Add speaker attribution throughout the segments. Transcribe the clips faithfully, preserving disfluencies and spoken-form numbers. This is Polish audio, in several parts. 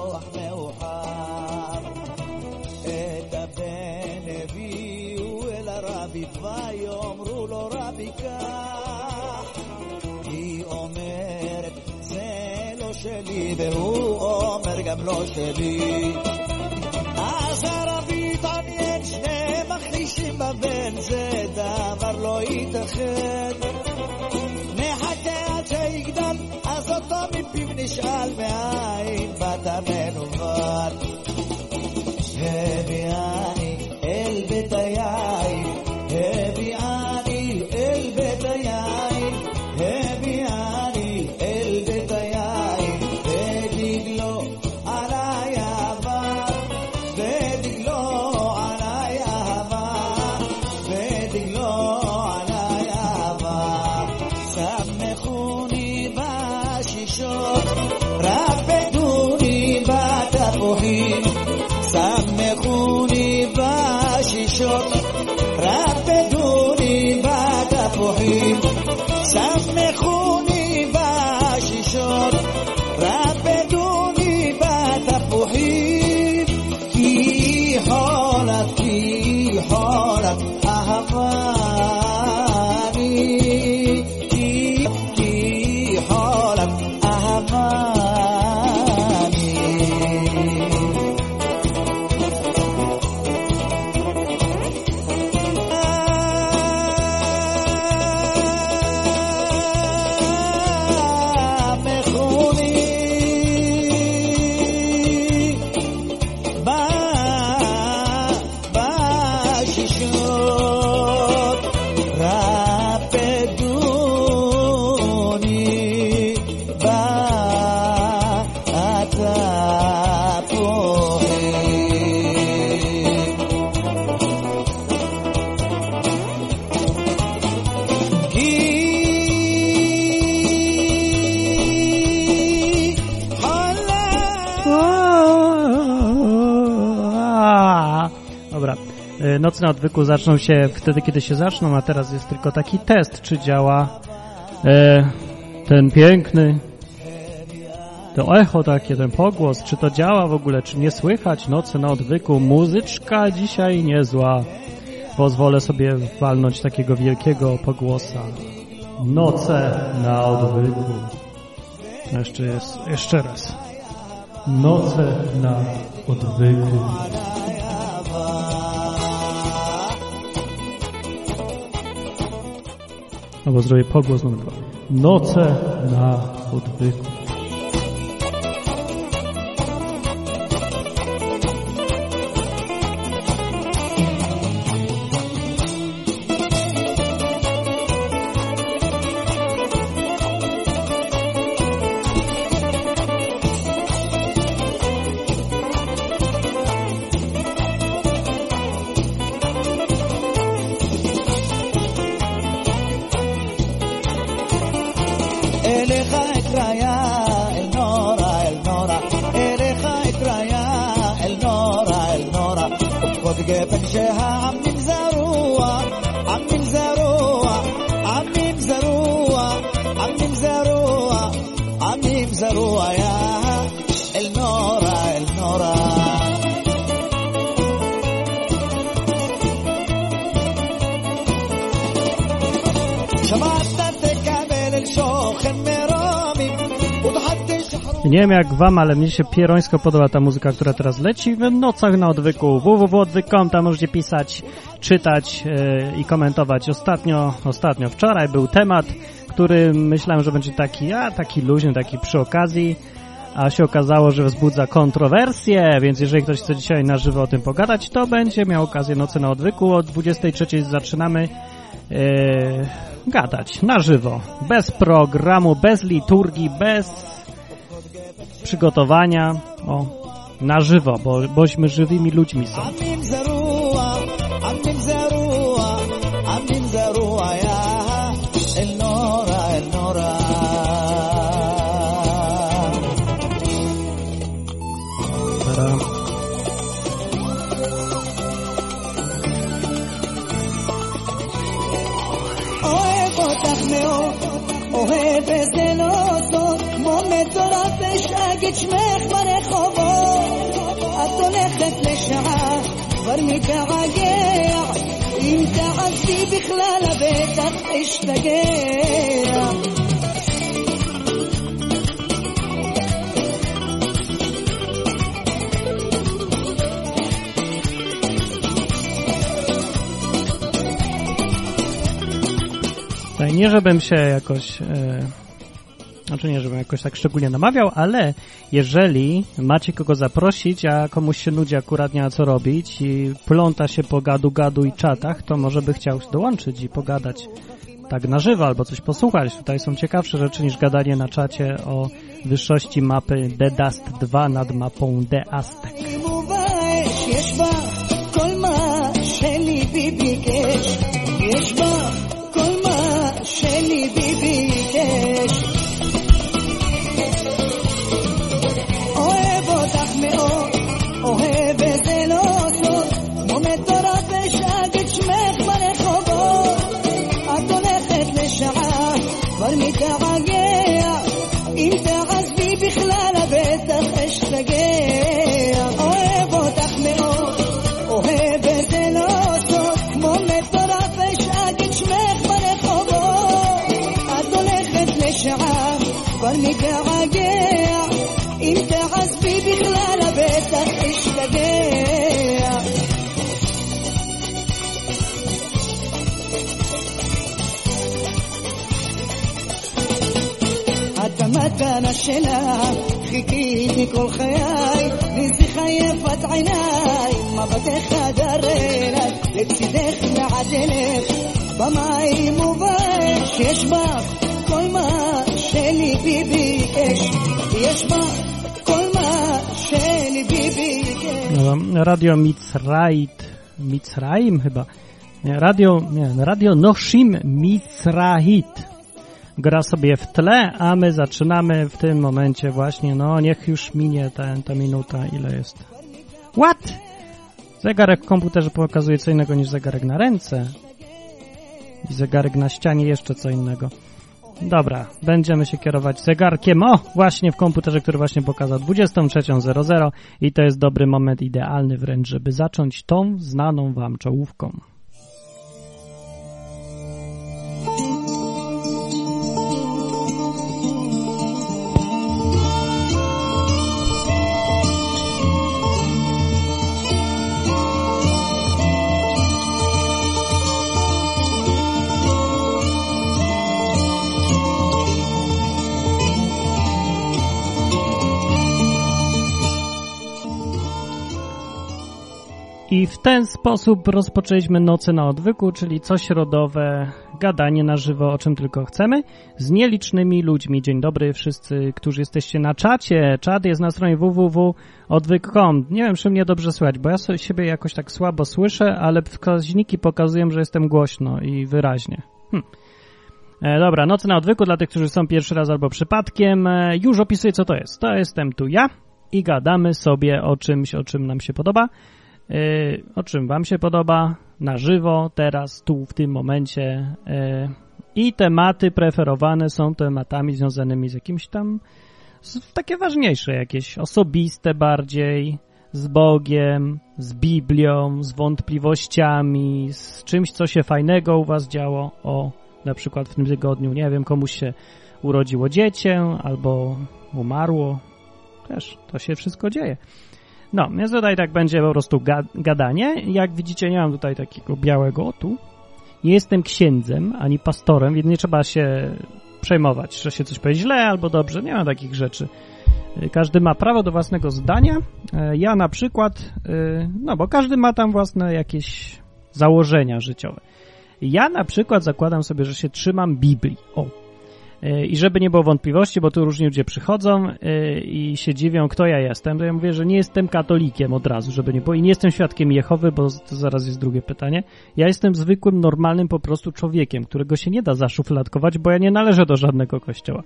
Speaker 1: לשלוח מאוחר. את הבן הביאו אל הרבי ויאמרו לו רבי כך, היא אומרת זה לא שלי והוא אומר גם לא שלי. אז הרבי התעניין, שני מכחישים בבן, זה דבר לא ייתכן. נחכה עד שיגדל, אז אותו מפיו נשאל מאין באת מנוול. הביאני אל בית היין, הביאני אל בית היין, הביאני אל בית היין, ודגלו עלי אהבה, ודגלו עלי אהבה, ודגלו עלי אהבה. שמחוני בשישות, רפדוני בתפוחים, שמחוני בשישות, רפדוני בתפוחים, שמחוני בשישות, רפדוני בתפוחים, כי חולת, כי חולת אהבני, כי, כי חולת אהבני.
Speaker 2: Noce na odwyku zaczną się wtedy, kiedy się zaczną, a teraz jest tylko taki test, czy działa e, ten piękny, to echo takie, ten pogłos, czy to działa w ogóle, czy nie słychać. Noce na odwyku, muzyczka dzisiaj niezła. Pozwolę sobie walnąć takiego wielkiego pogłosa. Noce na odwyku. Jeszcze jest, jeszcze raz. Noce na odwyku. Albo zrobię pogłos numer dwa. Noce na odwyku.
Speaker 1: גפן שהעמים זרוע, עמים זרוע, עמים זרוע, עמים זרוע, עמים זרוע, יא אל נורה, אל נורה. שמעת תקבל אל שוכן מרומי ודחת שחרו.
Speaker 2: Nie wiem jak wam, ale mnie się pierońsko podoba ta muzyka, która teraz leci w nocach na odwyku. w w w kropka odwyk kropka com, tam możecie pisać, czytać yy, i komentować. Ostatnio, ostatnio, wczoraj był temat, który myślałem, że będzie taki, a taki luźny, taki przy okazji, a się okazało, że wzbudza kontrowersje, więc jeżeli ktoś chce dzisiaj na żywo o tym pogadać, to będzie miał okazję Nocy na odwyku. Od dwudziestej trzeciej zaczynamy yy, gadać na żywo, bez programu, bez liturgii, bez przygotowania, o, na żywo, bo bośmy żywymi ludźmi są.
Speaker 1: אוהב וזה לא סוד, כמו מצורף אשאג את שמך ברחובות. את הולכת לשעה כבר מתגעגע אם תעזבי בכלל בטח אשתגע
Speaker 2: Nie, żebym się jakoś, e, znaczy nie, żebym jakoś tak szczególnie namawiał, ale jeżeli macie kogo zaprosić, a komuś się nudzi akurat nie ma co robić i pląta się po gadu-gadu i czatach, to może by chciał dołączyć i pogadać tak na żywo albo coś posłuchać. Tutaj są ciekawsze rzeczy niż gadanie na czacie o wyższości mapy The Dust dwa nad mapą The Aztec.
Speaker 1: שלי ביבי קש אוהב אותך מאוד אוהב וזה לא סוד כמו מטורף ושאג את שמך ברחובות את הולכת לשעה כבר מתגעגע אם תעזבי בכלל בטח אשתגע אוהב אותך מאוד אוהב וזה לא סוד כמו מטורף ושאג את שמך ברחובות שעה כבר מתגעגע אם תעזבי בכלל בטח אשתגע את המתנה שלה חיכיתי כל חיי נסיכה יפת עיניי מבטך דררה לצדך מעדלך במים ובאש יש בך כל מה שלי ביבי קש יש בה כל מה שלי ביבי קש
Speaker 2: Radio Mitzrayit Mitzrayim chyba nie, radio, nie, radio Noshim Mitzrayit gra sobie w tle, a my zaczynamy w tym momencie właśnie, no niech już minie ta, ta minuta, ile jest. What? Zegarek w komputerze pokazuje co innego niż zegarek na ręce i zegarek na ścianie jeszcze co innego. Dobra, będziemy się kierować zegarkiem, o, właśnie w komputerze, który właśnie pokazał dwudziestą trzecią zero zero i to jest dobry moment, idealny wręcz, żeby zacząć tą znaną wam czołówką. I w ten sposób rozpoczęliśmy Noce na odwyku, czyli cośrodowe gadanie na żywo, o czym tylko chcemy, z nielicznymi ludźmi. Dzień dobry wszyscy, którzy jesteście na czacie. Czat jest na stronie w w w kropka odwyk kropka com. Nie wiem, czy mnie dobrze słychać, bo ja sobie siebie jakoś tak słabo słyszę, ale wskaźniki pokazują, że jestem głośno i wyraźnie. Hm. E, dobra, Noce na odwyku dla tych, którzy są pierwszy raz albo przypadkiem. E, już opisuję, co to jest. To jestem tu ja i gadamy sobie o czymś, o czym nam się podoba. Yy, o czym wam się podoba na żywo, teraz, tu, w tym momencie yy, i tematy preferowane są tematami związanymi z jakimś tam z, takie ważniejsze, jakieś osobiste bardziej, z Bogiem, z Biblią, z wątpliwościami, z czymś, co się fajnego u was działo, o, na przykład w tym tygodniu, nie wiem, komuś się urodziło dziecię, albo umarło, też to się wszystko dzieje. No, więc tutaj tak będzie po prostu ga- gadanie. Jak widzicie, nie mam tutaj takiego białego tu. Nie jestem księdzem, ani pastorem, więc nie trzeba się przejmować, że się coś powie źle albo dobrze. Nie ma takich rzeczy. Każdy ma prawo do własnego zdania. Ja na przykład, no bo każdy ma tam własne jakieś założenia życiowe. Ja na przykład zakładam sobie, że się trzymam Biblii. O. I żeby nie było wątpliwości, bo tu różni ludzie przychodzą i się dziwią, kto ja jestem, to ja mówię, że nie jestem katolikiem od razu, żeby nie było. I nie jestem świadkiem Jehowy, bo to zaraz jest drugie pytanie. Ja jestem zwykłym, normalnym po prostu człowiekiem, którego się nie da zaszufladkować, bo ja nie należę do żadnego kościoła.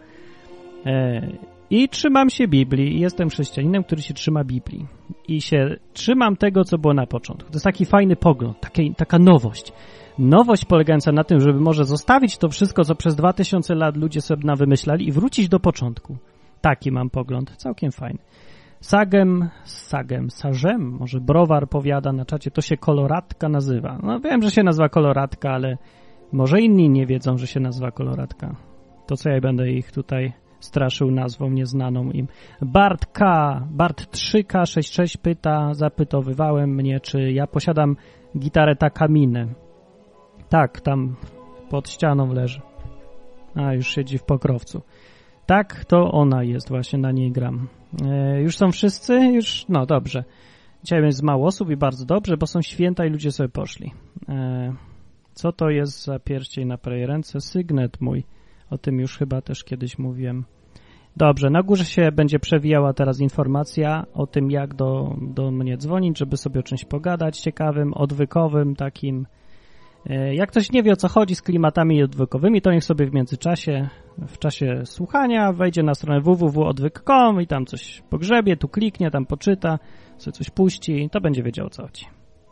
Speaker 2: I trzymam się Biblii i jestem chrześcijaninem, który się trzyma Biblii. I się trzymam tego, co było na początku. To jest taki fajny pogląd, taki, taka nowość. Nowość polegająca na tym, żeby może zostawić to wszystko, co przez dwa tysiące lat ludzie sobie nawymyślali i wrócić do początku. Taki mam pogląd, całkiem fajny. Sagem, sagem, sażem, może browar powiada na czacie, to się koloratka nazywa. No wiem, że się nazywa koloratka, ale może inni nie wiedzą, że się nazywa koloratka. To co ja będę ich tutaj straszył nazwą nieznaną im. Bart K, Bart trzy K sześćdziesiąt sześć pyta, zapytowywałem mnie, czy ja posiadam gitarę Takamine. Tak, tam pod ścianą leży. A, już siedzi w pokrowcu. Tak, to ona jest, właśnie na niej gram. E, już są wszyscy? Już, no dobrze. Dzisiaj jest mało osób i bardzo dobrze, bo są święta i ludzie sobie poszli. E, co to jest za pierścień na prawej ręce? Sygnet mój. O tym już chyba też kiedyś mówiłem. Dobrze, na górze się będzie przewijała teraz informacja o tym, jak do, do mnie dzwonić, żeby sobie o czymś pogadać ciekawym, odwykowym, takim. Jak ktoś nie wie, o co chodzi z klimatami odwykowymi, to niech sobie w międzyczasie, w czasie słuchania wejdzie na stronę w w w kropka odwyk kropka com i tam coś pogrzebie, tu kliknie, tam poczyta, sobie coś puści, to będzie wiedział, o co chodzi.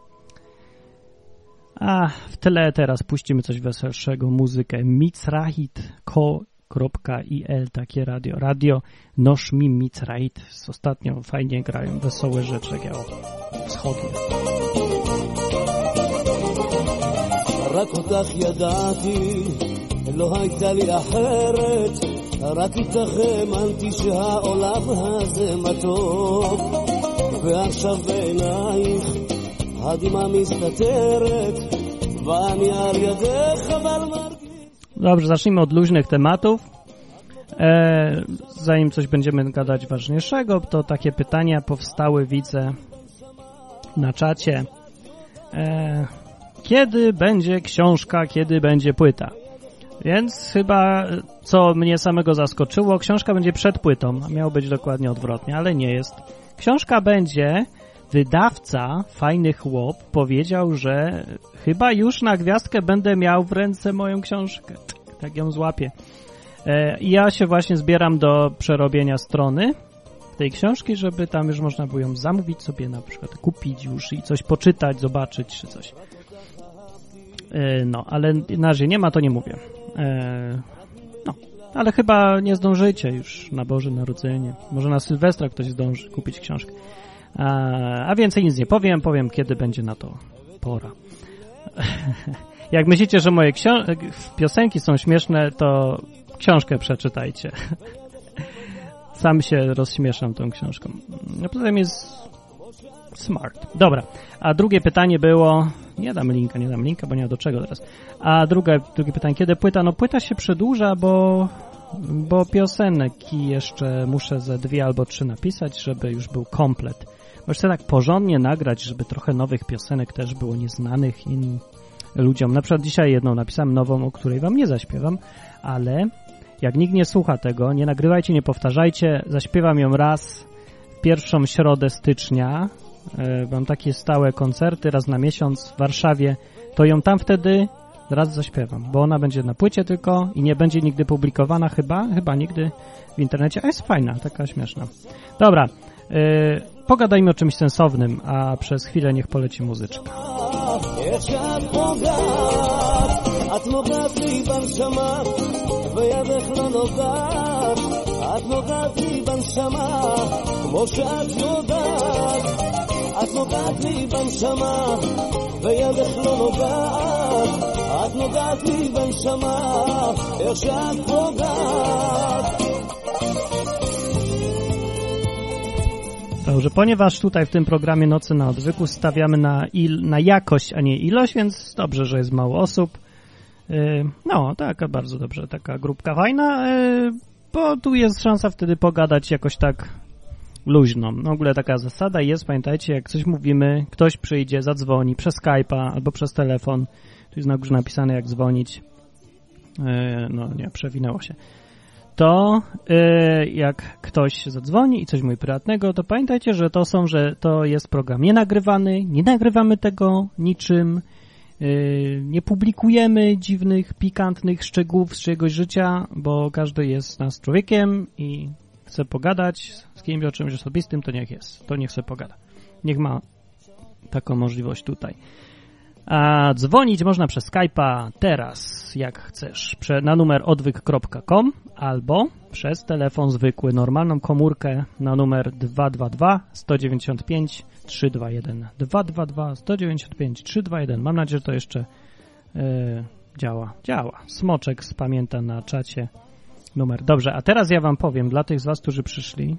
Speaker 2: A w tle teraz puścimy coś weselszego, muzykę Mizrahit kropka i l, takie radio. Radio Noshmi Mizrahit. Ostatnio fajnie grają wesołe rzeczy, jak ja wschodnie.
Speaker 1: רק אותך ידעתי, לא הייתה לי אחרת, רק איתך האמנתי שהעולם הזה מתוק, ועכשיו בעינייך הדמעה מסתתרת, ואני על ידך אבל מרגיש.
Speaker 2: Dobrze, zacznijmy od luźnych tematów. E, zanim coś będziemy gadać ważniejszego, to takie pytania powstały, widzę na czacie. E, Kiedy będzie książka, kiedy będzie płyta? Więc chyba, co mnie samego zaskoczyło, książka będzie przed płytą, a miało być dokładnie odwrotnie, ale nie jest. Książka będzie, wydawca Fajny Chłop powiedział, że chyba już na gwiazdkę będę miał w ręce moją książkę. Tak ją złapię. I ja się właśnie zbieram do przerobienia strony tej książki, żeby tam już można było ją zamówić sobie, na przykład kupić już i coś poczytać, zobaczyć czy coś. No, ale na razie nie ma, to nie mówię. No, ale chyba nie zdążycie już na Boże Narodzenie. Może na Sylwestra ktoś zdąży kupić książkę. A więcej nic nie powiem, powiem kiedy będzie na to pora. Jak myślicie, że moje ksio- piosenki są śmieszne, to książkę przeczytajcie. Sam się rozśmieszam tą książką. No poza tym jest smart. Dobra, a drugie pytanie było... Nie dam linka, nie dam linka, bo nie ma do czego teraz. A drugie, drugie pytanie, kiedy płyta? No płyta się przedłuża, bo, bo piosenki jeszcze muszę ze dwie albo trzy napisać, żeby już był komplet. Bo chcę tak porządnie nagrać, żeby trochę nowych piosenek też było nieznanych innym ludziom. Na przykład dzisiaj jedną napisałem nową, o której wam nie zaśpiewam, ale jak nikt nie słucha tego, nie nagrywajcie, nie powtarzajcie, zaśpiewam ją raz w pierwszą środę stycznia. Mam takie stałe koncerty raz na miesiąc w Warszawie, to ją tam wtedy raz zaśpiewam, bo ona będzie na płycie tylko i nie będzie nigdy publikowana chyba, chyba nigdy w internecie, a jest fajna, taka śmieszna. Dobra, yy, pogadajmy o czymś sensownym, a przez chwilę niech poleci muzyczka.
Speaker 1: את נוגעת לי בנשמה וידך לא נוגעת את נוגעת לי בנשמה כמו שאת יודעת את נוגעת לי בנשמה וידך לא נוגעת את נוגעת לי בנשמה איך שאת נוגעת.
Speaker 2: Dobrze, ponieważ tutaj w tym programie Nocy na Odwyku stawiamy na, il, na jakość, a nie ilość, więc dobrze, że jest mało osób. No, taka bardzo dobrze, taka grupka fajna, bo tu jest szansa wtedy pogadać jakoś tak luźno. W ogóle taka zasada jest, pamiętajcie, jak coś mówimy, ktoś przyjdzie, zadzwoni przez Skype'a albo przez telefon, tu jest na górze napisane jak dzwonić, no nie, przewinęło się, to jak ktoś zadzwoni i coś mówi prywatnego, to pamiętajcie, że to są, że to jest program nienagrywany, nie nagrywamy tego niczym, nie publikujemy dziwnych, pikantnych szczegółów z czyjegoś życia, bo każdy jest z nas człowiekiem i chce pogadać z kimś o czymś osobistym, to niech jest, to niech sobie pogada. Niech ma taką możliwość tutaj. A dzwonić można przez Skype'a teraz, jak chcesz, na numer odwyk kropka com albo przez telefon zwykły, normalną komórkę na numer dwa dwa dwa, sto dziewięćdziesiąt pięć, trzysta dwadzieścia jeden. dwa dwa dwa, sto dziewięćdziesiąt pięć, trzysta dwadzieścia jeden. Mam nadzieję, że to jeszcze yy, działa. Działa. Smoczek spamięta na czacie numer. Dobrze, a teraz ja wam powiem, dla tych z was, którzy przyszli,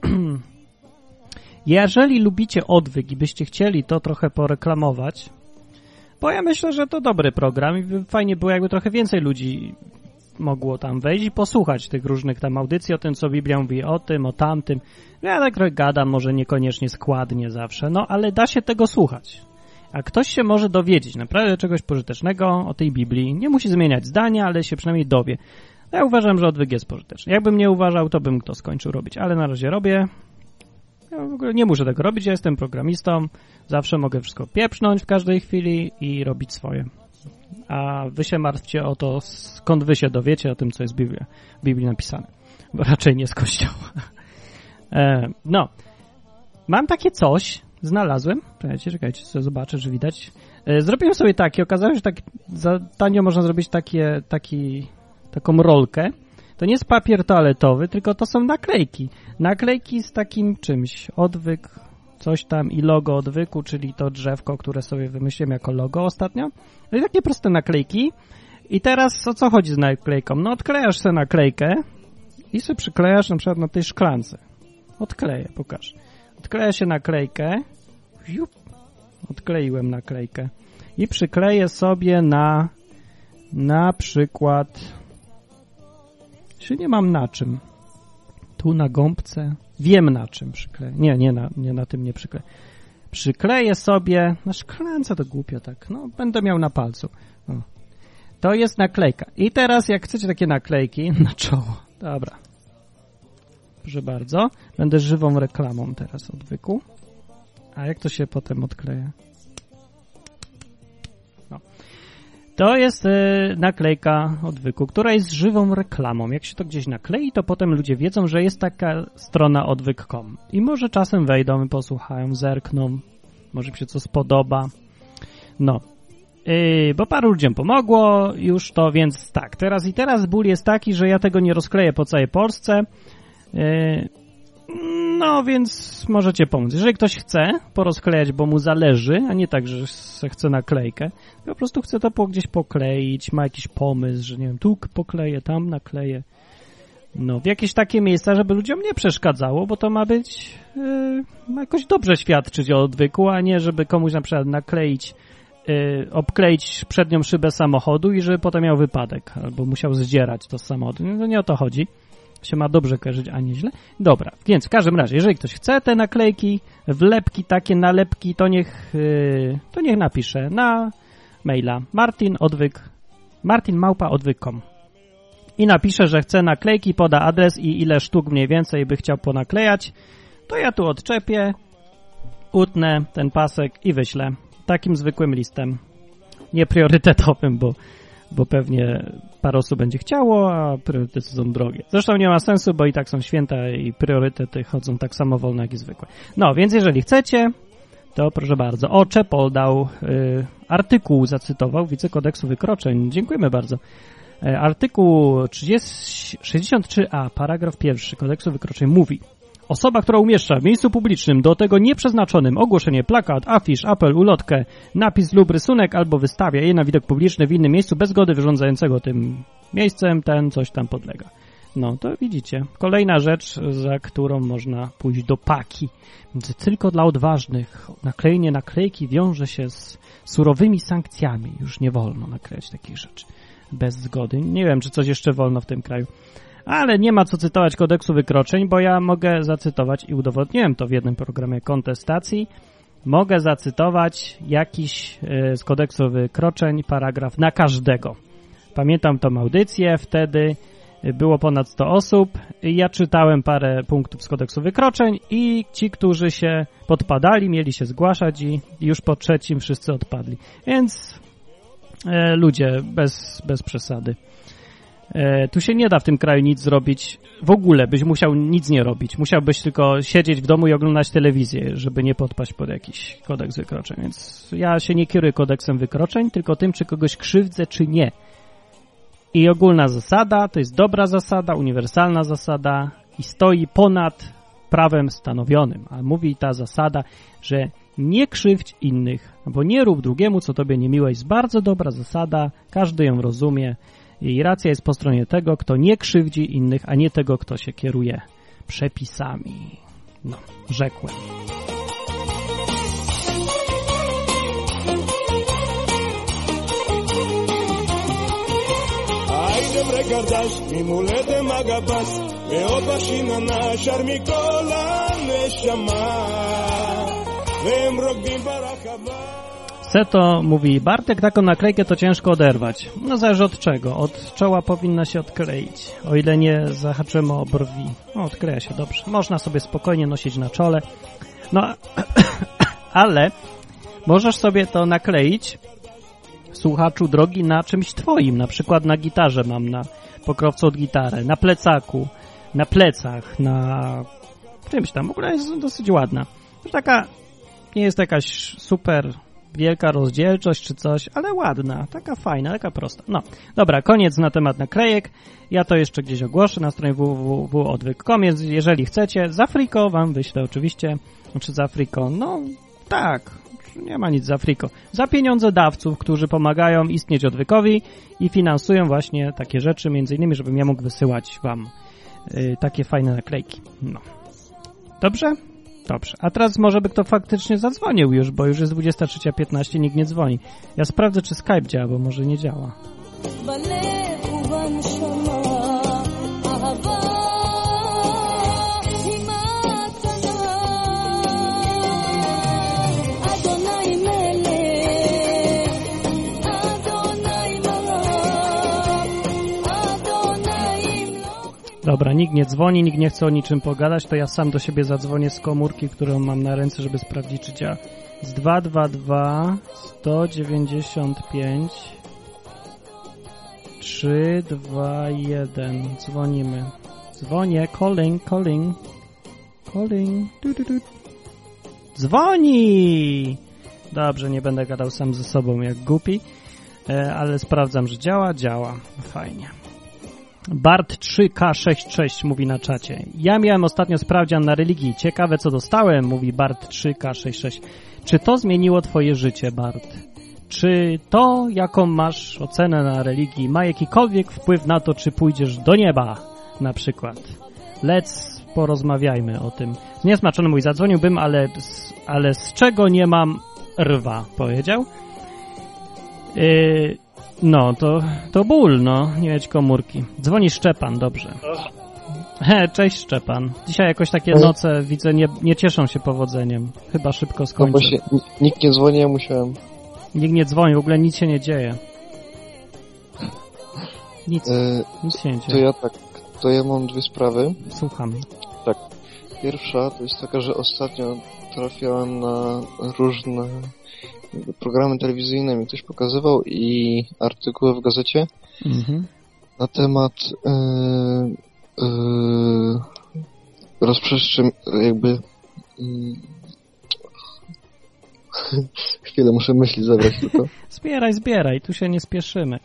Speaker 2: jeżeli lubicie Odwyk i byście chcieli to trochę poreklamować, bo ja myślę, że to dobry program i fajnie było, jakby trochę więcej ludzi mogło tam wejść i posłuchać tych różnych tam audycji o tym, co Biblia mówi, o tym, o tamtym. Ja tak trochę gadam, może niekoniecznie składnie zawsze, no ale da się tego słuchać. A ktoś się może dowiedzieć naprawdę czegoś pożytecznego o tej Biblii. Nie musi zmieniać zdania, ale się przynajmniej dowie. Ja uważam, że Odwyk jest pożyteczny. Jakbym nie uważał, to bym to skończył robić, ale na razie robię. Ja w ogóle nie muszę tego robić, ja jestem programistą, zawsze mogę wszystko pieprznąć w każdej chwili i robić swoje. A wy się martwcie o to, skąd wy się dowiecie o tym, co jest w Biblii, w Biblii napisane, bo raczej nie z Kościoła. E, no, mam takie coś, znalazłem, czekajcie, czekajcie, co zobaczę, że widać. E, zrobiłem sobie takie, okazało się, że tak za tanio można zrobić takie, taki, taką rolkę. To nie jest papier toaletowy, tylko to są naklejki. Naklejki z takim czymś, Odwyk, coś tam i logo Odwyku, czyli to drzewko, które sobie wymyśliłem jako logo ostatnio. No i takie proste naklejki. I teraz o co chodzi z naklejką? No odklejasz sobie naklejkę i sobie przyklejasz na przykład na tej szklance. Odkleję, pokaż. Odkleja się naklejkę. Jup. Odkleiłem naklejkę. I przykleję sobie na na przykład... Czy nie mam na czym? Tu na gąbce. Wiem na czym przykleję. Nie, nie na, nie na tym nie przykleję. Przykleję sobie na szklance, to głupio tak. No, będę miał na palcu. O. To jest naklejka. I teraz jak chcecie takie naklejki na czoło. Dobra. Proszę bardzo. Będę żywą reklamą teraz Odwyku. A jak to się potem odkleja? No. To jest y, naklejka Odwyku, która jest żywą reklamą. Jak się to gdzieś naklei, to potem ludzie wiedzą, że jest taka strona odwyk kropka com. I może czasem wejdą i posłuchają, zerkną, może im się co spodoba. No, yy, bo paru ludziom pomogło już to, więc tak. Teraz i teraz ból jest taki, że ja tego nie rozkleję po całej Polsce. Yy, no, więc możecie pomóc. Jeżeli ktoś chce porozklejać, bo mu zależy, a nie tak, że chce naklejkę, po prostu chce to gdzieś pokleić, ma jakiś pomysł, że nie wiem, tu pokleję, tam nakleję. No, w jakieś takie miejsca, żeby ludziom nie przeszkadzało, bo to ma być yy, ma jakoś dobrze świadczyć o Odwyku, a nie żeby komuś na przykład nakleić, yy, obkleić przednią szybę samochodu i żeby potem miał wypadek, albo musiał zdzierać to z samochodu. No nie o to chodzi. Się ma dobrze kojarzyć, a nie źle. Dobra, więc w każdym razie, jeżeli ktoś chce te naklejki, wlepki, takie nalepki, to niech yy, to niech napisze na maila martin odwyk martin małpa odwyk kropka com i napisze, że chce naklejki, poda adres i ile sztuk mniej więcej by chciał ponaklejać, to ja tu odczepię, utnę ten pasek i wyślę takim zwykłym listem, nie priorytetowym, bo bo pewnie parę osób będzie chciało, a priorytety są drogie. Zresztą nie ma sensu, bo i tak są święta i priorytety chodzą tak samo wolno, jak i zwykłe. No, więc jeżeli chcecie, to proszę bardzo. O, Czepol dał y, artykuł, zacytował, wicekodeksu wykroczeń. Dziękujemy bardzo. Y, artykuł sześćdziesiąt trzy a, paragraf pierwszy kodeksu wykroczeń mówi: osoba, która umieszcza w miejscu publicznym, do tego nieprzeznaczonym, ogłoszenie, plakat, afisz, apel, ulotkę, napis lub rysunek albo wystawia je na widok publiczny w innym miejscu bez zgody wyrządzającego tym miejscem, ten coś tam podlega. No, to widzicie. Kolejna rzecz, za którą można pójść do paki. Więc tylko dla odważnych. Naklejenie naklejki wiąże się z surowymi sankcjami. Już nie wolno naklejać takich rzeczy bez zgody. Nie wiem, czy coś jeszcze wolno w tym kraju. Ale nie ma co cytować kodeksu wykroczeń, bo ja mogę zacytować i udowodniłem to w jednym programie kontestacji. Mogę zacytować jakiś y, z kodeksu wykroczeń paragraf na każdego. Pamiętam tą audycję, wtedy było ponad sto osób i ja czytałem parę punktów z kodeksu wykroczeń i ci, którzy się podpadali, mieli się zgłaszać i już po trzecim wszyscy odpadli. Więc y, ludzie, bez, bez przesady. E, tu się nie da w tym kraju nic zrobić. W ogóle byś musiał nic nie robić. Musiałbyś tylko siedzieć w domu i oglądać telewizję, żeby nie podpaść pod jakiś kodeks wykroczeń. Więc ja się nie kieruję kodeksem wykroczeń, tylko tym, czy kogoś krzywdzę, czy nie. I ogólna zasada, to jest dobra zasada, uniwersalna zasada i stoi ponad prawem stanowionym. A mówi ta zasada, że nie krzywdź innych, bo nie rób drugiemu, co tobie niemiłe. Jest bardzo dobra zasada, każdy ją rozumie i racja jest po stronie tego, kto nie krzywdzi innych, a nie tego, kto się kieruje przepisami. No, rzekłem.
Speaker 3: וגרדש ממולד מגבס ואובה שיננה שר מכל הנשמה והם רוקדים ברחבה.
Speaker 2: Seto mówi, Bartek, taką naklejkę to ciężko oderwać. No zależy od czego. Od czoła powinna się odkleić. O ile nie zahaczymy o brwi. No, odkleja się dobrze. Można sobie spokojnie nosić na czole. No, ale możesz sobie to nakleić, słuchaczu drogi, na czymś twoim. Na przykład na gitarze mam, na pokrowcu od gitary, na plecaku, na plecach, na czymś tam. W ogóle jest dosyć ładna. Taka nie jest jakaś super wielka rozdzielczość czy coś, ale ładna, taka fajna, taka prosta. No, dobra, koniec na temat naklejek. Ja to jeszcze gdzieś ogłoszę na stronie w w w kropka odwyk kropka com, więc jeżeli chcecie, z Afriko wam wyślę oczywiście, czy z Afriko, no tak, nie ma nic z Afriko. Za pieniądze dawców, którzy pomagają istnieć odwykowi i finansują właśnie takie rzeczy, między innymi, żebym ja mógł wysyłać wam y, takie fajne naklejki. No. Dobrze? Dobrze. A teraz może by kto faktycznie zadzwonił już, bo już jest dwudziesta trzecia piętnaście, nikt nie dzwoni. Ja sprawdzę, czy Skype działa, bo może nie działa. Dobra, nikt nie dzwoni, nikt nie chce o niczym pogadać, to ja sam do siebie zadzwonię z komórki, którą mam na ręce, żeby sprawdzić, czy działa. Z dwa dwa dwa sto dziewięćdziesiąt pięć trzy dwa jeden. Dzwonimy. Dzwonię, calling, calling, calling. Du, du, du. Dzwoni! Dobrze, nie będę gadał sam ze sobą jak głupi, ale sprawdzam, że działa, działa. Fajnie. Bart trzy K sześćdziesiąt sześć mówi na czacie. Ja miałem ostatnio sprawdzian na religii. Ciekawe, co dostałem, mówi Bart trzy K sześćdziesiąt sześć. Czy to zmieniło twoje życie, Bart? Czy to, jaką masz ocenę na religii, ma jakikolwiek wpływ na to, czy pójdziesz do nieba, na przykład? Let's porozmawiajmy o tym. Zniesmaczony mój, zadzwoniłbym, ale, ale z czego nie mam rwa, powiedział. Yy... No, to, to ból, no, nie mieć komórki. Dzwoni Szczepan, dobrze. He, cześć Szczepan. Dzisiaj jakoś takie noce, widzę, nie, nie cieszą się powodzeniem. Chyba szybko skończę.
Speaker 4: No właśnie, nikt nie dzwoni, ja musiałem.
Speaker 2: Nikt nie dzwoni, w ogóle nic się nie dzieje. Nic,
Speaker 4: e,
Speaker 2: nic się nie dzieje.
Speaker 4: To ja tak, to ja mam dwie sprawy.
Speaker 2: Słucham.
Speaker 4: Tak. Pierwsza to jest taka, że ostatnio trafiałem na różne programy telewizyjne, mi ktoś pokazywał i artykuły w gazecie mhm. na temat yy, yy, rozprzestrzeń, jakby yy, chwilę, muszę myśli zabrać tylko.
Speaker 2: Zbieraj, zbieraj, tu się nie spieszymy.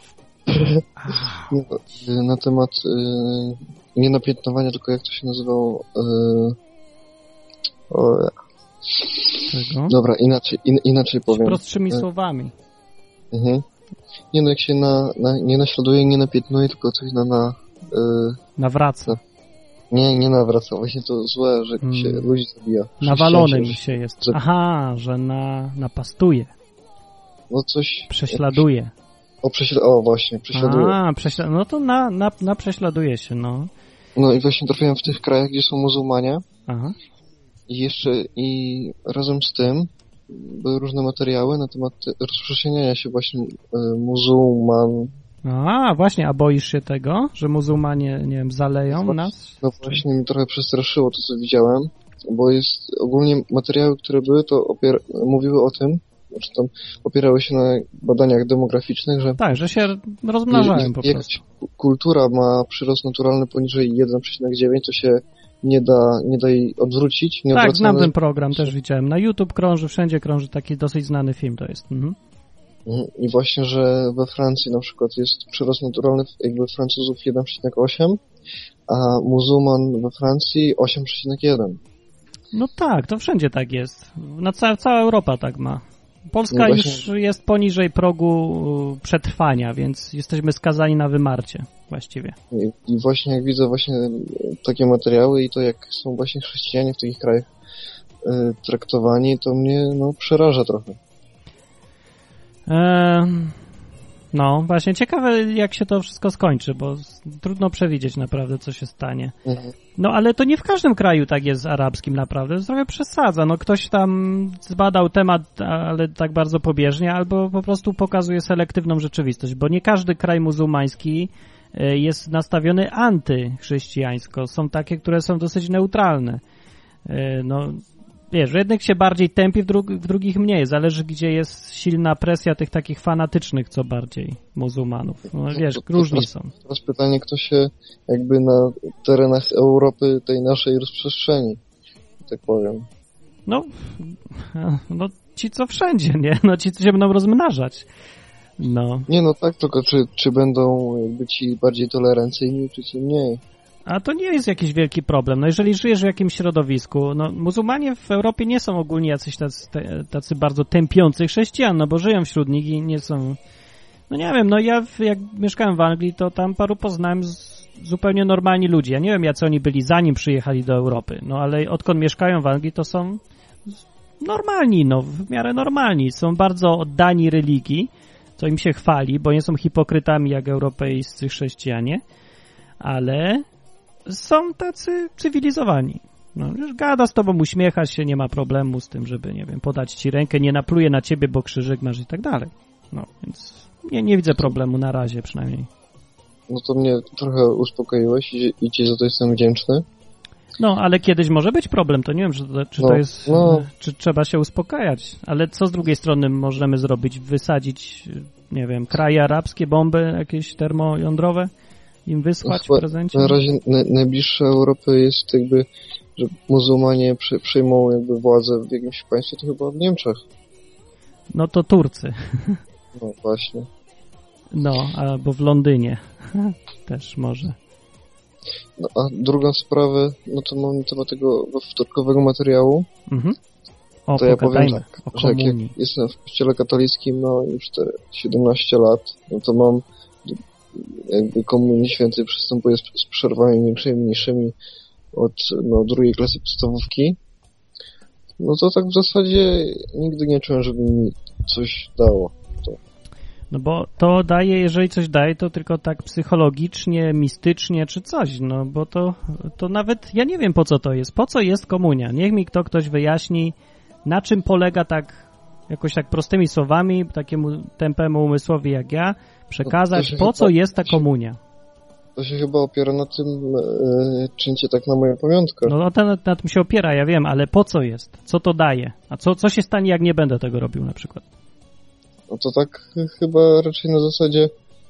Speaker 4: na, na temat yy, nie napiętnowania, tylko jak to się nazywało yy, o,
Speaker 2: Czego?
Speaker 4: Dobra, inaczej, in, inaczej powiem.
Speaker 2: Z prostszymi słowami.
Speaker 4: Mhm. Nie no, jak się na, na, nie naśladuje, nie napiętnuje, tylko coś na... na yy,
Speaker 2: nawraca.
Speaker 4: Na, nie, nie nawraca. Właśnie to złe, że hmm. się ludzi zabija.
Speaker 2: Nawalonym się jest. Zabi- Aha, że na, napastuje.
Speaker 4: No coś...
Speaker 2: Prześladuje.
Speaker 4: Jak, o, prześla- o, właśnie, prześladuje.
Speaker 2: A, prześla- no to na, na, na prześladuje się, no.
Speaker 4: No i właśnie trafiłem w tych krajach, gdzie są muzułmanie.
Speaker 2: Aha.
Speaker 4: I jeszcze, i razem z tym były różne materiały na temat rozprzestrzeniania się właśnie y, muzułman.
Speaker 2: A, właśnie, a boisz się tego, że muzułmanie, nie wiem, zaleją
Speaker 4: no,
Speaker 2: nas?
Speaker 4: No właśnie mnie trochę przestraszyło to, co widziałem, bo jest ogólnie materiały, które były, to opier- mówiły o tym, znaczy tam opierały się na badaniach demograficznych, że...
Speaker 2: Tak, że się rozmnażają po prostu. Jak
Speaker 4: kultura ma przyrost naturalny poniżej jeden przecinek dziewięć, to się nie da, nie da jej odwrócić. Nie
Speaker 2: tak, znam ten program, też widziałem. Na YouTube krąży, wszędzie krąży taki dosyć znany film to jest. Mhm.
Speaker 4: I właśnie, że we Francji na przykład jest przyrost naturalny jakby Francuzów jeden przecinek osiem, a muzułman we Francji osiem przecinek jeden.
Speaker 2: No tak, to wszędzie tak jest. Na ca- cała Europa tak ma. Polska no już jest poniżej progu przetrwania, więc jesteśmy skazani na wymarcie właściwie.
Speaker 4: I, I właśnie jak widzę właśnie takie materiały i to jak są właśnie chrześcijanie w takich krajach y, traktowani, to mnie no przeraża trochę.
Speaker 2: Eee, no właśnie ciekawe jak się to wszystko skończy, bo trudno przewidzieć naprawdę co się stanie. Mhm. No ale to nie w każdym kraju tak jest z arabskim naprawdę, to trochę przesadza. No ktoś tam zbadał temat, ale tak bardzo pobieżnie, albo po prostu pokazuje selektywną rzeczywistość, bo nie każdy kraj muzułmański jest nastawiony antychrześcijańsko. Są takie, które są dosyć neutralne. No wiesz, w jednych się bardziej tępi, w, dru- w drugich mniej. Zależy, gdzie jest silna presja tych takich fanatycznych, co bardziej muzułmanów. No wiesz, różni
Speaker 4: teraz,
Speaker 2: są.
Speaker 4: Teraz pytanie, kto się jakby na terenach Europy tej naszej rozprzestrzeni, tak powiem.
Speaker 2: No, no ci co wszędzie, nie? No ci co się będą rozmnażać. No.
Speaker 4: Nie, no tak, tylko czy, czy będą jakby ci bardziej tolerancyjni, czy ci mniej?
Speaker 2: A to nie jest jakiś wielki problem. No jeżeli żyjesz w jakimś środowisku, no muzułmanie w Europie nie są ogólnie jacyś tacy, tacy bardzo tępiący chrześcijan, no bo żyją wśród nich i nie są... No nie wiem, no ja jak mieszkałem w Anglii, to tam paru poznałem z, zupełnie normalni ludzie. Ja nie wiem, jacy oni byli zanim przyjechali do Europy, no ale odkąd mieszkają w Anglii, to są normalni, no w miarę normalni. Są bardzo oddani religii, co im się chwali, bo nie są hipokrytami jak europejscy chrześcijanie, ale... są tacy cywilizowani. No, już gada z tobą, uśmiecha się, nie ma problemu z tym, żeby, nie wiem, podać ci rękę, nie napluje na ciebie, bo krzyżyk masz i tak dalej. No, więc nie, nie widzę problemu na razie przynajmniej.
Speaker 4: No to mnie trochę uspokoiłeś i, i ci za to jestem wdzięczny.
Speaker 2: No, ale kiedyś może być problem, to nie wiem, czy to, czy
Speaker 4: no,
Speaker 2: to jest,
Speaker 4: no.
Speaker 2: czy trzeba się uspokajać, ale co z drugiej strony możemy zrobić? Wysadzić, nie wiem, kraje arabskie, bomby jakieś termojądrowe? Im wysłać
Speaker 4: no,
Speaker 2: w prezencie?
Speaker 4: Na razie na, najbliższa Europy jest jakby, że muzułmanie przy, przyjmą jakby władzę w jakimś państwie, to chyba w Niemczech.
Speaker 2: No to Turcy.
Speaker 4: No właśnie.
Speaker 2: No, albo w Londynie. Też może.
Speaker 4: No, a drugą sprawę, no to mam na temat tego wtorkowego materiału.
Speaker 2: Mhm. O,
Speaker 4: to ja powiem tak,
Speaker 2: o
Speaker 4: że jak, jak jestem w kościele katolickim, no już te siedemnaście lat, no to mam jakby Komunii Świętej przystępuję z, z przerwami większymi, mniejszymi od no, drugiej klasy podstawówki. No to tak w zasadzie nigdy nie czułem, żeby mi coś dało. To.
Speaker 2: No bo to daje, jeżeli coś daje, to tylko tak psychologicznie, mistycznie czy coś, no bo to, to nawet, ja nie wiem po co to jest, po co jest komunia. Niech mi kto ktoś wyjaśni, na czym polega tak, jakoś tak prostymi słowami, takiemu tępemu umysłowi jak ja, przekazać, no po co chyba, jest ta komunia.
Speaker 4: To się chyba opiera na tym, yy, czyńcie tak na moją pamiątkę.
Speaker 2: No to na, na tym się opiera, ja wiem, ale po co jest? Co to daje? A co, co się stanie, jak nie będę tego robił na przykład?
Speaker 4: No to tak chyba raczej na zasadzie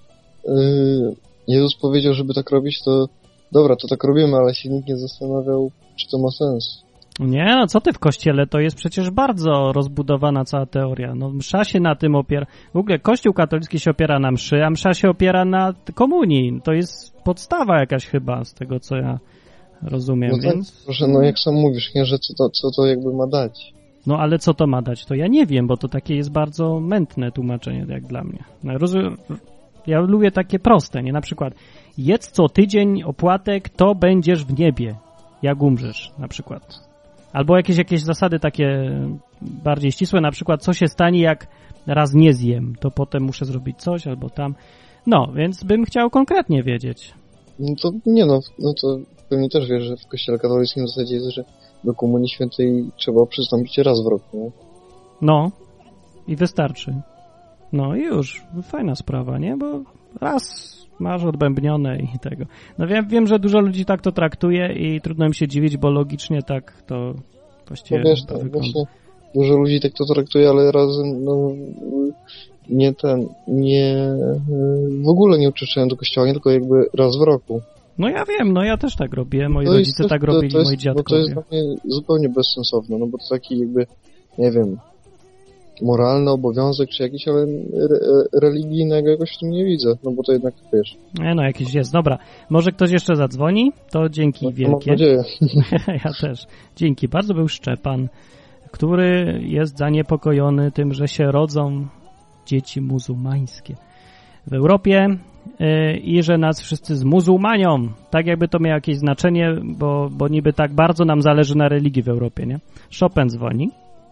Speaker 4: yy, Jezus powiedział, żeby tak robić, to dobra, to tak robimy, ale się nikt nie zastanawiał, czy to ma sens.
Speaker 2: Nie, no co ty w kościele, to jest przecież bardzo rozbudowana cała teoria. No msza się na tym opiera. W ogóle kościół katolicki się opiera na mszy, a msza się opiera na komunii. To jest podstawa jakaś chyba, z tego co ja rozumiem.
Speaker 4: No
Speaker 2: więc...
Speaker 4: tak, proszę, no jak sam mówisz, nie, że co to, co to jakby ma dać.
Speaker 2: No ale co to ma dać? To ja nie wiem, bo to takie jest bardzo mętne tłumaczenie jak dla mnie. No, rozumiem, ja lubię takie proste, nie? Na przykład jedz co tydzień opłatek, to będziesz w niebie, jak umrzesz, na przykład. Albo jakieś, jakieś zasady takie bardziej ścisłe, na przykład co się stanie, jak raz nie zjem, to potem muszę zrobić coś, albo tam. No, więc bym chciał konkretnie wiedzieć.
Speaker 4: No to nie no, no to pewnie też wiesz, że w kościele katolickim w zasadzie jest, że do Komunii Świętej trzeba przystąpić raz w roku, nie?
Speaker 2: No, i wystarczy. No i już, fajna sprawa, nie? Bo raz masz odbębnione i tego. No wiem, wiem, że dużo ludzi tak to traktuje i trudno im się dziwić, bo logicznie tak to właściwie
Speaker 4: no wiesz,
Speaker 2: to
Speaker 4: tak,
Speaker 2: wygląda.
Speaker 4: Właśnie dużo ludzi tak to traktuje, ale razem no nie ten, nie w ogóle nie uczęszczają do kościoła, nie tylko jakby raz w roku.
Speaker 2: No ja wiem, no ja też tak robię, moi
Speaker 4: to
Speaker 2: rodzice
Speaker 4: jest,
Speaker 2: tak
Speaker 4: to,
Speaker 2: robili,
Speaker 4: to jest,
Speaker 2: moi dziadkowie.
Speaker 4: No to jest dla mnie zupełnie bezsensowne, no bo to taki jakby, nie wiem, moralny obowiązek, czy jakiś, ale re, religijnego jakoś w tym nie widzę, no bo to jednak, wiesz...
Speaker 2: Nie no, jakiś jest. Dobra, może ktoś jeszcze zadzwoni? To dzięki
Speaker 4: no,
Speaker 2: wielkie.
Speaker 4: Mam nadzieję.
Speaker 2: Ja też. Dzięki. Bardzo był Szczepan, który jest zaniepokojony tym, że się rodzą dzieci muzułmańskie w Europie yy, i że nas wszyscy zmuzułmanią. Tak jakby to miało jakieś znaczenie, bo, bo niby tak bardzo nam zależy na religii w Europie, nie? Chopin dzwoni.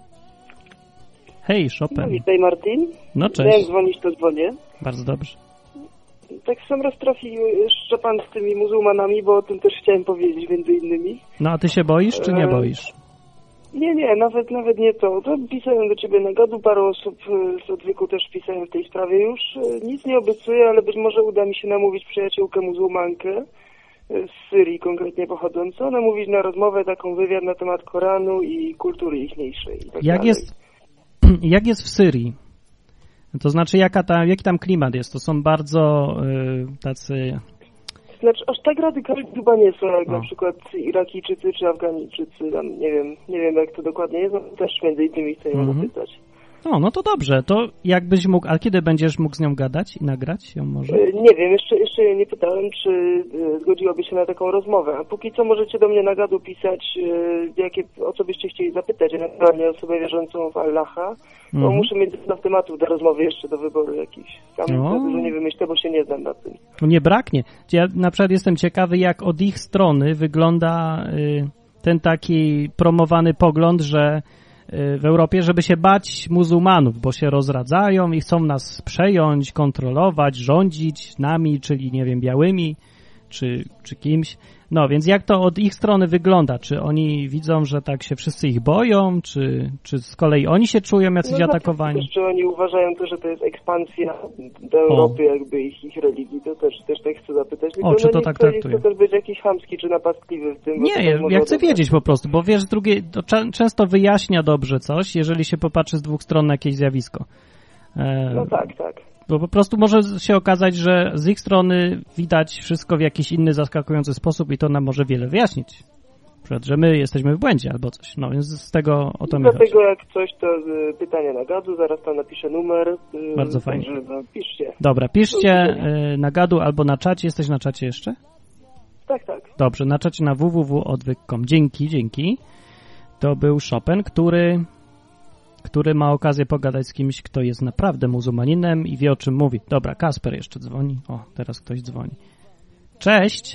Speaker 2: Hej, Chopin.
Speaker 5: No, witaj, Martin.
Speaker 2: No, cześć.
Speaker 5: Jak dzwonić, to dzwonię.
Speaker 2: Bardzo dobrze.
Speaker 5: Tak sam raz trafił Szczepan z tymi muzułmanami, bo o tym też chciałem powiedzieć między innymi.
Speaker 2: No, a ty się boisz, czy nie boisz?
Speaker 5: Nie, nie, nawet nawet nie to. To pisałem do ciebie na gadu, parę osób z odwyku też pisałem w tej sprawie już. Nic nie obiecuję, ale być może uda mi się namówić przyjaciółkę muzułmankę z Syrii konkretnie pochodzącą, namówić na rozmowę, taką wywiad na temat Koranu i kultury ichniejszej. I tak
Speaker 2: jak,
Speaker 5: dalej.
Speaker 2: jest, jak jest w Syrii? To znaczy, jaka ta, jaki tam klimat jest? To są bardzo y, tacy...
Speaker 5: Znaczy, aż tak radykalni chyba nie są, jak
Speaker 2: o.
Speaker 5: na przykład Irakijczycy czy Afgańczycy, tam nie wiem, nie wiem jak to dokładnie jest, no, też między innymi chcę ją
Speaker 2: Mhm.
Speaker 5: zapytać.
Speaker 2: No, no to dobrze, to jakbyś mógł, a kiedy będziesz mógł z nią gadać i nagrać ją może?
Speaker 5: E, Nie wiem, jeszcze, jeszcze jej nie pytałem, czy e, zgodziłaby się na taką rozmowę. A póki co możecie do mnie na gadu pisać, e, jakie, o co byście chcieli zapytać, ewentualnie osobę wierzącą w Allaha, bo
Speaker 2: Mhm.
Speaker 5: muszę mieć na tematów do rozmowy jeszcze do wyboru jakichś. Sam
Speaker 2: O.
Speaker 5: za dużo nie wymyślę, bo się nie znam na tym.
Speaker 2: No nie braknie. Ja na przykład jestem ciekawy, jak od ich strony wygląda y, ten taki promowany pogląd, że y, w Europie, żeby się bać muzułmanów, bo się rozradzają i chcą nas przejąć, kontrolować, rządzić nami, czyli nie wiem, białymi, czy, czy kimś. No, więc jak to od ich strony wygląda? Czy oni widzą, że tak się wszyscy ich boją, czy, czy z kolei oni się czują jacyś
Speaker 5: No,
Speaker 2: atakowani?
Speaker 5: Czy oni uważają to, że to jest ekspansja do Europy, jakby ich, ich religii, to też, też tak chcę zapytać. Tylko
Speaker 2: O, czy
Speaker 5: no
Speaker 2: to
Speaker 5: nie
Speaker 2: tak
Speaker 5: chcę, nie
Speaker 2: traktuje?
Speaker 5: chcę też być jakiś chamski czy napastliwy w tym. bo to
Speaker 2: Nie,
Speaker 5: tak może
Speaker 2: ja chcę
Speaker 5: odebrać.
Speaker 2: wiedzieć po prostu, bo wiesz, z drugiej, to cze- często wyjaśnia dobrze coś, jeżeli się popatrzy z dwóch stron na jakieś zjawisko. E,
Speaker 5: No tak, tak.
Speaker 2: Bo po prostu może się okazać, że z ich strony widać wszystko w jakiś inny, zaskakujący sposób i to nam może wiele wyjaśnić. Na przykład, że my jesteśmy w błędzie albo coś. No więc z tego o to mi chodzi.
Speaker 5: Dlatego jak coś, to y, pytanie na gadu, zaraz tam napiszę numer. Y,
Speaker 2: Bardzo fajnie.
Speaker 5: Także, no, piszcie.
Speaker 2: Dobra, piszcie y, na gadu albo na czacie. Jesteś na czacie jeszcze?
Speaker 5: Tak, tak.
Speaker 2: Dobrze, na czacie na w w w kropka odwyk kropka com. Dzięki, dzięki. To był Chopin, który... który ma okazję pogadać z kimś, kto jest naprawdę muzułmaninem i wie, o czym mówi. Dobra, Kasper jeszcze dzwoni. O, teraz ktoś dzwoni. Cześć!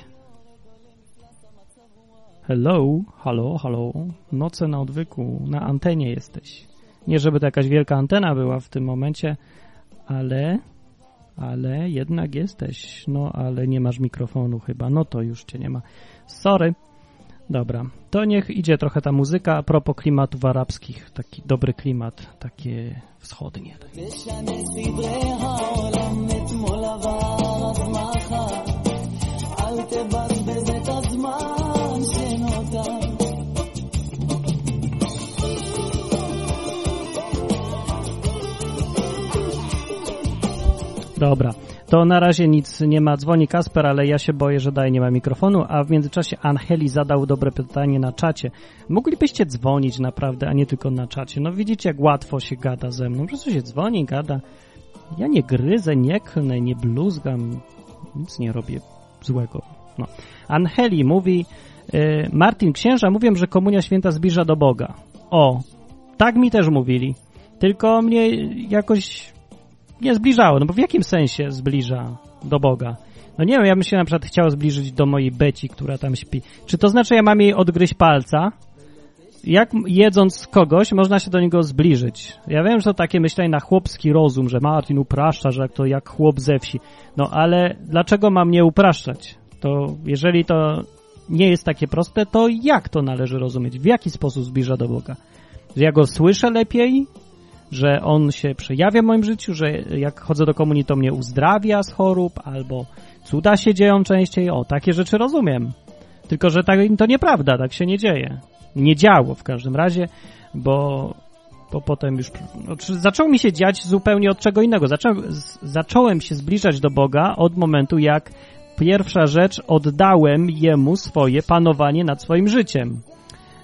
Speaker 2: Hello, halo, halo. Noce na odwyku, na antenie jesteś. Nie, żeby to jakaś wielka antena była w tym momencie, ale... ale jednak jesteś. No, ale nie masz mikrofonu chyba. No to już cię nie ma. Sorry. Dobra, to niech idzie trochę ta muzyka a propos klimatów arabskich. Taki dobry klimat, takie wschodnie. Dobra, to na razie nic nie ma. Dzwoni Kasper, ale ja się boję, że dalej nie ma mikrofonu, a w międzyczasie Angeli zadał dobre pytanie na czacie. Moglibyście dzwonić naprawdę, a nie tylko na czacie. No widzicie, jak łatwo się gada ze mną. Po prostu się dzwoni, gada. Ja nie gryzę, nie klnę, nie bluzgam, nic nie robię złego. No. Angeli mówi, y, Martin, księża mówią, że komunia święta zbliża do Boga. O, tak mi też mówili. Tylko mnie jakoś nie zbliżało, no bo w jakim sensie zbliża do Boga? No nie wiem, ja bym się na przykład chciał zbliżyć do mojej Beci, która tam śpi. Czy to znaczy, ja mam jej odgryźć palca? Jak jedząc kogoś, można się do niego zbliżyć? Ja wiem, że to takie myślenie na chłopski rozum, że Martin upraszcza, że to jak chłop ze wsi. No ale dlaczego mam nie upraszczać? To jeżeli to nie jest takie proste, to jak to należy rozumieć? W jaki sposób zbliża do Boga? Że ja go słyszę lepiej? Że on się przejawia w moim życiu, że jak chodzę do komunii, to mnie uzdrawia z chorób, albo cuda się dzieją częściej. O, takie rzeczy rozumiem. Tylko, że tak, to nieprawda, tak się nie dzieje. Nie działo w każdym razie, bo, bo potem już... No, zaczęło mi się dziać zupełnie od czego innego. Zaczą, z, zacząłem się zbliżać do Boga od momentu, jak pierwsza rzecz oddałem Jemu swoje panowanie nad swoim życiem.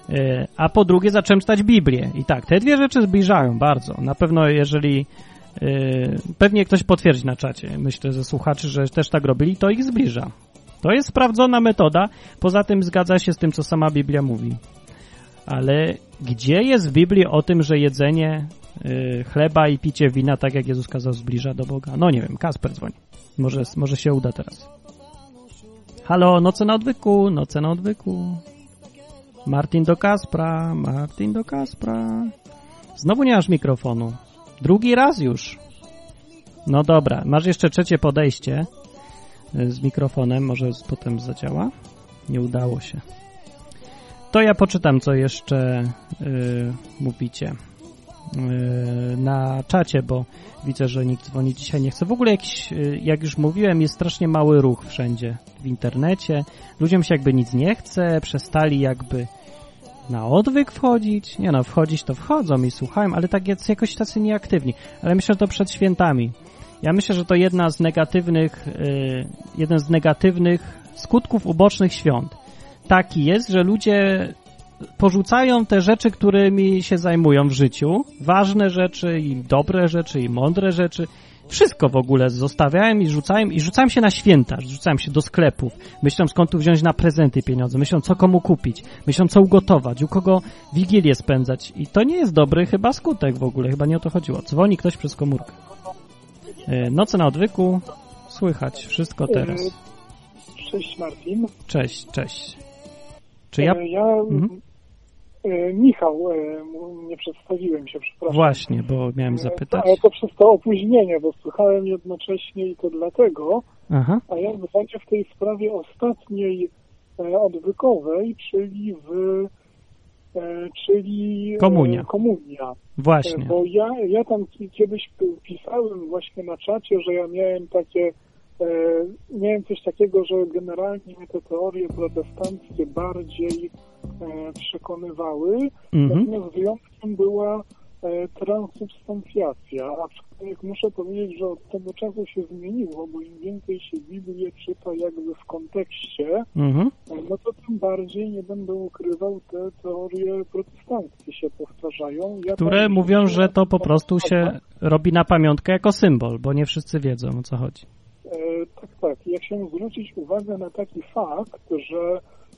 Speaker 2: A po drugie zacząłem czytać Biblię. I tak, te dwie rzeczy zbliżają bardzo. Na pewno jeżeli pewnie ktoś potwierdzi na czacie, myślę, że słuchacze, że też tak robili, to ich zbliża. To jest sprawdzona metoda, poza tym zgadza się z tym, co sama Biblia mówi. Ale gdzie jest w Biblii o tym, że jedzenie y, chleba i picie wina, tak jak Jezus kazał, zbliża do Boga? No nie wiem, Kasper dzwoni. Może, może się uda teraz. Halo, noce na odwyku, noce na odwyku. Martin do Kaspra, Martin do Kaspra. Znowu nie masz mikrofonu. Drugi raz już. No dobra, masz jeszcze trzecie podejście z mikrofonem, może potem zadziała? Nie udało się. To ja poczytam, co jeszcze yy, mówicie yy, na czacie, bo widzę, że nikt dzwoni dzisiaj nie chce. W ogóle jakiś, yy, jak już mówiłem, jest strasznie mały ruch wszędzie w internecie. Ludziom się jakby nic nie chce, przestali jakby na odwyk wchodzić. Nie no, wchodzić to wchodzą i słuchają, ale tak jest jakoś tacy nieaktywni. Ale myślę, że to przed świętami. Ja myślę, że to jedna z negatywnych, yy, jeden z negatywnych skutków ubocznych świąt. Taki jest, że ludzie porzucają te rzeczy, którymi się zajmują w życiu. Ważne rzeczy i dobre rzeczy i mądre rzeczy. Wszystko w ogóle zostawiają i rzucają i rzucają się na święta, rzucają się do sklepów. Myślą, skąd tu wziąć na prezenty pieniądze. Myślą, co komu kupić. Myślą, co ugotować, u kogo Wigilię spędzać. I to nie jest dobry chyba skutek w ogóle. Chyba nie o to chodziło. Dzwoni ktoś przez komórkę. Noce na odwyku. Słychać wszystko teraz.
Speaker 6: Cześć Martin.
Speaker 2: Cześć, cześć. Czy ja...
Speaker 6: Ja... Mhm. Michał, nie przedstawiłem się, przepraszam.
Speaker 2: Właśnie, bo miałem zapytać.
Speaker 6: Ale to przez to opóźnienie, bo słuchałem jednocześnie i to dlatego.
Speaker 2: Aha.
Speaker 6: A ja dzwonię w tej sprawie ostatniej odwykowej, czyli w czyli
Speaker 2: Komunia.
Speaker 6: komunia.
Speaker 2: Właśnie.
Speaker 6: Bo ja, ja tam kiedyś pisałem właśnie na czacie, że ja miałem takie miałem coś takiego, że generalnie te teorie protestanckie bardziej przekonywały, mhm. natomiast wyjątkiem była transubstancjacja, aczkolwiek muszę powiedzieć, że od tego czasu się zmieniło, bo im więcej się Biblię czyta jakby w kontekście, mhm. no to tym bardziej, nie będę ukrywał, te teorie protestanckie się powtarzają. Ja
Speaker 2: które mówią, że to po prostu się robi na pamiątkę jako symbol, bo nie wszyscy wiedzą, o co chodzi.
Speaker 6: E, tak, tak. Ja chciałem zwrócić uwagę na taki fakt, że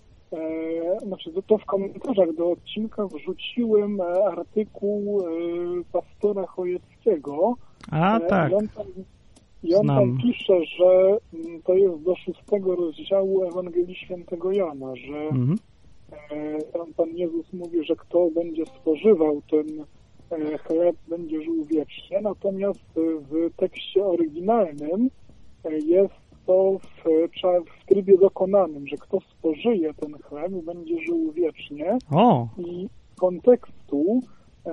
Speaker 6: e, znaczy to, to w komentarzach do odcinka wrzuciłem artykuł e, pastora Chojeckiego.
Speaker 2: A, e, tak.
Speaker 6: I on tam, i on tam pisze, że m, to jest do szóstego rozdziału Ewangelii Świętego Jana, że mhm. e, tam Pan Jezus mówi, że kto będzie spożywał ten e, chleb, będzie żył wiecznie, natomiast w tekście oryginalnym jest to w, w trybie dokonanym, że kto spożyje ten chleb, będzie żył wiecznie.
Speaker 2: O.
Speaker 6: I z kontekstu e,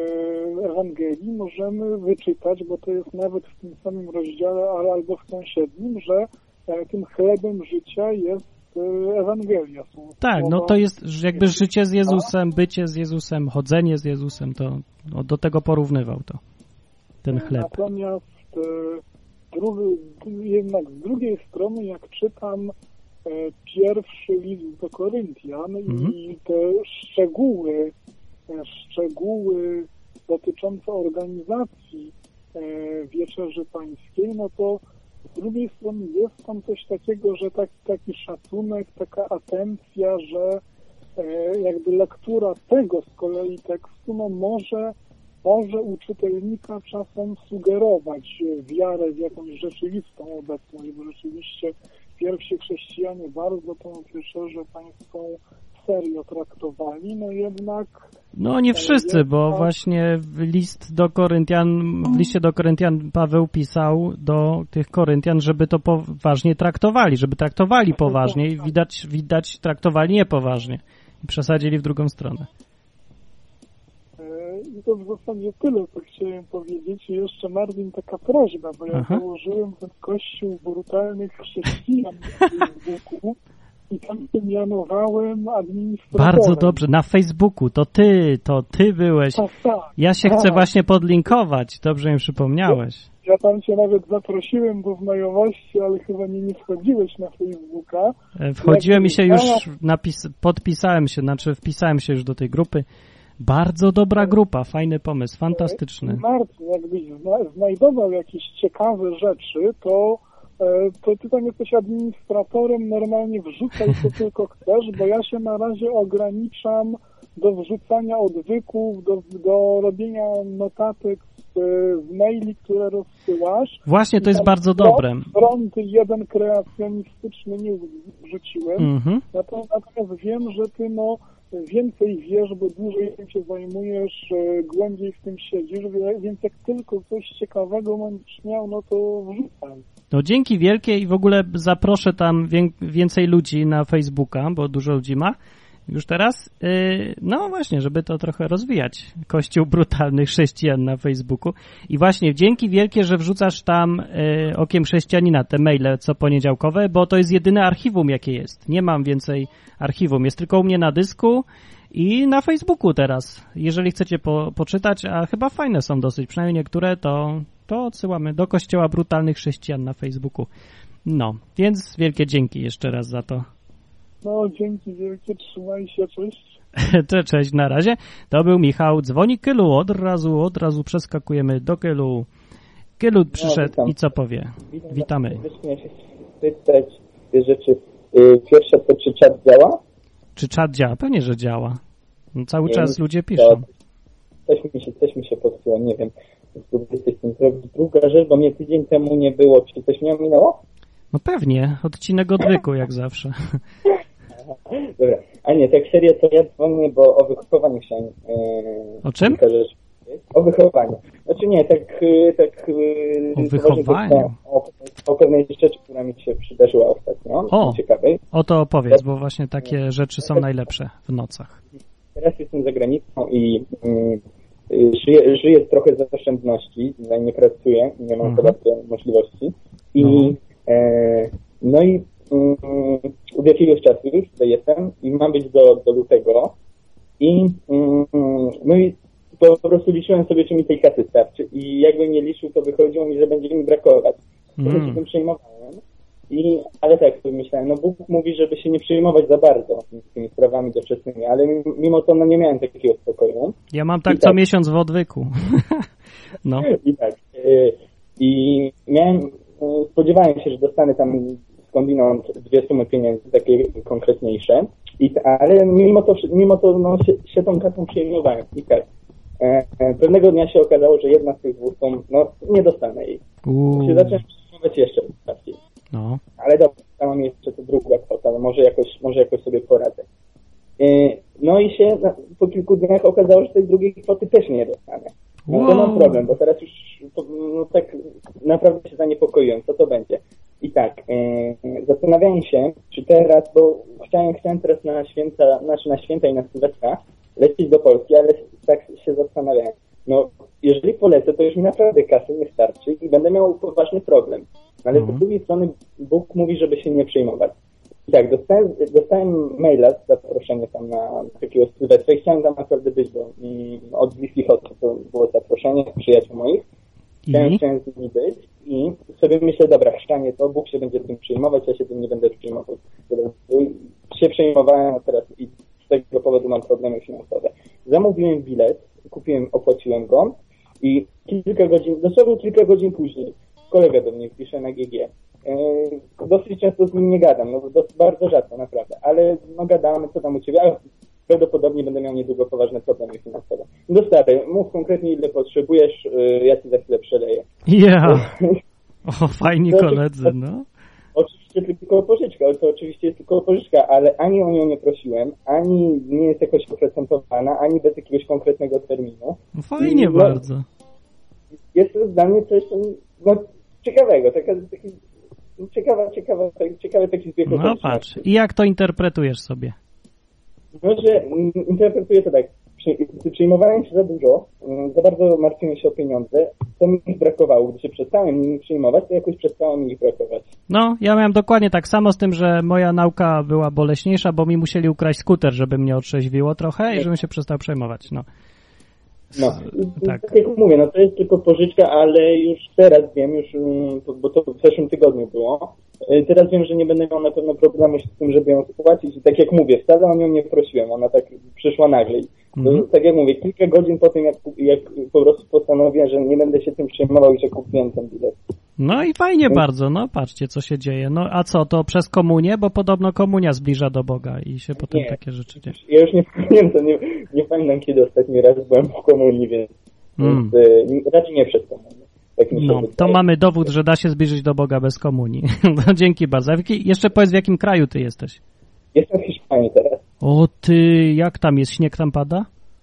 Speaker 6: Ewangelii możemy wyczytać, bo to jest nawet w tym samym rozdziale, ale albo w sąsiednim, że e, tym chlebem życia jest e, Ewangelia. Są
Speaker 2: tak, no to jest jakby życie z Jezusem, bycie z Jezusem, chodzenie z Jezusem, to no, do tego porównywał to, ten chleb.
Speaker 6: Natomiast e, Drugi, jednak z drugiej strony, jak czytam e, pierwszy list do Koryntian mm-hmm. i te szczegóły, e, szczegóły dotyczące organizacji e, Wieczerzy Pańskiej, no to z drugiej strony jest tam coś takiego, że tak, taki szacunek, taka atencja, że e, jakby lektura tego z kolei tekstu, no może może u czytelnika czasem sugerować wiarę w jakąś rzeczywistą obecność, bo rzeczywiście pierwsi chrześcijanie bardzo tą Wieczerzę Pańską serio traktowali, no jednak...
Speaker 2: No nie wszyscy, bo właśnie list do Koryntian, w liście do Koryntian Paweł pisał do tych Koryntian, żeby to poważnie traktowali, żeby traktowali poważnie i widać, widać traktowali niepoważnie i przesadzili w drugą stronę.
Speaker 6: I to w zasadzie tyle, co chciałem powiedzieć. I jeszcze, Martin, taka prośba, bo ja Aha. założyłem ten kościół brutalnych chrześcijan na Facebooku i tam tym mianowałem administratorem.
Speaker 2: Bardzo dobrze, na Facebooku, to ty, to ty byłeś.
Speaker 6: Tak, tak.
Speaker 2: Ja się
Speaker 6: tak.
Speaker 2: chcę właśnie podlinkować, dobrze mi przypomniałeś.
Speaker 6: Ja tam cię nawet zaprosiłem do znajomości, ale chyba nie, nie wchodziłeś na Facebooka.
Speaker 2: Wchodziłem i się już napis- podpisałem się, znaczy wpisałem się już do tej grupy. Bardzo dobra grupa, fajny pomysł, fantastyczny.
Speaker 6: Marcin, jakbyś zna- znajdował jakieś ciekawe rzeczy, to, e, to ty tam jesteś administratorem, normalnie wrzucaj co tylko chcesz, bo ja się na razie ograniczam do wrzucania odwyków, do, do robienia notatek z, z maili, które rozsyłasz.
Speaker 2: Właśnie, to jest bardzo dobre.
Speaker 6: Fronty jeden kreacjonistyczny nie wrzuciłem,
Speaker 2: Mhm.
Speaker 6: natomiast, natomiast wiem, że ty no więcej wiesz, bo dłużej tym się zajmujesz, głębiej w tym siedzisz, więc jak tylko coś ciekawego będziesz miał, no to wrzucaj.
Speaker 2: No dzięki wielkie i w ogóle zaproszę tam więcej ludzi na Facebooka, bo dużo ludzi ma już teraz. No właśnie, żeby to trochę rozwijać. Kościół brutalnych chrześcijan na Facebooku. I właśnie dzięki wielkie, że wrzucasz tam Okiem Chrześcijanina te maile co poniedziałkowe, bo to jest jedyne archiwum, jakie jest. Nie mam więcej archiwum. Jest tylko u mnie na dysku i na Facebooku teraz. Jeżeli chcecie po, poczytać, a chyba fajne są dosyć, przynajmniej niektóre, to, to odsyłamy do Kościoła brutalnych chrześcijan na Facebooku. No, więc wielkie dzięki jeszcze raz za to.
Speaker 6: No, dzięki wielkie, trzymaj się, cześć.
Speaker 2: Cześć, na razie. To był Michał, dzwoni Kylu, od razu, od razu przeskakujemy do Kylu. Kylu przyszedł no, i co powie? Witam, Witamy.
Speaker 7: Chciałem się spytać te rzeczy. Pierwsze to, czy czat działa?
Speaker 2: Czy czat działa? Pewnie, że działa. No, cały nie, czas ludzie piszą.
Speaker 7: Coś mi się, coś mi się popsuło, nie wiem. Spróbuję coś z tym zrobić. Druga rzecz, bo mnie tydzień temu nie było. Czy coś mnie ominęło?
Speaker 2: No pewnie, odcinek odwyku jak zawsze.
Speaker 7: Dobra, a nie, tak serio to ja dzwonię, bo o wychowaniu chciałem... Yy,
Speaker 2: o czym?
Speaker 7: Rzecz, o wychowaniu. Znaczy nie, tak... tak
Speaker 2: o wychowaniu?
Speaker 7: O, o pewnej rzeczy, która mi się przydarzyła ostatnio.
Speaker 2: O,
Speaker 7: ciekawej.
Speaker 2: O to opowiedz, bo właśnie takie rzeczy są najlepsze w nocach.
Speaker 7: Teraz jestem za granicą i yy, żyję, żyję trochę z oszczędności, nie pracuję, nie mam za bardzo możliwości. I... No. E, no i mm, od jakiegoś czasu już tutaj jestem i mam być do, do lutego i mm, no i po, po prostu liczyłem sobie, czy mi tej kasy starczy i jakbym nie liczył, to wychodziło mi, że będzie mi brakować. Mm. To się tym przejmowałem, i, ale tak sobie myślałem, no Bóg mówi, żeby się nie przejmować za bardzo tymi sprawami doczesnymi, ale mimo to no, nie miałem takiego spokoju.
Speaker 2: Ja mam tak I co tak, miesiąc w odwyku. No.
Speaker 7: I tak. Y, I miałem spodziewałem się, że dostanę tam skądinąd dwie sumy pieniędzy, takie konkretniejsze, I, ale mimo to, mimo to no, się, się tą kasą przejmowałem. I tak, e, e, pewnego dnia się okazało, że jedna z tych dwóch sum, no nie dostanę jej. Się zacząłem przejmować jeszcze bardziej.
Speaker 2: No.
Speaker 7: Ale dobra, tam mam jeszcze to druga kwota, no może jakoś, może jakoś sobie poradzę. E, no i się no, po kilku dniach okazało, że tej drugiej kwoty też nie dostanę. No to mam problem, bo teraz już no, tak naprawdę się zaniepokoiłem, co to będzie. I tak, yy, zastanawiałem się, czy teraz, bo chciałem, chciałem teraz na święta, znaczy na święta i na Sylwestra lecieć do Polski, ale tak się zastanawiałem. No, jeżeli polecę, to już mi naprawdę kasy nie starczy i będę miał poważny problem. Ale mm. z drugiej strony Bóg mówi, żeby się nie przejmować. I tak, dostałem, dostałem maila z zaproszeniem tam na takiego Sylwestra i chciałem tam naprawdę być, bo i od bliskich osób to było zaproszenie, przyjaciół moich. Chciałem, chciałem z nimi być i sobie myślę, dobra, chrzczanie to, Bóg się będzie tym przejmować, ja się tym nie będę przejmował. Się przejmowałem, a teraz i z tego powodu mam problemy finansowe. Zamówiłem bilet, kupiłem, opłaciłem go i kilka godzin, dosłownie kilka godzin później kolega do mnie pisze na G G. Yy, dosyć często z nim nie gadam, no dosyć, bardzo rzadko naprawdę, ale no gadamy, co tam u Ciebie, a prawdopodobnie będę miał niedługo poważne problemy finansowe. No stary, mów konkretnie ile potrzebujesz, yy, ja Ci za chwilę przeleję.
Speaker 2: Ja, o fajni no, koledzy, no.
Speaker 7: Oczywiście tylko pożyczka, to oczywiście jest tylko pożyczka, ale ani o nią nie prosiłem, ani nie jest jakoś oprocentowana, ani bez jakiegoś konkretnego terminu.
Speaker 2: Fajnie I, bardzo. No,
Speaker 7: jest to dla mnie coś no, ciekawego, taka, taki ciekawa, ciekawa, ciekawy taki zbieg.
Speaker 2: No patrz, i jak to interpretujesz sobie?
Speaker 7: No, że interpretuję to tak, przyjmowałem się za dużo, za bardzo martwiłem się o pieniądze, to mi ich brakowało, gdy się przestałem nimi przyjmować, to jakoś przestało mi ich brakować.
Speaker 2: No, ja miałem dokładnie tak samo z tym, że moja nauka była boleśniejsza, bo mi musieli ukraść skuter, żeby mnie otrzeźwiło trochę i żebym się przestał przejmować, no.
Speaker 7: No,
Speaker 2: tak.
Speaker 7: tak jak mówię, no to jest tylko pożyczka, ale już teraz wiem, już, bo to w zeszłym tygodniu było, teraz wiem, że nie będę miał na pewno problemu z tym, żeby ją spłacić i tak jak mówię, wcale o nią nie prosiłem, ona tak przyszła nagle. Mm-hmm. To, tak jak mówię, kilka godzin po tym, jak, jak po prostu postanowiłem, że nie będę się tym przejmował i że kupiłem ten bilet.
Speaker 2: No i fajnie no. bardzo, no patrzcie, co się dzieje. No a co, to przez komunię? Bo podobno komunia zbliża do Boga i się potem nie, takie rzeczy dzieje.
Speaker 7: Ja już nie pamiętam, nie, nie pamiętam, kiedy ostatni raz byłem w komunii, więc, mm. więc raczej nie przez komunię. Tak
Speaker 2: no, to mamy dowód, że da się zbliżyć do Boga bez komunii. No, dzięki bardzo. Jeszcze powiedz, w jakim kraju ty jesteś?
Speaker 7: Jestem w Hiszpanii teraz.
Speaker 2: O ty, jak tam jest? Śnieg tam pada?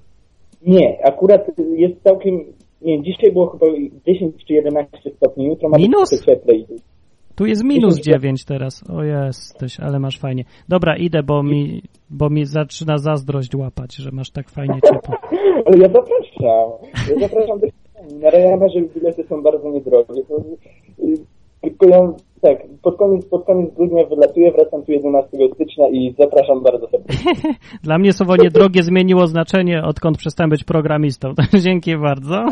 Speaker 7: Nie, akurat jest całkiem... Nie, dzisiaj było chyba dziesięć czy jedenaście stopni, jutro ma
Speaker 2: minus?
Speaker 7: być cieplej.
Speaker 2: Tu jest minus dziewięć teraz. O jesteś, ale masz fajnie. Dobra, idę, bo mi, bo mi zaczyna zazdrość łapać, że masz tak fajnie ciepło.
Speaker 7: Ale ja zapraszam. Ja zapraszam do Hiszpanii. Na Ryanairze bilety są bardzo niedrogie. To, tylko ja tak, pod koniec, pod koniec grudnia wylatuję, wracam tu jedenastego stycznia i zapraszam bardzo serdecznie.
Speaker 2: Dla mnie słowo niedrogie zmieniło znaczenie, odkąd przestałem być programistą. Dzięki bardzo.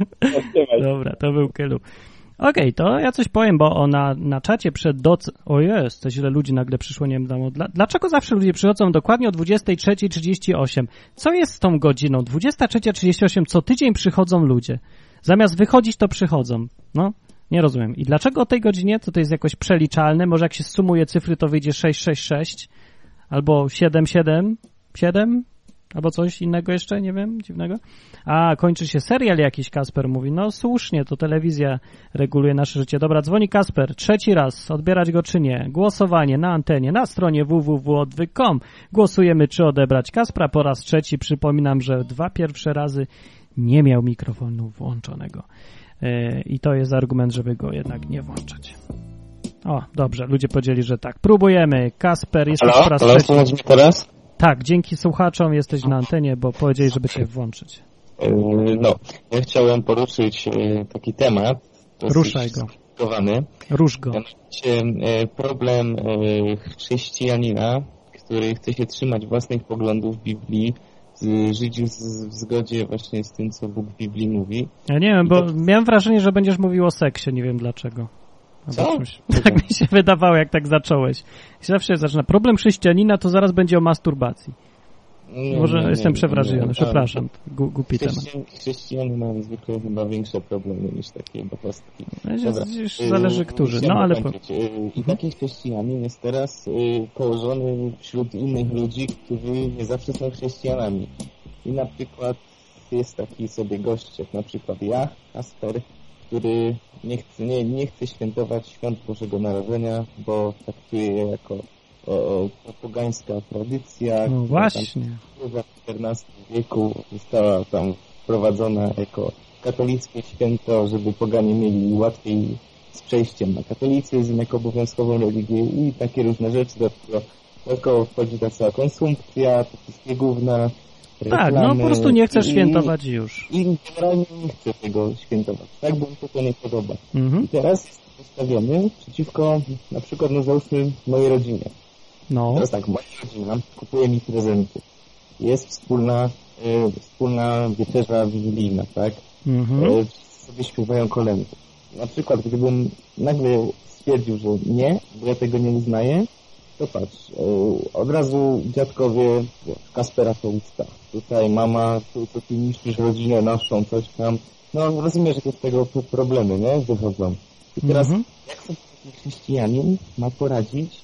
Speaker 2: Dobra, to był Kylu. Okej, okay, to ja coś powiem, bo ona na czacie przed doc... O jest, to źle ludzi nagle przyszło, nie wiem, dla... dlaczego zawsze ludzie przychodzą dokładnie o dwudziestej trzeciej trzydzieści osiem? Co jest z tą godziną? dwudziesta trzecia trzydzieści osiem, co tydzień przychodzą ludzie. Zamiast wychodzić, to przychodzą. No, nie rozumiem. I dlaczego o tej godzinie? To to jest jakoś przeliczalne? Może jak się sumuje cyfry, to wyjdzie sześć sześć sześć albo siedem siedem siedem? Albo coś innego jeszcze, nie wiem, dziwnego. A, kończy się serial jakiś, Kasper mówi. No słusznie, to telewizja reguluje nasze życie. Dobra, dzwoni Kasper. Trzeci raz, odbierać go czy nie. Głosowanie na antenie, na stronie w w w kropka odwyk kropka com. Głosujemy, czy odebrać Kaspra. Po raz trzeci przypominam, że dwa pierwsze razy nie miał mikrofonu włączonego. Yy, I to jest argument, żeby go jednak nie włączać. O, dobrze, ludzie powiedzieli, że tak. Próbujemy. Kasper, jesteś po raz trzeci.
Speaker 8: Halo, słuchaj teraz?
Speaker 2: Tak, dzięki słuchaczom jesteś na antenie, bo powiedzieli, żeby cię włączyć.
Speaker 8: No, ja chciałem poruszyć taki temat.
Speaker 2: Ruszaj go. Rusz go.
Speaker 8: Problem chrześcijanina, który chce się trzymać własnych poglądów w Biblii, żyć w zgodzie właśnie z tym, co Bóg w Biblii mówi.
Speaker 2: Ja nie wiem, bo to... miałem wrażenie, że będziesz mówił o seksie, nie wiem dlaczego.
Speaker 8: Co?
Speaker 2: Tak mi się wydawało, jak tak zacząłeś. Zawsze zaczyna. Problem chrześcijanina to zaraz będzie o masturbacji. Nie, Może nie, jestem nie, przewrażliwiony, przepraszam. Gu, głupi temat.
Speaker 8: Chrześcijanie mają zwykle chyba większe problemy niż takie bapostki.
Speaker 2: Już zależy którzy. No, ale po...
Speaker 8: I taki chrześcijanin jest teraz położony wśród innych ludzi, którzy nie zawsze są chrześcijanami. I na przykład jest taki sobie gość, jak na przykład ja, Kasper, który nie chce, nie, nie chce świętować świąt Bożego Narodzenia, bo traktuje je jako o, o, pogańska tradycja,
Speaker 2: no właśnie.
Speaker 8: która w czternastym wieku została tam wprowadzona jako katolickie święto, żeby poganie mieli łatwiej z przejściem na katolicyzm jako obowiązkową religię i takie różne rzeczy, do tego tylko wchodzi ta cała konsumpcja, te wszystkie gówna.
Speaker 2: Tak, no po prostu nie chcesz świętować
Speaker 8: i,
Speaker 2: już.
Speaker 8: I generalnie nie chcę tego świętować, tak, bo mi to, to nie podoba.
Speaker 2: Mhm.
Speaker 8: I teraz jest postawiony przeciwko, na przykład, no załóżmy, mojej rodzinie.
Speaker 2: No.
Speaker 8: Teraz tak, moja rodzina kupuje mi prezenty. Jest wspólna, y, wspólna wieczerza wigilijna, tak?
Speaker 2: Mhm.
Speaker 8: Y, sobie śpiewają kolędy. Na przykład, gdybym nagle stwierdził, że nie, bo ja tego nie uznaję, to patrz, od razu dziadkowie, Kaspera to usta. Tutaj mama, tu, tu ty niszczysz rodzinę naszą, coś tam. No rozumiesz, że z tego problemy, nie? Wychodzą. I teraz, mm-hmm. jak sobie chrześcijanin ma poradzić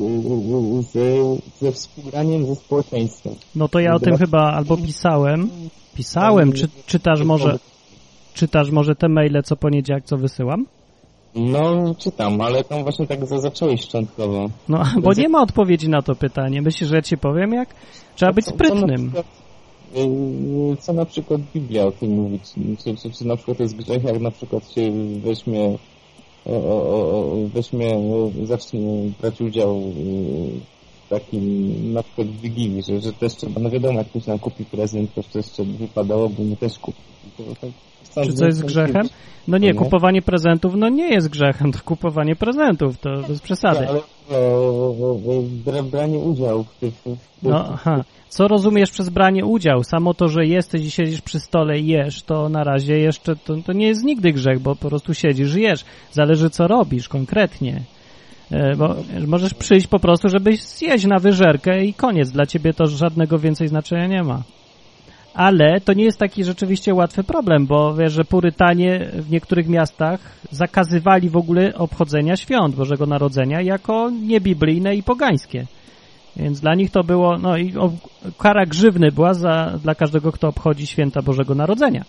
Speaker 8: ze, ze współgraniem ze społeczeństwem?
Speaker 2: No to ja o tym chyba albo pisałem, pisałem, czy czytasz może, czytasz może te maile co poniedziałek, co wysyłam?
Speaker 8: No, czytam, ale tam właśnie tak zacząłeś szczątkowo.
Speaker 2: No, bo nie ma odpowiedzi na to pytanie. Myślisz, że ja ci powiem, jak? Trzeba być sprytnym.
Speaker 8: Co na przykład, co na przykład Biblia o tym mówi? Czy, czy, czy na przykład to jest grzech, jak na przykład się weźmie, o, o, o, weźmie, zacznie brać udział w takim, na przykład w Wigilii, że, że też trzeba, no wiadomo, jak ktoś nam kupi prezent, to też trzeba wypadałoby mu też kupić. To, tak,
Speaker 2: czy co jest grzechem? No nie, kupowanie prezentów, no nie jest grzechem, to kupowanie prezentów, to bez przesady.
Speaker 8: Ja, ale o branie udziału w tych... W tych...
Speaker 2: No, aha. Co rozumiesz przez branie udziału? Samo to, że jesteś i siedzisz przy stole i jesz, to na razie jeszcze to, to nie jest nigdy grzech, bo po prostu siedzisz i jesz. Zależy, co robisz konkretnie. Bo możesz przyjść po prostu, żebyś zjeść na wyżerkę i koniec. Dla ciebie to żadnego więcej znaczenia nie ma. Ale to nie jest taki rzeczywiście łatwy problem, bo wiesz, że Purytanie w niektórych miastach zakazywali w ogóle obchodzenia świąt Bożego Narodzenia jako niebiblijne i pogańskie. Więc dla nich to było, no i o, kara grzywny była za, dla każdego, kto obchodzi święta Bożego Narodzenia.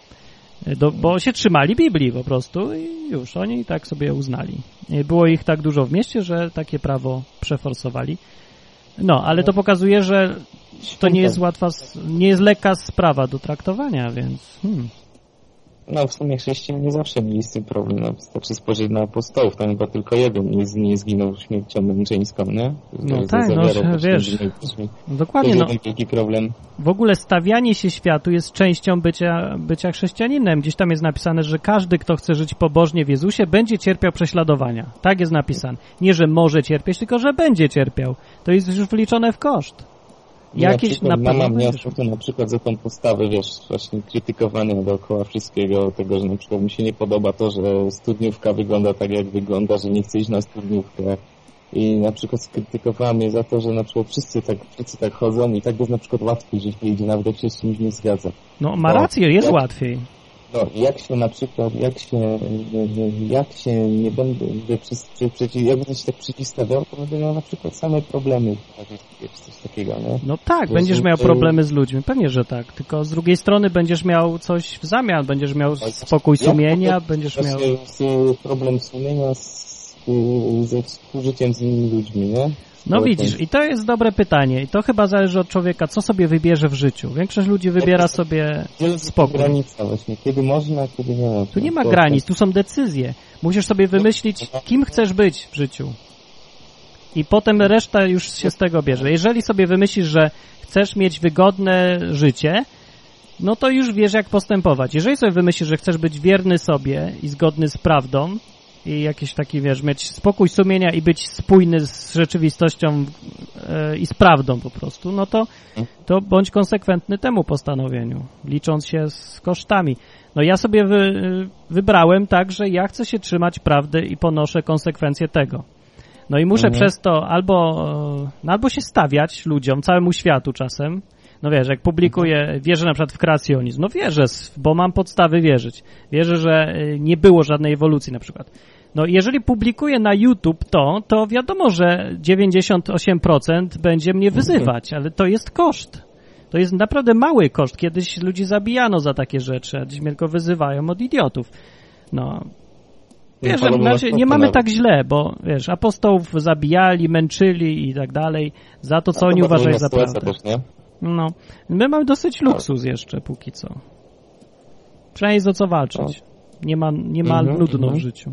Speaker 2: Do, bo się trzymali Biblii po prostu i już, oni tak sobie uznali. Było ich tak dużo w mieście, że takie prawo przeforsowali. No, ale to pokazuje, że to nie jest łatwa, nie jest lekka sprawa do traktowania, więc... Hmm.
Speaker 8: No, w sumie chrześcijanie nie zawsze mieli z tym problem. No, wystarczy spojrzeć na apostołów, tam chyba tylko jeden nie, nie zginął śmiercią męczeńską, nie?
Speaker 2: No to tak, no wiesz, dokładnie, no.
Speaker 8: Wielki problem.
Speaker 2: W ogóle stawianie się światu jest częścią bycia, bycia chrześcijaninem. Gdzieś tam jest napisane, że każdy, kto chce żyć pobożnie w Jezusie, będzie cierpiał prześladowania. Tak jest napisane. Nie, że może cierpieć, tylko że będzie cierpiał. To jest już wliczone w koszt. Jakieś
Speaker 8: na
Speaker 2: pewno
Speaker 8: mam miasto na przykład za tą postawę, wiesz, właśnie krytykowania dookoła wszystkiego, tego, że na przykład mi się nie podoba to, że studniówka wygląda tak, jak wygląda, że nie chcę iść na studniówkę i na przykład skrytykowała mnie za to, że na przykład wszyscy tak, wszyscy tak chodzą i tak jest na przykład łatwiej, że wyjdzie, nawet jak się z czymś nie zgadza.
Speaker 2: No ma rację, jest jak, łatwiej.
Speaker 8: No jak się na przykład, jak się, jak się nie będę, przy, przy, przy, jak będę się tak przeciwstawiał, to będę miał na przykład same problemy, czy coś takiego, nie?
Speaker 2: No tak, że będziesz miał problemy z ludźmi, pewnie, że tak, tylko z drugiej strony będziesz miał coś w zamian, będziesz miał spokój sumienia, będziesz miał...
Speaker 8: problem sumienia z, ze współżyciem z innymi ludźmi, nie?
Speaker 2: No widzisz, i to jest dobre pytanie. I to chyba zależy od człowieka, co sobie wybierze w życiu. Większość ludzi wybiera sobie spokój.
Speaker 8: Granica właśnie, kiedy można, kiedy nie można.
Speaker 2: Tu nie ma granic, tu są decyzje. Musisz sobie wymyślić, kim chcesz być w życiu. I potem reszta już się z tego bierze. Jeżeli sobie wymyślisz, że chcesz mieć wygodne życie, no to już wiesz, jak postępować. Jeżeli sobie wymyślisz, że chcesz być wierny sobie i zgodny z prawdą, i jakiś taki, wiesz, mieć spokój sumienia i być spójny z rzeczywistością yy, i z prawdą po prostu, no to, to bądź konsekwentny temu postanowieniu, licząc się z kosztami. No ja sobie wy, yy, wybrałem tak, że ja chcę się trzymać prawdy i ponoszę konsekwencje tego. No i muszę mhm. przez to albo, yy, albo się stawiać ludziom, całemu światu czasem. No wiesz, jak publikuję, wierzę na przykład w kreacjonizm, no wierzę, bo mam podstawy wierzyć. Wierzę, że nie było żadnej ewolucji na przykład. No jeżeli publikuję na YouTube to, to wiadomo, że dziewięćdziesiąt osiem procent będzie mnie wyzywać, ale to jest koszt. To jest naprawdę mały koszt. Kiedyś ludzi zabijano za takie rzeczy, a dziś mnie tylko wyzywają od idiotów. No. Wiesz, że nie mamy tak źle, bo wiesz, apostołów zabijali, męczyli i tak dalej za to, co oni uważają za prawdę. No, my mamy dosyć luksus jeszcze póki co. Przynajmniej jest o co walczyć. Nie ma, nie ma mm-hmm, nudno mm-hmm. w życiu.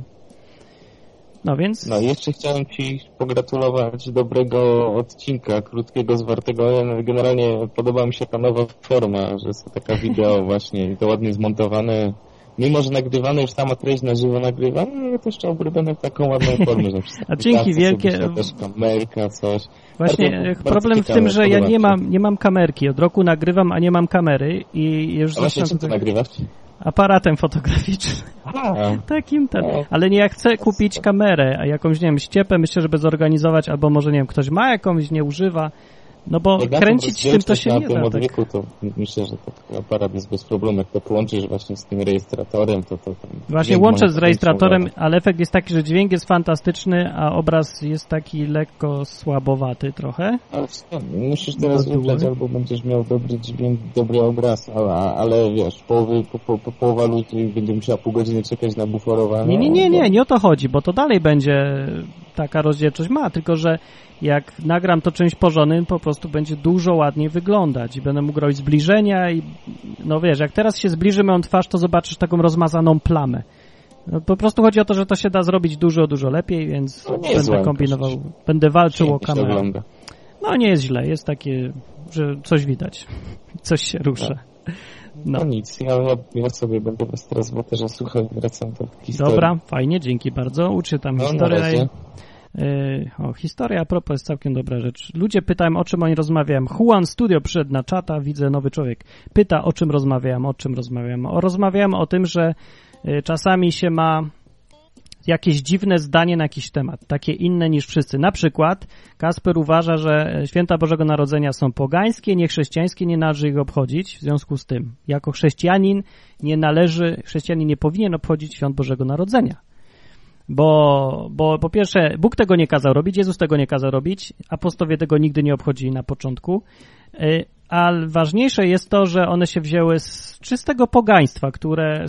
Speaker 2: No więc...
Speaker 8: No jeszcze chciałem Ci pogratulować dobrego odcinka, krótkiego, zwartego. Generalnie podoba mi się ta nowa forma, że jest taka wideo właśnie i to ładnie zmontowane. Mimo, że nagrywane już sama treść na żywo nagrywa, no to jeszcze obrobione w taką ładną formę. Że
Speaker 2: a dzięki wielkie...
Speaker 8: Też kamerka, coś.
Speaker 2: Właśnie bardzo, problem bardzo w tym, że ja nie mam, nie mam kamerki. Od roku nagrywam, a nie mam kamery i już...
Speaker 8: A właśnie czym ty nagrywasz?
Speaker 2: Aparatem fotograficznym. A, takim ten. Ale nie, ja chcę kupić kamerę, a jakąś, nie wiem, ściepę, myślę, żeby zorganizować, albo może, nie wiem, ktoś ma jakąś, nie używa. No bo jak kręcić tym to się nie da.
Speaker 8: Odwieku, tak. To myślę, że taki aparat jest bez problemu. Jak to połączysz właśnie z tym rejestratorem, to... to
Speaker 2: właśnie łączę z rejestratorem, ale efekt jest taki, że dźwięk jest fantastyczny, a obraz jest taki lekko słabowaty trochę.
Speaker 8: Ale musisz teraz wybrać, albo będziesz miał dobry dźwięk, dobry obraz, ale, ale wiesz, połowy, po, po, po, połowa ludzi będzie musiała pół godziny czekać na buforowanie.
Speaker 2: Nie, nie, nie, nie, nie o to chodzi, bo to dalej będzie taka rozdzielczość ma, tylko że jak nagram to czymś porządnym, po prostu będzie dużo ładniej wyglądać i będę mógł robić zbliżenia i no wiesz, jak teraz się zbliży moją twarz, to zobaczysz taką rozmazaną plamę. No, po prostu chodzi o to, że to się da zrobić dużo, dużo lepiej, więc będę złe, kombinował, przecież. Będę walczył o kamerę. No nie jest źle, jest takie, że coś widać, coś się rusza.
Speaker 8: No, no nic, ja, ja sobie będę was teraz, bo też słuchaj, wracam do historii.
Speaker 2: Dobra, fajnie, dzięki bardzo, uczytam no, historię. Yy, o, historia a propos jest całkiem dobra rzecz. Ludzie pytają, o czym oni rozmawiają. Juan Studio przyszedł na czata, widzę nowy człowiek. Pyta, o czym rozmawiałem, o czym rozmawiałem. O, rozmawiałem o tym, że yy, czasami się ma jakieś dziwne zdanie na jakiś temat, takie inne niż wszyscy. Na przykład Kasper uważa, że święta Bożego Narodzenia są pogańskie, niechrześcijańskie, nie należy ich obchodzić. W związku z tym, jako chrześcijanin nie należy, chrześcijanin nie powinien obchodzić świąt Bożego Narodzenia. Bo, bo po pierwsze, Bóg tego nie kazał robić, Jezus tego nie kazał robić, apostowie tego nigdy nie obchodzili na początku, a ważniejsze jest to, że one się wzięły z czystego pogaństwa, które,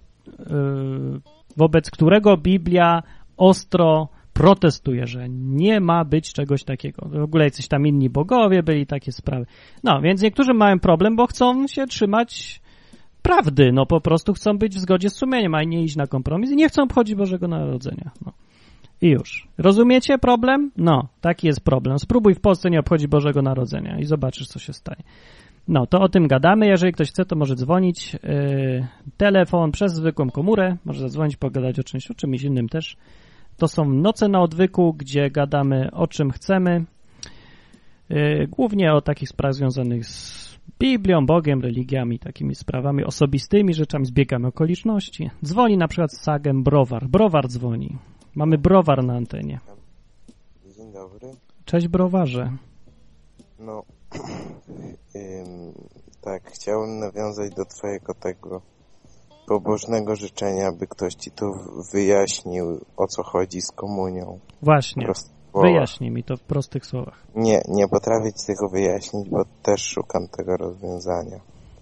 Speaker 2: wobec którego Biblia ostro protestuje, że nie ma być czegoś takiego. W ogóle jacyś tam inni bogowie byli, takie sprawy. No, więc niektórzy mają problem, bo chcą się trzymać prawdy, no po prostu chcą być w zgodzie z sumieniem, a nie iść na kompromis i nie chcą obchodzić Bożego Narodzenia. No. I już. Rozumiecie problem? No, taki jest problem. Spróbuj w Polsce nie obchodzić Bożego Narodzenia i zobaczysz, co się stanie. No, to o tym gadamy. Jeżeli ktoś chce, to może dzwonić. Yy, telefon przez zwykłą komórę. Może zadzwonić, pogadać o czymś, o czymś innym też. To są noce na odwyku, gdzie gadamy o czym chcemy. Yy, głównie o takich sprawach związanych z Biblią, Bogiem, religiami, takimi sprawami osobistymi, rzeczami, zbiegami okoliczności. Dzwoni na przykład Sagem Browar. Browar dzwoni. Mamy Browar na antenie.
Speaker 9: Dzień dobry.
Speaker 2: Cześć, Browarze.
Speaker 9: No, ym, tak, chciałem nawiązać do twojego tego pobożnego życzenia, by ktoś ci tu wyjaśnił, o co chodzi z komunią.
Speaker 2: Właśnie. Wyjaśnij mi to w prostych słowach.
Speaker 9: Nie, nie potrafię ci tego wyjaśnić, bo też szukam tego rozwiązania.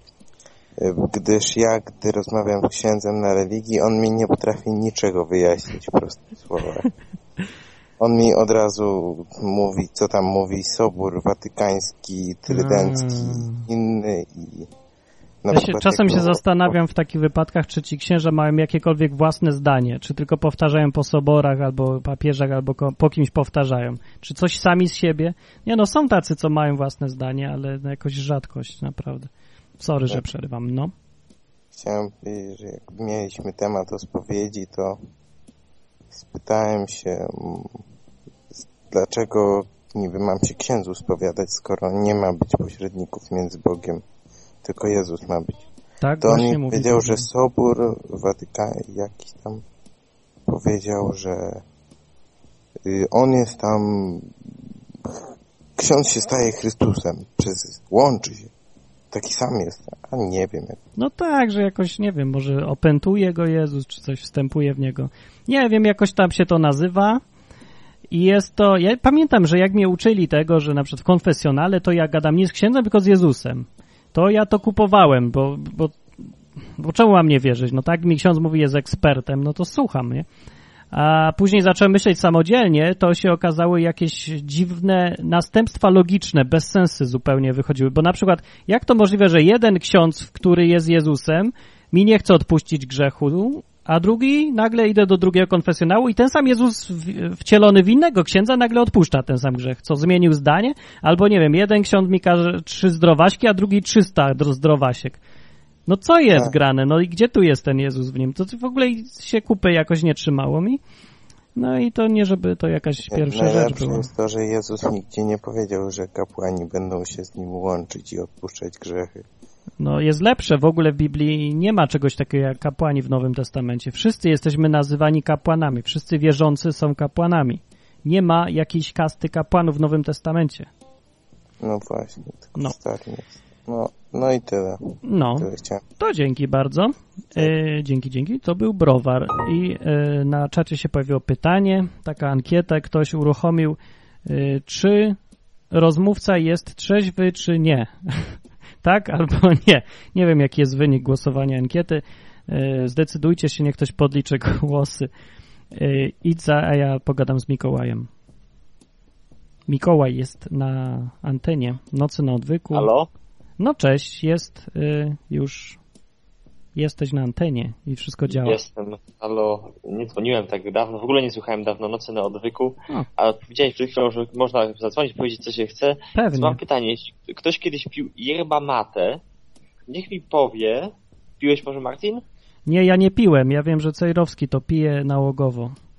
Speaker 9: Gdyż ja, gdy rozmawiam z księdzem na religii, on mi nie potrafi niczego wyjaśnić w prostych słowach. On mi od razu mówi, co tam mówi Sobór Watykański, Trydencki, inny i...
Speaker 2: Ja się, czasem się zastanawiam w takich wypadkach, czy ci księża mają jakiekolwiek własne zdanie, czy tylko powtarzają po soborach, albo papieżach, albo po kimś powtarzają. Czy coś sami z siebie? Nie no, są tacy, co mają własne zdanie, ale jakoś rzadkość, naprawdę. Sorry, że przerywam, no.
Speaker 9: Chciałem powiedzieć, że jak mieliśmy temat o spowiedzi, to spytałem się, dlaczego niby mam się księdzu spowiadać, skoro nie ma być pośredników między Bogiem, tylko Jezus ma być.
Speaker 2: Tak,
Speaker 9: to on mi
Speaker 2: mówi,
Speaker 9: powiedział, że Sobór Watykański jakiś tam powiedział, że on jest tam, ksiądz się staje Chrystusem, przez, łączy się. Taki sam jest, a nie wiem. Jak...
Speaker 2: No tak, że jakoś, nie wiem, może opętuje go Jezus, czy coś wstępuje w niego. Nie wiem, jakoś tam się to nazywa. I jest to, ja pamiętam, że jak mnie uczyli tego, że na przykład w konfesjonale, to ja gadam nie z księdzem, tylko z Jezusem. To ja to kupowałem, bo, bo, bo czemu mam nie wierzyć? No tak mi ksiądz mówi, jest ekspertem, no to słucham, nie? A później zacząłem myśleć samodzielnie, to się okazały jakieś dziwne następstwa logiczne, bez sensu zupełnie wychodziły. Bo na przykład, jak to możliwe, że jeden ksiądz, który jest Jezusem, mi nie chce odpuścić grzechu, a drugi, nagle idę do drugiego konfesjonału i ten sam Jezus wcielony w innego księdza nagle odpuszcza ten sam grzech. Co, zmienił zdanie? Albo nie wiem, jeden ksiądz mi każe trzy zdrowaśki, a drugi trzysta zdrowasiek. No co jest tak grane? No i gdzie tu jest ten Jezus w nim? To w ogóle się kupy jakoś nie trzymało mi. No i to nie, żeby to jakaś pierwsza rzecz była.
Speaker 9: Najlepsze jest to, że Jezus nigdzie nie powiedział, że kapłani będą się z nim łączyć i odpuszczać grzechy.
Speaker 2: No jest lepsze. W ogóle w Biblii nie ma czegoś takiego jak kapłani w Nowym Testamencie. Wszyscy jesteśmy nazywani kapłanami. Wszyscy wierzący są kapłanami. Nie ma jakiejś kasty kapłanów w Nowym Testamencie.
Speaker 9: No właśnie, tylko
Speaker 2: no.
Speaker 9: Starym jest. No, no i tyle.
Speaker 2: No,
Speaker 9: tyle
Speaker 2: to dzięki bardzo. E, dzięki, dzięki. To był Browar. I e, na czacie się pojawiło pytanie, taka ankieta, ktoś uruchomił, e, czy rozmówca jest trzeźwy, czy nie. Tak albo nie. Nie wiem, jaki jest wynik głosowania ankiety. E, zdecydujcie się, niech ktoś podliczy głosy. E, idź za, a ja pogadam z Mikołajem. Mikołaj jest na antenie. Nocy na odwyku.
Speaker 10: Halo?
Speaker 2: No cześć, jest y, już, jesteś na antenie i wszystko działa.
Speaker 10: Jestem, halo, nie dzwoniłem tak dawno, w ogóle nie słuchałem dawno Nocy na odwyku, o. A powiedziałeś przed chwilą, że można zadzwonić, powiedzieć co się chce.
Speaker 2: Pewnie.
Speaker 10: Więc mam pytanie, jeśli ktoś kiedyś pił yerba mate, niech mi powie, piłeś może Martin?
Speaker 2: Nie, ja nie piłem, ja wiem, że Cejrowski to pije nałogowo.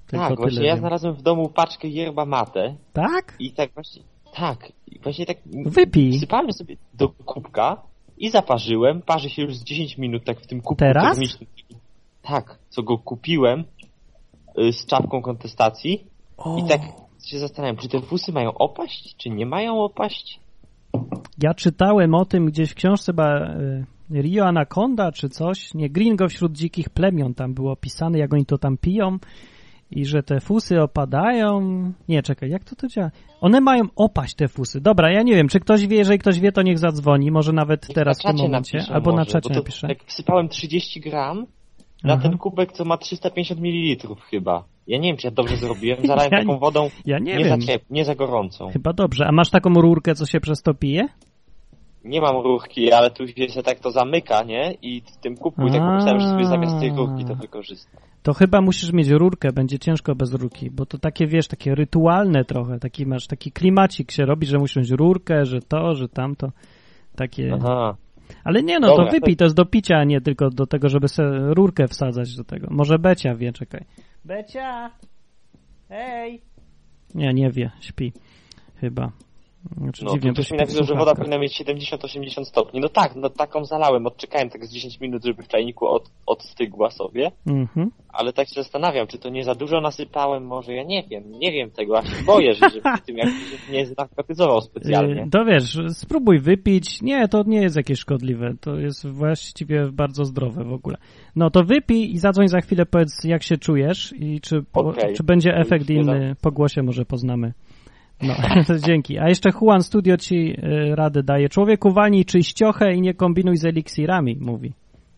Speaker 2: Tylko
Speaker 10: tak, właśnie
Speaker 2: tyle
Speaker 10: ja
Speaker 2: wiem.
Speaker 10: znalazłem w domu paczkę yerba mate.
Speaker 2: Tak?
Speaker 10: I tak właśnie, tak, i właśnie tak
Speaker 2: Wypij.
Speaker 10: wsypałem sobie do kubka i zaparzyłem, parzy się już z dziesięć minut tak w tym kubku
Speaker 2: Teraz?
Speaker 10: termicznym. Tak, co go kupiłem y, z czapką kontestacji
Speaker 2: O.
Speaker 10: i tak się zastanawiam, czy te fusy mają opaść, czy nie mają opaść?
Speaker 2: Ja czytałem o tym gdzieś w książce chyba y, Rio Anaconda czy coś, nie, Gringo wśród dzikich plemion, tam było opisane, jak oni to tam piją i że te fusy opadają. Nie, czekaj, jak to to działa? One mają opaść, te fusy. Dobra, ja nie wiem, czy ktoś wie, jeżeli ktoś wie, to niech zadzwoni, może nawet
Speaker 10: Niech
Speaker 2: teraz w tym momencie,
Speaker 10: napisze
Speaker 2: albo
Speaker 10: może,
Speaker 2: na czacie
Speaker 10: bo to,
Speaker 2: napisze.
Speaker 10: Jak wsypałem trzydzieści gram na
Speaker 2: Aha.
Speaker 10: ten kubek, co ma trzysta pięćdziesiąt mililitrów chyba. Ja nie wiem, czy ja dobrze zrobiłem, zalałem
Speaker 2: Ja
Speaker 10: taką
Speaker 2: nie-
Speaker 10: wodą
Speaker 2: ja nie
Speaker 10: nie,
Speaker 2: wiem.
Speaker 10: za ciep, nie za gorącą.
Speaker 2: Chyba dobrze. A masz taką rurkę, co się przez to pije?
Speaker 10: Nie mam rurki, ale tu się tak to zamyka, nie? I w tym kubku i tak pomyślałem, że sobie zamiast tej rurki to wykorzystam.
Speaker 2: To chyba musisz mieć rurkę, będzie ciężko bez rurki, bo to takie, wiesz, takie rytualne trochę, taki masz, taki klimacik się robi, że musisz mieć rurkę, że to, że tamto, takie...
Speaker 10: Aha.
Speaker 2: Ale nie, no
Speaker 10: Dobra.
Speaker 2: to wypij, to jest do picia, a nie tylko do tego, żeby sobie rurkę wsadzać do tego. Może Becia wie, czekaj. Becia! Hej! Nie, nie wie, śpi. Chyba. Znaczy,
Speaker 10: No,
Speaker 2: dziwnie,
Speaker 10: tu
Speaker 2: bo
Speaker 10: ktoś mi
Speaker 2: śpi w
Speaker 10: napisał, że woda
Speaker 2: słuchawkach.
Speaker 10: powinna mieć siedemdziesiąt osiemdziesiąt stopni. No tak, no taką zalałem, odczekałem tak z dziesięć minut, żeby w czajniku od, odstygła sobie,
Speaker 2: Mhm.
Speaker 10: ale tak się zastanawiam, czy to nie za dużo nasypałem, może ja nie wiem, nie wiem tego, a się boję, że, że przy tym jak się nie znarkotyzował specjalnie.
Speaker 2: Yy, To wiesz, spróbuj wypić. Nie, to nie jest jakieś szkodliwe. To jest właściwie bardzo zdrowe w ogóle. No to wypij i zadzwoń za chwilę, powiedz jak się czujesz i czy, po,
Speaker 10: Okej.
Speaker 2: czy będzie
Speaker 10: To
Speaker 2: efekt
Speaker 10: już nie
Speaker 2: inny. Po głosie może poznamy. No, to dzięki. A jeszcze Juan Studio ci y, rady daje. Człowieku, walnij czyściochę i nie kombinuj z eliksirami, mówi.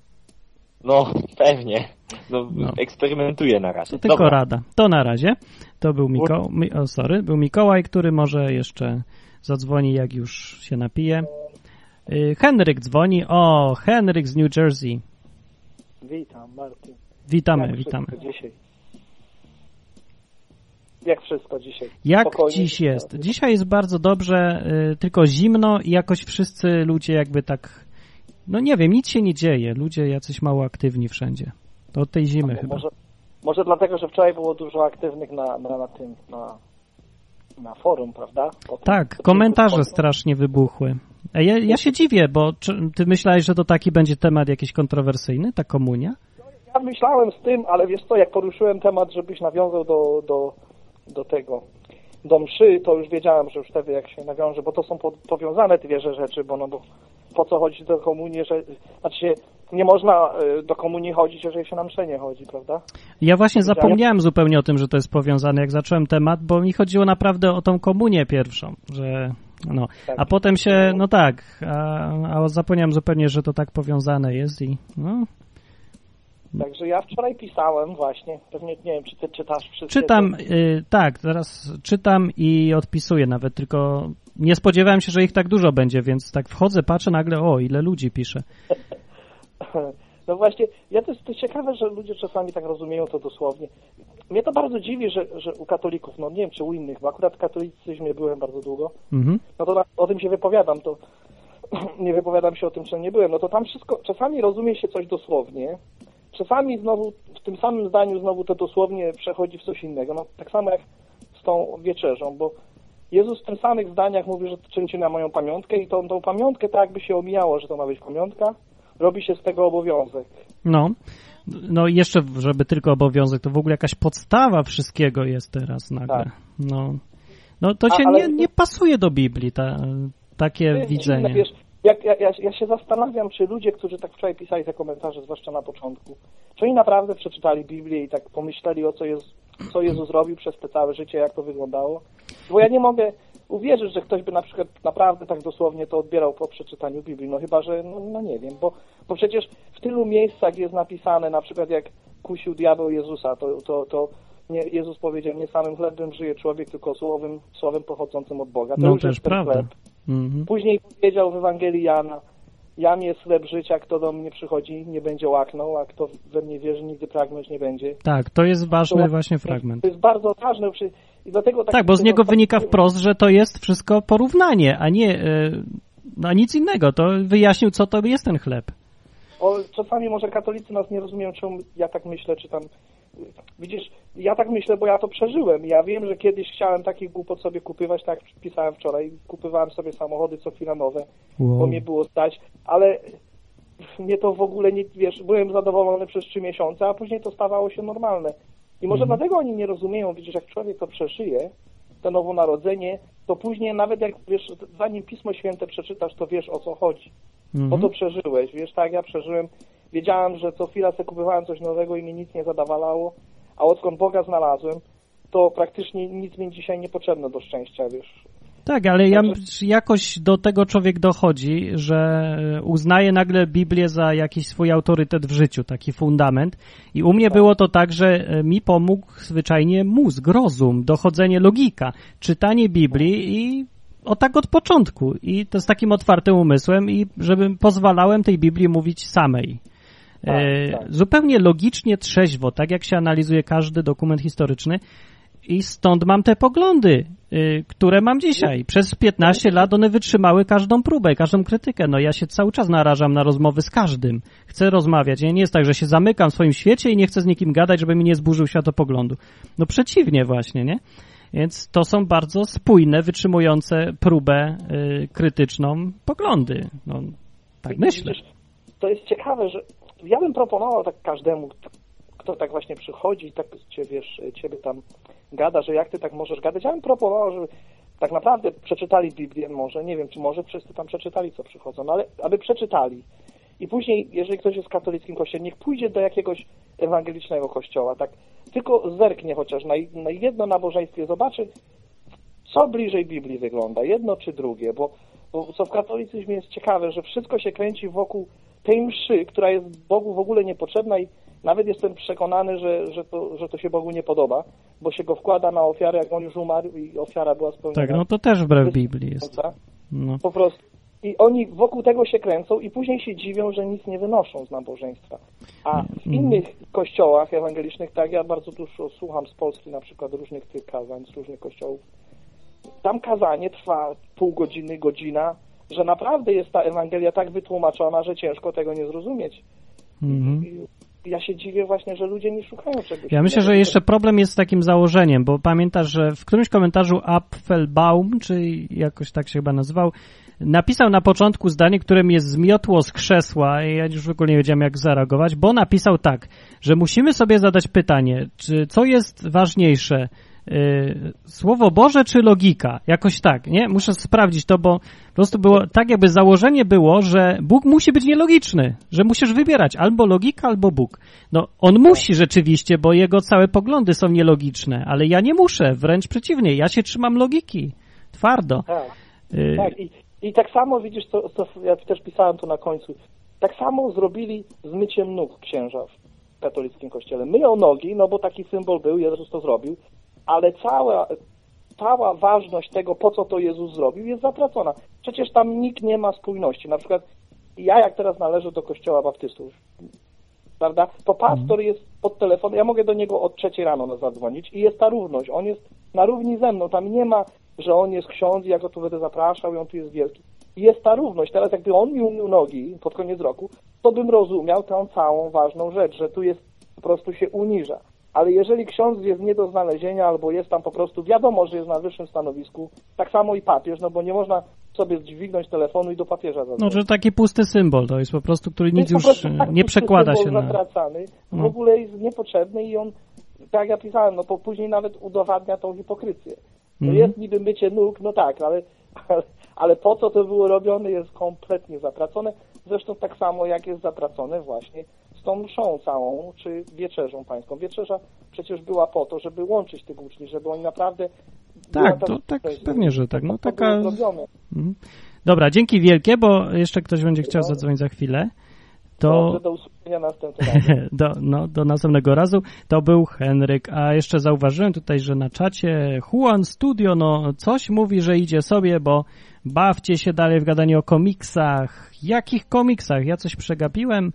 Speaker 10: No, pewnie. No,
Speaker 2: No.
Speaker 10: eksperymentuję na razie.
Speaker 2: To tylko
Speaker 10: Dobra.
Speaker 2: rada. To na razie. To był Miko... Mi... O, sorry. Był Mikołaj, który może jeszcze zadzwoni, jak już się napije. Y, Henryk dzwoni. O, Henryk z New Jersey.
Speaker 11: Witam, Martin.
Speaker 2: Witamy,
Speaker 11: Jak
Speaker 2: witamy.
Speaker 11: wszystko dzisiaj? Jak wszystko dzisiaj?
Speaker 2: Jak
Speaker 11: Spokojnie?
Speaker 2: dziś jest? Dzisiaj jest bardzo dobrze, y, tylko zimno i jakoś wszyscy ludzie jakby tak, no nie wiem, nic się nie dzieje. Ludzie jacyś mało aktywni wszędzie. To od tej zimy
Speaker 11: No,
Speaker 2: chyba.
Speaker 11: może, może dlatego, że wczoraj było dużo aktywnych na, na, na tym, na, na forum, prawda? Po tym,
Speaker 2: Tak,
Speaker 11: po
Speaker 2: komentarze
Speaker 11: tym-
Speaker 2: strasznie wybuchły. A ja, ja się dziwię, bo czy, ty myślałeś, że to taki będzie temat jakiś kontrowersyjny, ta komunia?
Speaker 11: Ja myślałem z tym, ale wiesz co, jak poruszyłem temat, żebyś nawiązał do, do, do tego, do mszy, to już wiedziałem, że już wtedy jak się nawiąże, bo to są po, powiązane dwie rzeczy, bo no bo po co chodzić do komunii, że, znaczy się, nie można y, do komunii chodzić, jeżeli się na mszę nie chodzi, prawda?
Speaker 2: Ja właśnie
Speaker 11: Wiedziałem.
Speaker 2: zapomniałem zupełnie o tym, że to jest powiązane, jak zacząłem temat, bo mi chodziło naprawdę o tą komunię pierwszą, że no,
Speaker 11: Tak.
Speaker 2: a potem się, no tak, a, a zapomniałem zupełnie, że to tak powiązane jest i no.
Speaker 11: Także ja wczoraj pisałem właśnie, pewnie nie wiem, czy ty czytasz wszystkie...
Speaker 2: Czytam,
Speaker 11: te-
Speaker 2: y, tak, teraz czytam i odpisuję nawet, tylko nie spodziewałem się, że ich tak dużo będzie, więc tak wchodzę, patrzę nagle, o, ile ludzi pisze.
Speaker 11: No właśnie, ja to jest, to jest ciekawe, że ludzie czasami tak rozumieją to dosłownie. Mnie to bardzo dziwi, że, że u katolików, no nie wiem, czy u innych, bo akurat w katolicyzmie byłem bardzo długo,
Speaker 2: Mhm.
Speaker 11: no to na, o tym się wypowiadam, to nie wypowiadam się o tym, czym nie byłem, no to tam wszystko, czasami rozumie się coś dosłownie, czasami znowu w tym samym zdaniu znowu to dosłownie przechodzi w coś innego, no tak samo jak z tą wieczerzą, bo Jezus w tych samych zdaniach mówi, że czyńcie na moją pamiątkę i tą, tą pamiątkę tak jakby się omijało, że to ma być pamiątka, robi się z tego obowiązek.
Speaker 2: No, no i jeszcze, żeby tylko obowiązek, to w ogóle jakaś podstawa wszystkiego jest teraz nagle.
Speaker 11: Tak.
Speaker 2: No, no to
Speaker 11: A,
Speaker 2: się
Speaker 11: ale-
Speaker 2: nie, nie pasuje do Biblii, ta, takie
Speaker 11: To jest
Speaker 2: widzenie.
Speaker 11: dziwne, wiesz, jak, ja, ja, ja się zastanawiam, czy ludzie, którzy tak wczoraj pisali te komentarze, zwłaszcza na początku, czy oni naprawdę przeczytali Biblię i tak pomyśleli, o co, Jezus, co Jezus robił przez te całe życie, jak to wyglądało. Bo ja nie mogę uwierzyć, że ktoś by na przykład naprawdę tak dosłownie to odbierał po przeczytaniu Biblii, no chyba, że, no, no nie wiem, bo, bo przecież w tylu miejscach jest napisane, na przykład jak kusił diabeł Jezusa, to, to, to nie, Jezus powiedział, nie samym chlebem żyje człowiek, tylko słowem, słowem pochodzącym od Boga. To
Speaker 2: No
Speaker 11: już
Speaker 2: też
Speaker 11: jest ten
Speaker 2: prawda.
Speaker 11: chleb.
Speaker 2: Mhm.
Speaker 11: Później powiedział w Ewangelii Jana, Jam jest chleb życia, kto do mnie przychodzi, nie będzie łaknął, a kto we mnie wierzy, nigdy pragnąć nie będzie.
Speaker 2: Tak, to jest ważny
Speaker 11: To-
Speaker 2: właśnie fragment.
Speaker 11: To jest bardzo ważne. I dlatego
Speaker 2: Tak, bo z niego wynika wprost, że to jest wszystko porównanie, a nie yy, a nic innego. To wyjaśnił, co to jest ten chleb.
Speaker 11: O, czasami może katolicy nas nie rozumieją, czemu ja tak myślę, czy tam widzisz, ja tak myślę, bo ja to przeżyłem. Ja wiem, że kiedyś chciałem takich głupot sobie kupywać, tak jak pisałem wczoraj, kupywałem sobie samochody co chwila nowe, wow. bo mnie było stać, ale mnie to w ogóle nie, wiesz, byłem zadowolony przez trzy miesiące, a później to stawało się normalne. I może mhm. dlatego oni nie rozumieją, widzisz, jak człowiek to przeżyje, to nowonarodzenie, to później nawet jak, wiesz, zanim Pismo Święte przeczytasz, to wiesz, o co chodzi. Mhm. Bo to przeżyłeś, wiesz, tak, ja przeżyłem, wiedziałem, że co chwila sobie kupowałem coś nowego i mi nic nie zadawalało, a odkąd Boga znalazłem, to praktycznie nic mi dzisiaj nie potrzebne do szczęścia, wiesz.
Speaker 2: Tak, ale ja, jakoś do tego człowiek dochodzi, że uznaje nagle Biblię za jakiś swój autorytet w życiu, taki fundament. I u mnie tak. było to tak, że mi pomógł zwyczajnie mózg, rozum, dochodzenie, logika, czytanie Biblii i o tak od początku. I to z takim otwartym umysłem i żebym pozwalałem tej Biblii mówić samej. Tak, e, tak. Zupełnie logicznie, trzeźwo, tak jak się analizuje każdy dokument historyczny. I stąd mam te poglądy, y, które mam dzisiaj. Przez piętnaście lat one wytrzymały każdą próbę, każdą krytykę. No ja się cały czas narażam na rozmowy z każdym. Chcę rozmawiać. Ja nie jest tak, że się zamykam w swoim świecie i nie chcę z nikim gadać, żeby mi nie zburzył światopoglądu. No przeciwnie właśnie, nie? Więc to są bardzo spójne, wytrzymujące próbę y, krytyczną poglądy. No, tak myślę.
Speaker 11: To jest ciekawe, że ja bym proponował tak każdemu, kto tak właśnie przychodzi i tak cię, wiesz, ciebie tam gada, że jak ty tak możesz gadać, ja bym proponował, żeby tak naprawdę przeczytali Biblię może, nie wiem, czy może wszyscy tam przeczytali, co przychodzą, no ale aby przeczytali. I później, jeżeli ktoś jest w katolickim kościele, niech pójdzie do jakiegoś ewangelicznego kościoła, tak, tylko zerknie chociaż na, na jedno nabożeństwie, zobaczy, co bliżej Biblii wygląda, jedno czy drugie, bo, bo co w katolicyzmie jest ciekawe, że wszystko się kręci wokół tej mszy, która jest Bogu w ogóle niepotrzebna i nawet jestem przekonany, że, że, to, że to się Bogu nie podoba, bo się go wkłada na ofiarę, jak on już umarł i ofiara była spełniona.
Speaker 2: Tak, no to też wbrew Biblii jest.
Speaker 11: No. Po prostu. I oni wokół tego się kręcą i później się dziwią, że nic nie wynoszą z nabożeństwa. A w mm. innych kościołach ewangelicznych, tak, ja bardzo dużo słucham z Polski na przykład różnych tych kazań, z różnych kościołów. Tam kazanie trwa pół godziny, godzina, że naprawdę jest ta Ewangelia tak wytłumaczona, że ciężko tego nie zrozumieć. Mm. I, ja się dziwię właśnie, że ludzie nie szukają czegoś.
Speaker 2: Ja myślę, że jeszcze problem jest z takim założeniem, bo pamiętasz, że w którymś komentarzu Apfelbaum, czy jakoś tak się chyba nazywał, napisał na początku zdanie, które mnie zmiotło z krzesła i ja już w ogóle nie wiedziałem, jak zareagować, bo napisał tak, że musimy sobie zadać pytanie, czy co jest ważniejsze, Yy, Słowo Boże czy logika? Jakoś tak, nie? Muszę sprawdzić to, bo po prostu było tak, jakby założenie było, że Bóg musi być nielogiczny, że musisz wybierać albo logika, albo Bóg. No, on musi rzeczywiście, bo jego całe poglądy są nielogiczne, ale ja nie muszę, wręcz przeciwnie, ja się trzymam logiki, twardo.
Speaker 11: Tak, yy. tak. I, i tak samo widzisz, to, to ja też pisałem to na końcu, tak samo zrobili z myciem nóg księża w katolickim kościele. Myją nogi, no bo taki symbol był, Jezus to zrobił, ale cała, cała ważność tego, po co to Jezus zrobił, jest zatracona. Przecież tam nikt nie ma spójności. Na przykład ja, jak teraz należę do kościoła baptystów, prawda, to pastor jest pod telefonem, ja mogę do niego od trzeciej rano zadzwonić i jest ta równość. On jest na równi ze mną. Tam nie ma, że on jest ksiądz i ja go tu będę zapraszał i on tu jest wielki. Jest ta równość. Teraz jakby on mi umył nogi pod koniec roku, to bym rozumiał tę całą ważną rzecz, że tu jest, po prostu się uniża. Ale jeżeli ksiądz jest nie do znalezienia albo jest tam po prostu, wiadomo, że jest na wyższym stanowisku, tak samo i papież, no bo nie można sobie dźwignąć telefonu i do papieża zadzwonić.
Speaker 2: No, że taki pusty symbol to jest po prostu, który nic już nie przekłada się na...
Speaker 11: zatracany, w no. ogóle jest niepotrzebny i on, tak jak ja pisałem, no po później nawet udowadnia tą hipokrycję. To mm. jest niby mycie nóg, no tak, ale, ale, ale po co to było robione, jest kompletnie zatracone. Zresztą tak samo jak jest zatracone właśnie z tą mszą całą, czy wieczerzą pańską. Wieczerza przecież była po to, żeby łączyć tych uczniów, żeby oni naprawdę...
Speaker 2: Tak, to tak, pewnie, że tak. No taka... Mhm. Dobra, dzięki wielkie, bo jeszcze ktoś będzie chciał zadzwonić za chwilę. To...
Speaker 11: Dobrze, do usłyszenia następnego razu.
Speaker 2: do, no, do następnego razu. To był Henryk. A jeszcze zauważyłem tutaj, że na czacie Juan Studio, no coś mówi, że idzie sobie, bo bawcie się dalej w gadaniu o komiksach. Jakich komiksach? Ja coś przegapiłem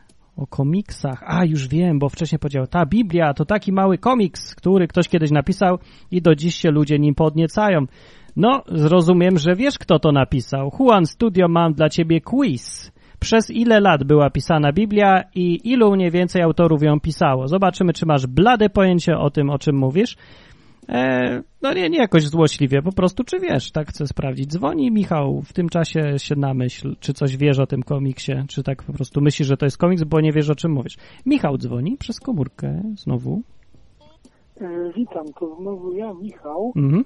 Speaker 2: o komiksach. A, już wiem, bo wcześniej powiedział, ta Biblia to taki mały komiks, który ktoś kiedyś napisał i do dziś się ludzie nim podniecają. No, zrozumiem, że wiesz, kto to napisał. Juan Studio, mam dla ciebie quiz. przez ile lat była pisana Biblia i ilu mniej więcej autorów ją pisało. Zobaczymy, czy masz blade pojęcie o tym, o czym mówisz. E, no nie, nie jakoś złośliwie, po prostu czy wiesz, tak chcę sprawdzić. Dzwoni Michał, w tym czasie się namyśl, czy coś wiesz o tym komiksie, czy tak po prostu myślisz, że to jest komiks, bo nie wiesz, o czym mówisz. Michał dzwoni przez komórkę znowu.
Speaker 6: E, witam, to znowu ja, Michał.
Speaker 2: Mhm.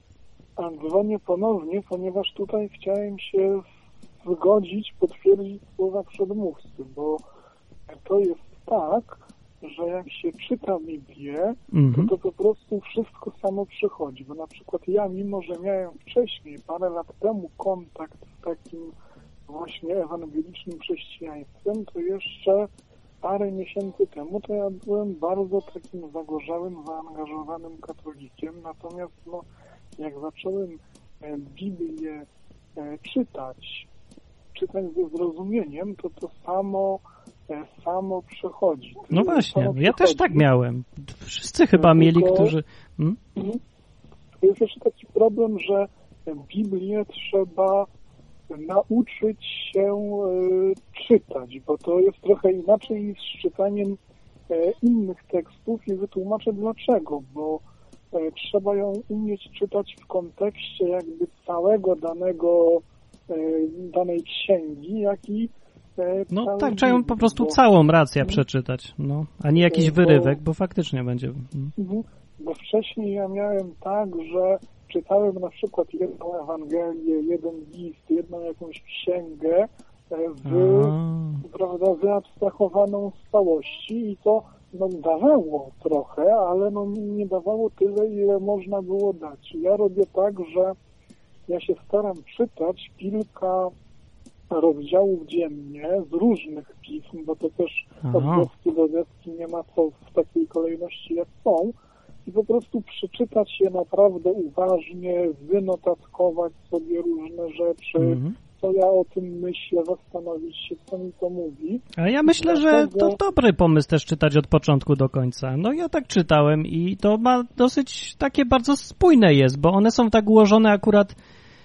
Speaker 6: A dzwonię ponownie, ponieważ tutaj chciałem się zgodzić, potwierdzić słowa przedmówcy, bo to jest tak, że jak się czyta Biblię,
Speaker 2: mhm.
Speaker 6: to, to po prostu wszystko samo przychodzi. Bo na przykład ja, mimo że miałem wcześniej, parę lat temu kontakt z takim właśnie ewangelicznym chrześcijaństwem, to jeszcze parę miesięcy temu to ja byłem bardzo takim zagorzałym, zaangażowanym katolikiem. Natomiast no, jak zacząłem Biblię czytać, czytać ze zrozumieniem, to to samo samo przechodzi. To
Speaker 2: no właśnie, ja
Speaker 6: przechodzi.
Speaker 2: też tak miałem. Wszyscy chyba no, mieli, tylko, którzy... Hmm?
Speaker 6: Jest jeszcze taki problem, że Biblię trzeba nauczyć się e, czytać, bo to jest trochę inaczej niż z czytaniem e, innych tekstów i wytłumaczę dlaczego, bo e, trzeba ją umieć czytać w kontekście jakby całego danego e, danej księgi, jak i
Speaker 2: no tak, trzeba ją po prostu całą rację przeczytać, no, a nie jakiś wyrywek, bo faktycznie będzie.
Speaker 6: Bo wcześniej ja miałem tak, że czytałem na przykład jedną Ewangelię, jeden list, jedną jakąś księgę w, prawda, wyabstrahowaną z całości i to no, dawało trochę, ale no, nie dawało tyle, ile można było dać. Ja robię tak, że ja się staram czytać kilka rozdziałów dziennie z różnych pism, bo to też od deski do deski nie ma co w takiej kolejności jak są i po prostu przeczytać je naprawdę uważnie, wynotatkować sobie różne rzeczy, mm-hmm. co ja o tym myślę, zastanowić się, co mi to mówi.
Speaker 2: A ja myślę, Dlatego... że to dobry pomysł też czytać od początku do końca. No ja tak czytałem i to ma dosyć takie bardzo spójne jest, bo one są tak ułożone akurat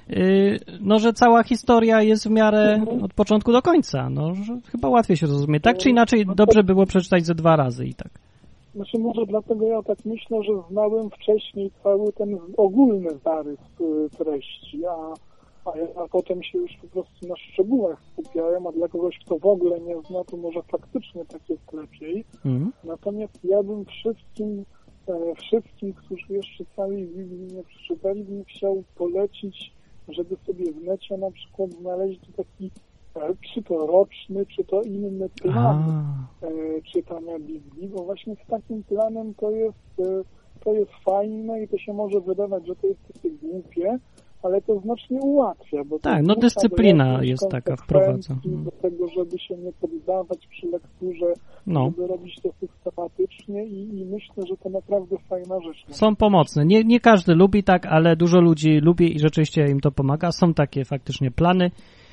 Speaker 2: no, że cała historia jest w miarę od początku do końca. No, że chyba łatwiej się zrozumie. Tak czy inaczej, dobrze było przeczytać ze dwa razy i tak.
Speaker 6: Znaczy może dlatego ja tak myślę, że znałem wcześniej cały ten ogólny zarys treści, a, a ja a potem się już po prostu na szczegółach skupiałem, a dla kogoś, kto w ogóle nie zna, to może faktycznie tak jest lepiej. Mhm. Natomiast ja bym wszystkim wszystkim, którzy jeszcze całej Biblii nie przeczytali, bym chciał polecić, żeby sobie w necie na przykład znaleźć taki, czy to roczny, czy to inny plan e, czytania Biblii, bo właśnie z takim planem to jest, e, to jest fajne i to się może wydawać, że to jest takie głupie, ale to znacznie ułatwia. Bo
Speaker 2: tak, no dyscyplina jest taka wprowadza.
Speaker 6: Do tego, żeby się nie poddawać przy lekturze, no. żeby robić to systematycznie i, i myślę, że to naprawdę fajna rzecz.
Speaker 2: Są pomocne. Nie, nie każdy lubi tak, ale dużo ludzi lubi i rzeczywiście im to pomaga. Są takie faktycznie plany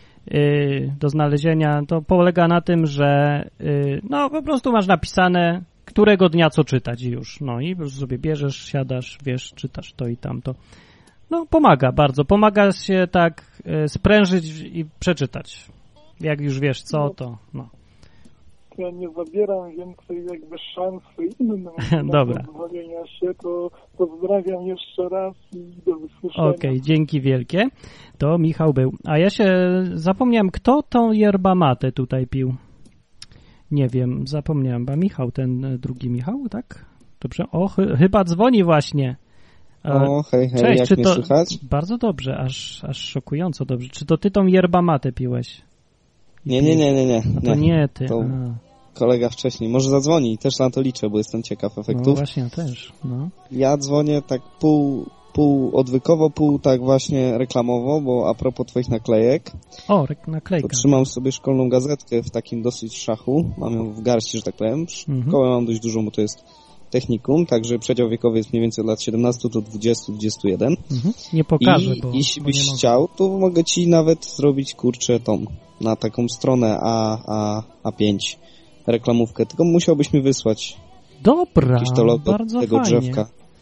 Speaker 2: yy, do znalezienia. To polega na tym, że yy, no po prostu masz napisane, którego dnia co czytać i już. No i już sobie bierzesz, siadasz, wiesz, czytasz to i tamto. No, pomaga bardzo. Pomaga się tak y, sprężyć i przeczytać. Jak już wiesz co, to no.
Speaker 6: Ja nie zabieram więcej jakby szansy innym
Speaker 2: Dobra.
Speaker 6: na pozwolenia się, to pozdrawiam jeszcze raz i do usłyszenia.
Speaker 2: Okej, okay, dzięki wielkie. To Michał był. A ja się zapomniałem, kto tą yerba mate tutaj pił? Nie wiem, zapomniałem. Ba Michał, ten drugi Michał, tak? Dobrze. O, ch- chyba dzwoni właśnie.
Speaker 8: O, hej, hej,
Speaker 2: Cześć,
Speaker 8: jak
Speaker 2: czy
Speaker 8: mnie
Speaker 2: to...
Speaker 8: słychać?
Speaker 2: Bardzo dobrze, aż, aż szokująco dobrze. Czy to ty tą yerba mate piłeś?
Speaker 8: Nie, nie, nie, nie, nie.
Speaker 2: To nie ty.
Speaker 8: To kolega wcześniej. Może zadzwoni, też na to liczę, bo jestem ciekaw efektów.
Speaker 2: No właśnie, też. No.
Speaker 8: Ja dzwonię tak pół, pół odwykowo, pół tak właśnie reklamowo, bo a propos twoich naklejek.
Speaker 2: O, naklejka.
Speaker 8: To trzymam sobie szkolną gazetkę w takim dosyć szachu. Mam ją w garści, że tak powiem. Szkołę mhm. mam dość dużą, bo to jest technikum, także przedział wiekowy jest mniej więcej od lat siedemnastu do dwudziestu do dwudziestu jeden.
Speaker 2: Mhm. Nie pokażę,
Speaker 8: I
Speaker 2: bo...
Speaker 8: jeśli
Speaker 2: bo
Speaker 8: byś chciał, to mogę ci nawet zrobić, kurczę, tą, na taką stronę A, A, A5 reklamówkę, tylko musiałbyś mi wysłać
Speaker 2: Dobra,
Speaker 8: jakieś to logo
Speaker 2: bardzo
Speaker 8: tego
Speaker 2: fajnie.
Speaker 8: drzewka.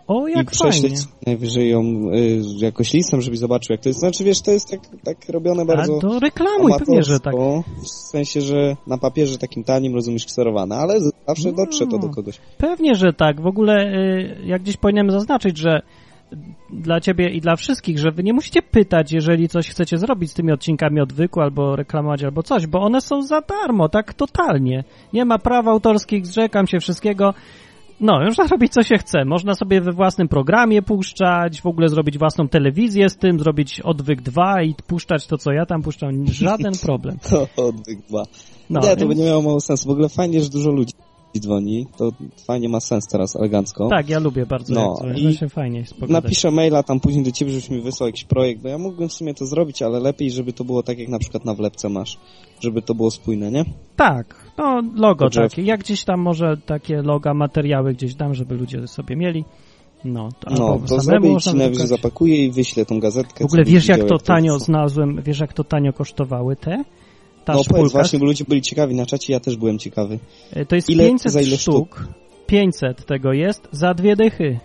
Speaker 2: O, jak
Speaker 12: i prześleć
Speaker 2: fajnie.
Speaker 12: najwyżej ją y, jakoś listem, żeby zobaczył, jak to jest. Znaczy, wiesz, to jest tak, tak robione bardzo
Speaker 2: A to reklamuj, pewnie, że tak.
Speaker 12: W sensie, że na papierze takim tanim, rozumiesz, kserowane, ale zawsze no. dotrze to do kogoś.
Speaker 2: Pewnie, że tak. W ogóle, y, jak gdzieś powinienem zaznaczyć, że dla ciebie i dla wszystkich, że wy nie musicie pytać, jeżeli coś chcecie zrobić z tymi odcinkami odwyku, albo reklamować, albo coś, bo one są za darmo, tak totalnie. Nie ma praw autorskich, zrzekam się wszystkiego. No, można robić co się chce. Można sobie we własnym programie puszczać, w ogóle zrobić własną telewizję z tym, zrobić Odwyk dwa i puszczać to, co ja tam puszczam. Żaden problem.
Speaker 12: To Odwyk dwa. No, nie, to więc... by nie miało mało sensu. W ogóle fajnie, że dużo ludzi dzwoni. To fajnie ma sens teraz, elegancko.
Speaker 2: Tak, ja lubię bardzo.
Speaker 12: No,
Speaker 2: jak
Speaker 12: i
Speaker 2: się fajnie
Speaker 12: napiszę maila tam później do ciebie, żebyś mi wysłał jakiś projekt, bo ja mógłbym w sumie to zrobić, ale lepiej, żeby to było tak, jak na przykład na wlepce masz. Żeby to było spójne, nie?
Speaker 2: Tak, no logo
Speaker 12: Dobrze.
Speaker 2: takie. Jak gdzieś tam może takie loga, materiały gdzieś dam, żeby ludzie sobie mieli. No, to,
Speaker 12: no, to zrobię i ci najwyżej zapakuję i wyślę tą gazetkę.
Speaker 2: W ogóle wiesz, jak to tanio znalazłem, wiesz, jak to tanio kosztowały te? Ta
Speaker 12: no
Speaker 2: szpulka.
Speaker 12: powiedz właśnie, bo ludzie byli ciekawi na czacie, ja też byłem ciekawy.
Speaker 2: To jest
Speaker 12: ile,
Speaker 2: pięćset
Speaker 12: za ile
Speaker 2: sztuk.
Speaker 12: sztuk?
Speaker 2: pięćset tego jest za dwie dychy.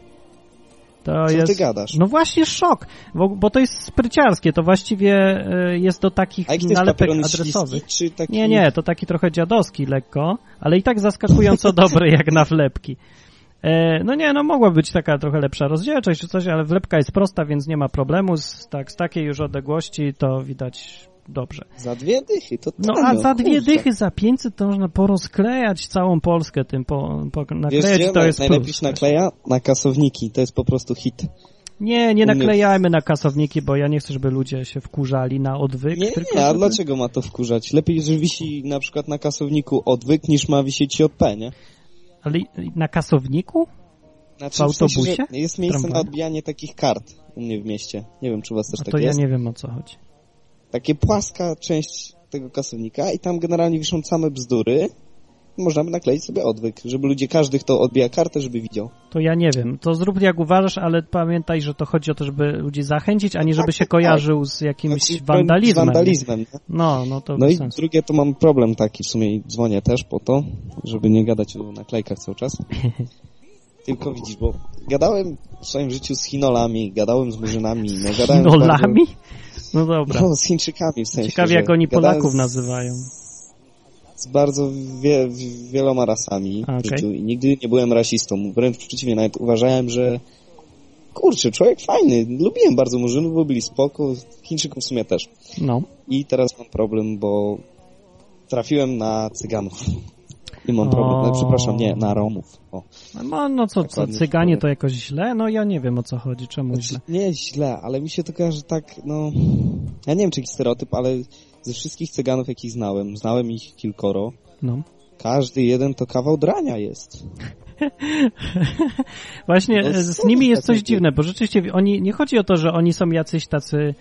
Speaker 2: To
Speaker 12: Co
Speaker 2: jest...
Speaker 12: ty gadasz?
Speaker 2: No właśnie szok, bo, bo to jest spryciarskie, to właściwie jest do takich nalepek adresowych.
Speaker 12: Czy taki...
Speaker 2: Nie, nie, to taki trochę dziadowski lekko, ale i tak zaskakująco dobry jak na wlepki. E, no nie, no mogła być taka trochę lepsza rozdzielczość czy coś, ale wlepka jest prosta, więc nie ma problemu. Z, tak, z takiej już odległości to widać dobrze.
Speaker 12: Za dwie dychy, to
Speaker 2: No a za dwie kurczę. dychy, za pięćset to można porozklejać całą Polskę tym, po, po, naklejać. Wiesz, to jest
Speaker 12: najlepiej
Speaker 2: plus.
Speaker 12: się nakleja na kasowniki, to jest po prostu hit.
Speaker 2: Nie, nie naklejajmy na kasowniki, bo ja nie chcę, żeby ludzie się wkurzali na odwyk.
Speaker 12: Nie,
Speaker 2: tylko
Speaker 12: nie, a
Speaker 2: żeby...
Speaker 12: dlaczego ma to wkurzać? Lepiej, że wisi na przykład na kasowniku odwyk, niż ma wisieć J P, nie?
Speaker 2: Ale na kasowniku?
Speaker 12: Znaczy,
Speaker 2: w autobusie?
Speaker 12: W sensie, jest miejsce Tramwaj. na odbijanie takich kart u mnie w mieście. Nie wiem, czy u was też
Speaker 2: a
Speaker 12: tak
Speaker 2: to
Speaker 12: jest.
Speaker 2: ja nie wiem, o co chodzi.
Speaker 12: Takie płaska część tego kasownika i tam generalnie wiszą same bzdury. Można by nakleić sobie odwyk, żeby ludzie, każdy, kto odbija kartę, żeby widział.
Speaker 2: To ja nie wiem. To zrób jak uważasz, ale pamiętaj, że to chodzi o to, żeby ludzi zachęcić, a nie żeby się kojarzył z jakimś znaczy, wandalizmem.
Speaker 12: Z wandalizmem, nie?
Speaker 2: No, no to
Speaker 12: No i
Speaker 2: sensu.
Speaker 12: drugie, to mam problem taki, w sumie i dzwonię też po to, żeby nie gadać o naklejkach cały czas. Tylko widzisz, bo gadałem w swoim życiu z Chinolami, gadałem z Murzynami. No, gadałem
Speaker 2: Chinolami?
Speaker 12: Z
Speaker 2: bardzo... No dobra.
Speaker 12: No, z Chińczykami w sensie.
Speaker 2: Ciekawie, jak oni Polaków
Speaker 12: z...
Speaker 2: nazywają.
Speaker 12: Z bardzo wie, wieloma rasami
Speaker 2: okay.
Speaker 12: w życiu i nigdy nie byłem rasistą. Wręcz przeciwnie, nawet uważałem, że kurczę, człowiek fajny. Lubiłem bardzo Murzynów, bo byli spoko. Chińczyków w sumie też.
Speaker 2: No.
Speaker 12: I teraz mam problem, bo trafiłem na Cyganów. I mam problem. No, przepraszam, nie, na Romów. O.
Speaker 2: No, no co, co, Cyganie to jakoś źle? No ja nie wiem, o co chodzi, czemu
Speaker 12: znaczy,
Speaker 2: źle.
Speaker 12: Nie źle, ale mi się to kojarzy tak, no... Ja nie wiem, czy jakiś stereotyp, ale ze wszystkich Cyganów, jakich znałem, znałem ich kilkoro,
Speaker 2: no.
Speaker 12: Każdy jeden to kawał drania jest.
Speaker 2: Właśnie no, z nimi jest coś dziwne, bo rzeczywiście oni, nie chodzi o to, że oni są jacyś tacy...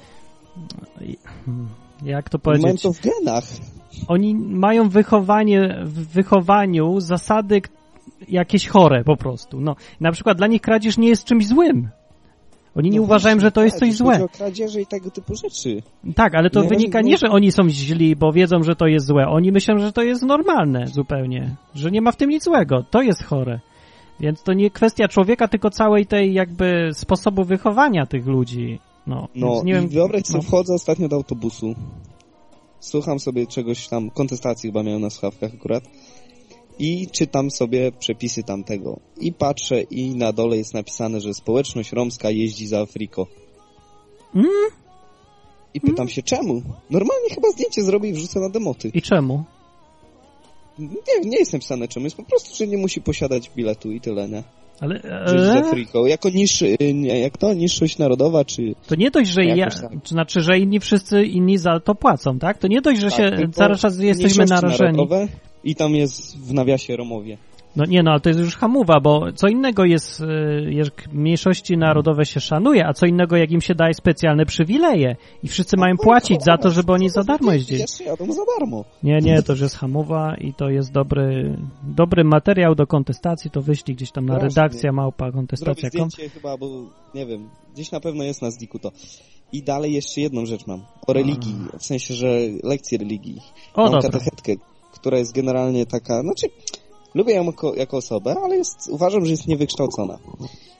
Speaker 2: Jak to powiedzieć?
Speaker 12: Mają to w genach.
Speaker 2: Oni mają wychowanie, w wychowaniu zasady jakieś chore po prostu. No, na przykład dla nich kradzież nie jest czymś złym. Oni nie no uważają, właśnie, że to jest coś złe.
Speaker 12: Chodzi o kradzieży i tego typu rzeczy.
Speaker 2: Tak, ale to nie wynika nie, że oni są źli, bo wiedzą, że to jest złe. Oni myślą, że to jest normalne zupełnie. Że nie ma w tym nic złego. To jest chore. Więc to nie kwestia człowieka, tylko całej tej jakby sposobu wychowania tych ludzi. No,
Speaker 12: no
Speaker 2: nie
Speaker 12: i
Speaker 2: wiem,
Speaker 12: wyobraź sobie,
Speaker 2: no.
Speaker 12: wchodzę ostatnio do autobusu. Słucham sobie czegoś tam, kontestacji chyba miałem na słuchawkach akurat. I czytam sobie przepisy tamtego. I patrzę i na dole jest napisane, że społeczność romska jeździ za Afriko.
Speaker 2: Mm?
Speaker 12: I pytam
Speaker 2: mm?
Speaker 12: się czemu? Normalnie chyba zdjęcie zrobię i wrzucę na demoty.
Speaker 2: I czemu?
Speaker 12: Nie, nie jest napisane czemu. Jest po prostu, że nie musi posiadać biletu i tyle, nie?
Speaker 2: Ale...
Speaker 12: Że za Afriko. Jako niższy, jak to? Niższość narodowa, czy...
Speaker 2: To nie dość, że ja...
Speaker 12: Tak.
Speaker 2: Znaczy, że inni wszyscy inni za to płacą, tak? To nie dość, że tak, się cały czas jesteśmy narażeni.
Speaker 12: Narodowe. I tam jest w nawiasie Romowie.
Speaker 2: No nie, no ale to jest już hamuwa, bo co innego jest, jak mniejszości narodowe się szanuje, a co innego jak im się daje specjalne przywileje i wszyscy no, mają płacić za to, żeby oni za darmo jeździli.
Speaker 12: Jeszcze jadą za darmo.
Speaker 2: Nie, nie, to już jest hamuwa i to jest dobry dobry materiał do kontestacji, to wyślij gdzieś tam na Proszę, redakcja małpa kontestacja kropka com.
Speaker 12: Zdjęcie chyba, bo nie wiem, gdzieś na pewno jest na Zdiku to. I dalej jeszcze jedną rzecz mam. O religii, w sensie, że lekcje religii.
Speaker 2: O,
Speaker 12: mam
Speaker 2: dobra.
Speaker 12: katechetkę, która jest generalnie taka, znaczy lubię ją jako, jako osobę, ale jest, uważam, że jest niewykształcona.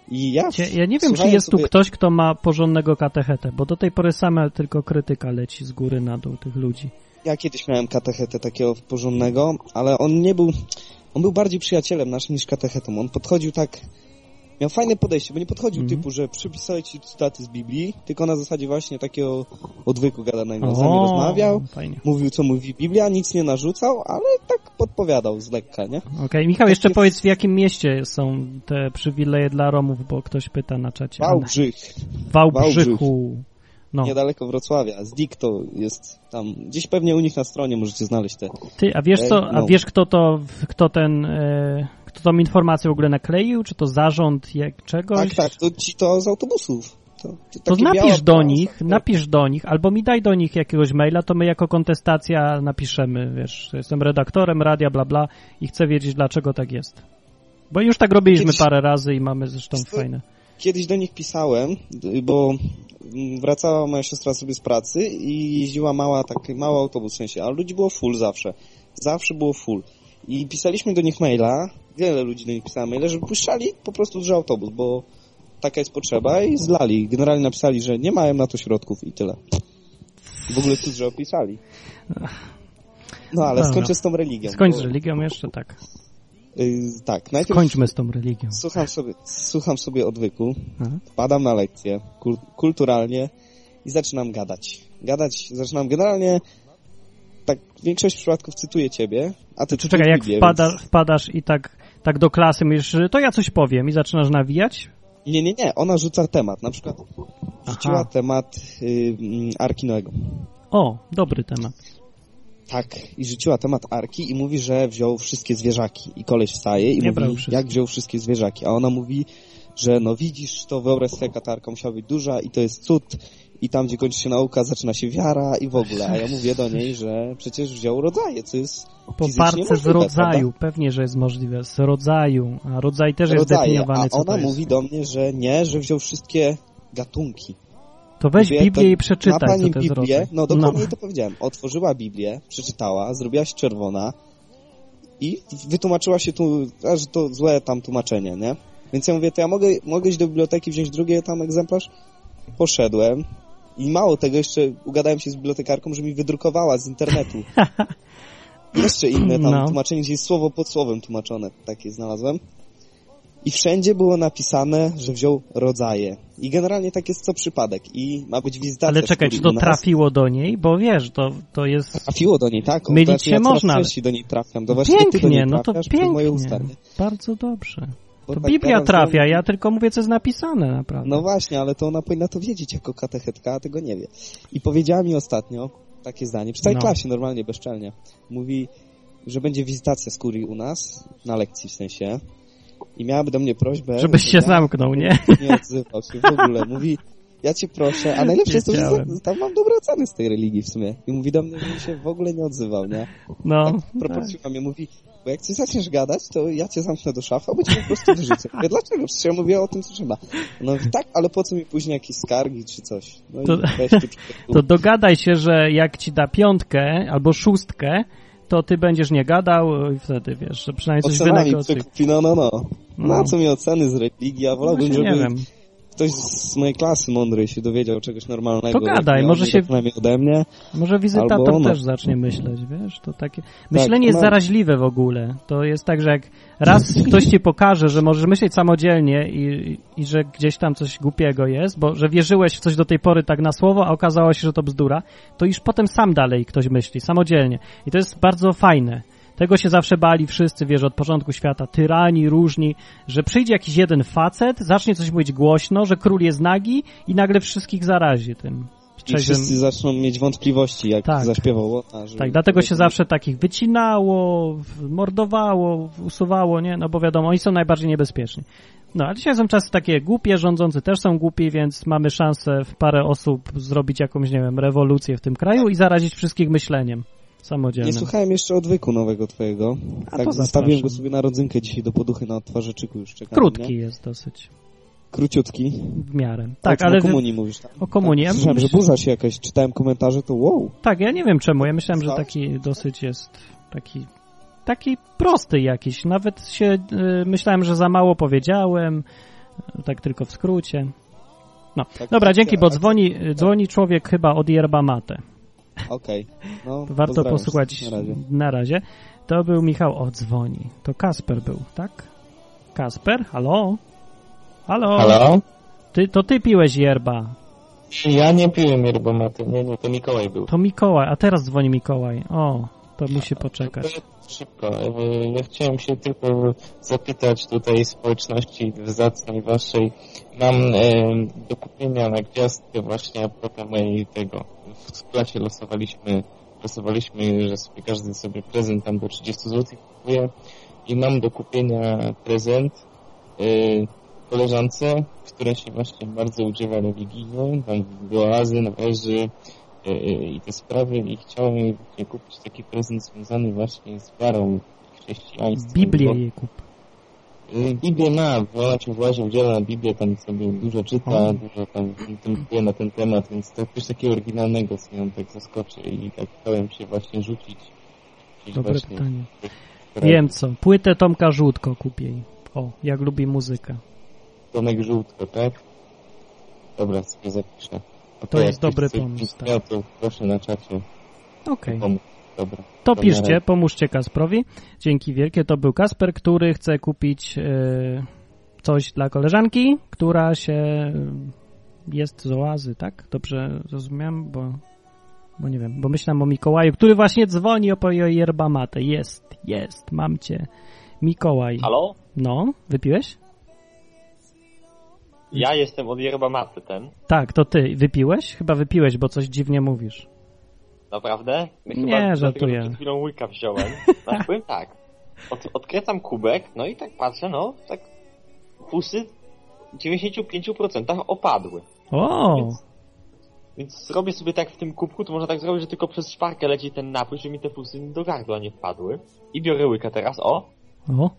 Speaker 12: I ja,
Speaker 2: ja nie wiem, czy jest sobie... tu ktoś, kto ma porządnego katechetę, bo do tej pory same tylko krytyka leci z góry na dół tych ludzi.
Speaker 12: Ja kiedyś miałem katechetę takiego porządnego, ale on nie był... On był bardziej przyjacielem naszym niż katechetą. On podchodził tak... Miał fajne podejście, bo nie podchodził mm. typu, że przypisał ci cytaty z Biblii, tylko na zasadzie właśnie takiego odwyku gadanego. Z nami rozmawiał, fajnie. Mówił, co mówi Biblia, nic nie narzucał, ale tak podpowiadał z lekka, nie?
Speaker 2: Okej, okay. Michał, tak jeszcze jest... powiedz, w jakim mieście są te przywileje dla Romów, bo ktoś pyta na czacie.
Speaker 12: Wałbrzych.
Speaker 2: Wałbrzychu. No.
Speaker 12: Niedaleko Wrocławia. Zdik to jest tam, gdzieś pewnie u nich na stronie możecie znaleźć te...
Speaker 2: Ty, a wiesz co, a wiesz kto to, kto ten... E... Kto tą informację w ogóle nakleił? Czy to zarząd jak czegoś?
Speaker 12: Tak, tak, to ci to z autobusów. To,
Speaker 2: to, to napisz do nich, tak. napisz do nich, albo mi daj do nich jakiegoś maila, to my jako kontestacja napiszemy, wiesz, jestem redaktorem radia, bla, bla i chcę wiedzieć, dlaczego tak jest. Bo już tak robiliśmy kiedyś, parę razy i mamy zresztą to, fajne.
Speaker 12: Kiedyś do nich pisałem, bo wracała moja siostra sobie z pracy i jeździła mała, taki mały autobus w sensie, a ludzi było full zawsze. Zawsze było full. I pisaliśmy do nich maila, wiele ludzi do nich pisało maile, żeby puszczali po prostu duży autobus, bo taka jest potrzeba i zlali. Generalnie napisali, że nie mają na to środków i tyle. W ogóle cud, że opisali. No ale Dobra. skończę z tą religią.
Speaker 2: Skończ
Speaker 12: bo...
Speaker 2: z religią jeszcze, tak.
Speaker 12: Yy, tak, najpierw...
Speaker 2: Skończmy z tą religią.
Speaker 12: Słucham sobie, słucham sobie odwyku, Aha. wpadam na lekcję, kul- kulturalnie i zaczynam gadać. Gadać, zaczynam generalnie... Tak, większość przypadków cytuję ciebie, a ty...
Speaker 2: Czy czekaj, jak Biblię, wpada, więc... wpadasz i tak, tak do klasy mówisz, to ja coś powiem i zaczynasz nawijać?
Speaker 12: Nie, nie, nie, ona rzuca temat, na przykład rzuciła Aha. temat y, Arki Noego.
Speaker 2: O, dobry temat.
Speaker 12: Tak, i rzuciła temat Arki i mówi, że wziął wszystkie zwierzaki i koleś wstaje i nie mówi, jak wziął wszystkie zwierzaki, a ona mówi, że no widzisz, to wyobraź sobie, jaka ta Arka musiała być duża i to jest cud, i tam, gdzie kończy się nauka, zaczyna się wiara i w ogóle. A ja mówię do niej, że przecież wziął rodzaje, co jest
Speaker 2: poparcie z rodzaju, prawda? Pewnie, że jest możliwe, z rodzaju, a rodzaj też rodzaje, jest zdefiniowany, co
Speaker 12: a ona
Speaker 2: to
Speaker 12: mówi do mnie, że nie, że wziął wszystkie gatunki.
Speaker 2: To weź mówię, Biblię to, i przeczytaj, co to jest
Speaker 12: Biblię,
Speaker 2: rodzaj.
Speaker 12: No dokładnie no. to powiedziałem. Otworzyła Biblię, przeczytała, zrobiła się czerwona i wytłumaczyła się tu, że to złe tam tłumaczenie, nie? Więc ja mówię, to ja mogę, mogę iść do biblioteki, wziąć drugi tam egzemplarz? Poszedłem. I mało tego, jeszcze ugadałem się z bibliotekarką, że mi wydrukowała z internetu. Jeszcze inne tam no. tłumaczenie, gdzie jest słowo pod słowem tłumaczone, takie znalazłem. I wszędzie było napisane, że wziął rodzaje. I generalnie tak jest co przypadek. I ma być wizytacja.
Speaker 2: Ale czekaj, czy to trafiło do niej? Bo wiesz, to, to jest...
Speaker 12: Trafiło do niej, tak.
Speaker 2: Mylić się
Speaker 12: ja
Speaker 2: można.
Speaker 12: Ja do niej trafiam. To właśnie
Speaker 2: pięknie,
Speaker 12: ty do niej
Speaker 2: no to pięknie.
Speaker 12: Moje usta,
Speaker 2: bardzo dobrze.
Speaker 12: Bo
Speaker 2: to
Speaker 12: tak
Speaker 2: Biblia trafia, ja tylko mówię, co jest napisane naprawdę.
Speaker 12: No właśnie, ale to ona powinna to wiedzieć jako katechetka, a tego nie wie. I powiedziała mi ostatnio takie zdanie, przy całej no. klasie normalnie, bezczelnie. Mówi, że będzie wizytacja z kurii u nas, na lekcji w sensie. I miałaby do mnie prośbę...
Speaker 2: Żebyś się ja zamknął, nie?
Speaker 12: Nie odzywał się w ogóle. Mówi, ja cię proszę, a najlepsze jest to, że tam mam dobre oceny z tej religii w sumie. I mówi do mnie, że się w ogóle nie odzywał, nie?
Speaker 2: No.
Speaker 12: Tak proporcjonalnie mnie mówi, bo jak ty zaczniesz gadać, to ja cię zamknę do szafy, albo cię po prostu wyrzucę. Mówię, dlaczego? Przecież ja mówię o tym, co trzeba. No tak, ale po co mi później jakieś skargi czy coś? No
Speaker 2: to, i to dogadaj się, że jak ci da piątkę albo szóstkę, to ty będziesz nie gadał i wtedy, wiesz, że przynajmniej coś wynegocjuje.
Speaker 12: No, no, no. Na co mi oceny z religii? Ja wolałbym, żeby... Nie wiem. Ktoś z mojej klasy mądrej się dowiedział czegoś normalnego.
Speaker 2: To gadaj, może się...
Speaker 12: ode mnie.
Speaker 2: Może wizytator też zacznie myśleć, wiesz, to takie... Myślenie tak, jest no. zaraźliwe w ogóle. To jest tak, że jak raz ktoś ci pokaże, że możesz myśleć samodzielnie i, i że gdzieś tam coś głupiego jest, bo że wierzyłeś w coś do tej pory tak na słowo, a okazało się, że to bzdura, to już potem sam dalej ktoś myśli, samodzielnie. I to jest bardzo fajne. Tego się zawsze bali wszyscy, wiesz, od początku świata, tyrani, różni, że przyjdzie jakiś jeden facet, zacznie coś mówić głośno, że król jest nagi i nagle wszystkich zarazi tym.
Speaker 12: I wszyscy zaczną mieć wątpliwości, jak tak. zaśpiewał. A, że...
Speaker 2: Tak, dlatego się zawsze takich wycinało, mordowało, usuwało, nie? No bo wiadomo, oni są najbardziej niebezpieczni. No, a dzisiaj są czasy takie głupie, rządzący też są głupi, więc mamy szansę w parę osób zrobić jakąś, nie wiem, rewolucję w tym kraju i zarazić wszystkich myśleniem. Samodzielnym.
Speaker 12: Nie słuchałem jeszcze odwyku nowego twojego. A tak, zostawiłem go sobie na rodzynkę dzisiaj do poduchy na odtwarzaczyku już czekam.
Speaker 2: Krótki
Speaker 12: nie?
Speaker 2: jest dosyć.
Speaker 12: Króciutki?
Speaker 2: W miarę. Tak, ale...
Speaker 12: O komunii mówisz, tak?
Speaker 2: O komunii.
Speaker 12: Tak, słyszałem, że burza się jakaś, czytałem komentarze, to wow.
Speaker 2: Tak, ja nie wiem czemu. Ja myślałem, że taki dosyć jest taki taki prosty jakiś. Nawet się y, myślałem, że za mało powiedziałem, Tak tylko w skrócie. No,
Speaker 12: tak,
Speaker 2: dobra,
Speaker 12: tak,
Speaker 2: dzięki,
Speaker 12: tak,
Speaker 2: bo
Speaker 12: tak,
Speaker 2: dzwoni,
Speaker 12: tak.
Speaker 2: dzwoni człowiek chyba od yerba mate.
Speaker 12: Okej, okay. No
Speaker 2: warto posłuchać
Speaker 12: na razie.
Speaker 2: na razie. To był Michał, o dzwoni. To Kasper był, tak? Kasper, halo? Halo?
Speaker 13: Halo?
Speaker 2: Ty, to ty piłeś yerba.
Speaker 13: Ja nie piłem yerba mate, nie, nie, to Mikołaj był.
Speaker 2: To Mikołaj, a teraz dzwoni Mikołaj. O, to musi poczekać.
Speaker 13: Szybko. Ja chciałem się tylko zapytać tutaj społeczności zacnej waszej. Mam e, do kupienia na gwiazdkę właśnie a propos mojej tego. W klasie losowaliśmy, losowaliśmy, że sobie każdy sobie prezent tam do trzydzieści złotych kupuje i mam do kupienia prezent e, koleżance, która się właśnie bardzo udziewa religijnie, tam do oazy należy i te sprawy i chciałem jej właśnie kupić taki prezent związany właśnie z wiarą chrześcijaństwem.
Speaker 2: Biblię jej kup.
Speaker 13: Biblię ma, bo ona się właśnie udziela na Biblię, tam sobie dużo czyta, o. dużo tam wie na ten temat, więc to coś takiego oryginalnego, co ją tak zaskoczy i tak chciałem się właśnie rzucić.
Speaker 2: Dobre
Speaker 13: właśnie
Speaker 2: pytanie. Wiem co, płytę Tomka Żółtko kupię jej. O, jak lubi muzykę.
Speaker 13: Tomek Żółtko, tak? Dobra, sobie zapiszę.
Speaker 2: Okay, to jest dobry pomysł.
Speaker 13: Tak. Ja to proszę na czacie.
Speaker 2: Okej.
Speaker 13: Okay. Dobra.
Speaker 2: To piszcie, pomóżcie Kasprowi. Dzięki wielkie. To był Kasper, który chce kupić yy, coś dla koleżanki, która się jest z oazy, tak? Dobrze zrozumiałem, bo, bo nie wiem, bo myślałem o Mikołaju, który właśnie dzwoni o yerba mate. Jest, jest, mam cię. Mikołaj.
Speaker 10: Halo?
Speaker 2: No, wypiłeś?
Speaker 10: Ja jestem od yerba mate ten.
Speaker 2: Tak, to ty. Wypiłeś? Chyba wypiłeś, bo coś dziwnie mówisz.
Speaker 10: Naprawdę? My
Speaker 2: nie,
Speaker 10: chyba
Speaker 2: żartuję.
Speaker 10: Przed chwilą łyka wziąłem. Tak, powiem tak. Od, odkręcam kubek, no i tak patrzę, no, tak fusy w dziewięćdziesiąt pięć procent opadły.
Speaker 2: O!
Speaker 10: Więc, więc zrobię sobie tak w tym kubku, to można tak zrobić, że tylko przez szparkę leci ten napój, żeby mi te fusy do gardła nie wpadły. I biorę łyka teraz, o.
Speaker 2: O.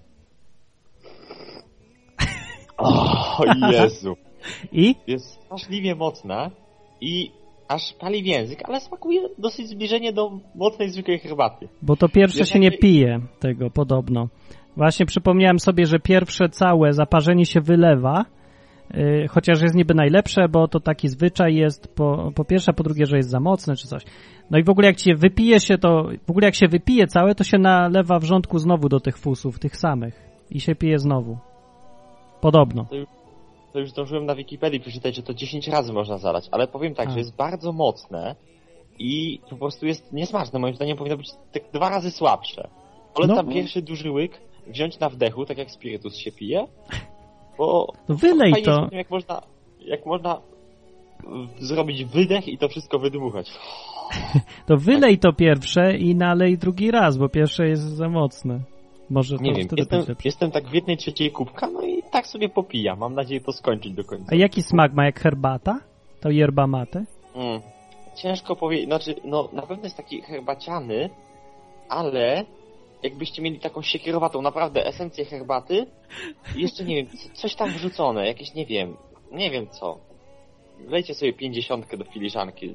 Speaker 10: O Jezu.
Speaker 2: I?
Speaker 10: Jest straszliwie mocna i aż pali w język, ale smakuje dosyć zbliżenie do mocnej, zwykłej herbaty.
Speaker 2: Bo to pierwsze
Speaker 10: Jest
Speaker 2: się nie
Speaker 10: takie...
Speaker 2: pije tego podobno. Właśnie przypomniałem sobie, że pierwsze całe zaparzenie się wylewa, yy, chociaż jest niby najlepsze, bo to taki zwyczaj jest po, po pierwsze, po drugie, że jest za mocne czy coś. No i w ogóle jak się wypije się to, w ogóle jak się wypije całe, to się nalewa wrzątku znowu do tych fusów, tych samych i się pije znowu. Podobno.
Speaker 10: To już, to już zdążyłem na Wikipedii przeczytać, że to dziesięć razy można zalać, ale powiem tak,
Speaker 2: A.
Speaker 10: że jest bardzo mocne i po prostu jest niesmaczne. Moim zdaniem powinno być tak dwa razy słabsze. Polecam no. pierwszy duży łyk wziąć na wdechu, tak jak spirytus się pije, bo
Speaker 2: no wylej
Speaker 10: fajnie
Speaker 2: to.
Speaker 10: Jest, jak można, jak można zrobić wydech i to wszystko wydmuchać.
Speaker 2: To wylej to pierwsze i nalej drugi raz, bo pierwsze jest za mocne. Może to
Speaker 10: nie wiem,
Speaker 2: wtedy
Speaker 10: jestem,
Speaker 2: będzie
Speaker 10: jestem tak w jednej trzeciej kubka, no i tak sobie popijam. Mam nadzieję to skończyć do końca.
Speaker 2: A jaki smak ma, jak herbata? To yerba mate?
Speaker 10: Mm, ciężko powiedzieć, znaczy, no na pewno jest taki herbaciany, ale jakbyście mieli taką siekierowatą, naprawdę esencję herbaty, jeszcze nie wiem, coś tam wrzucone, jakieś nie wiem, nie wiem co. Wlejcie sobie pięćdziesiątkę do filiżanki.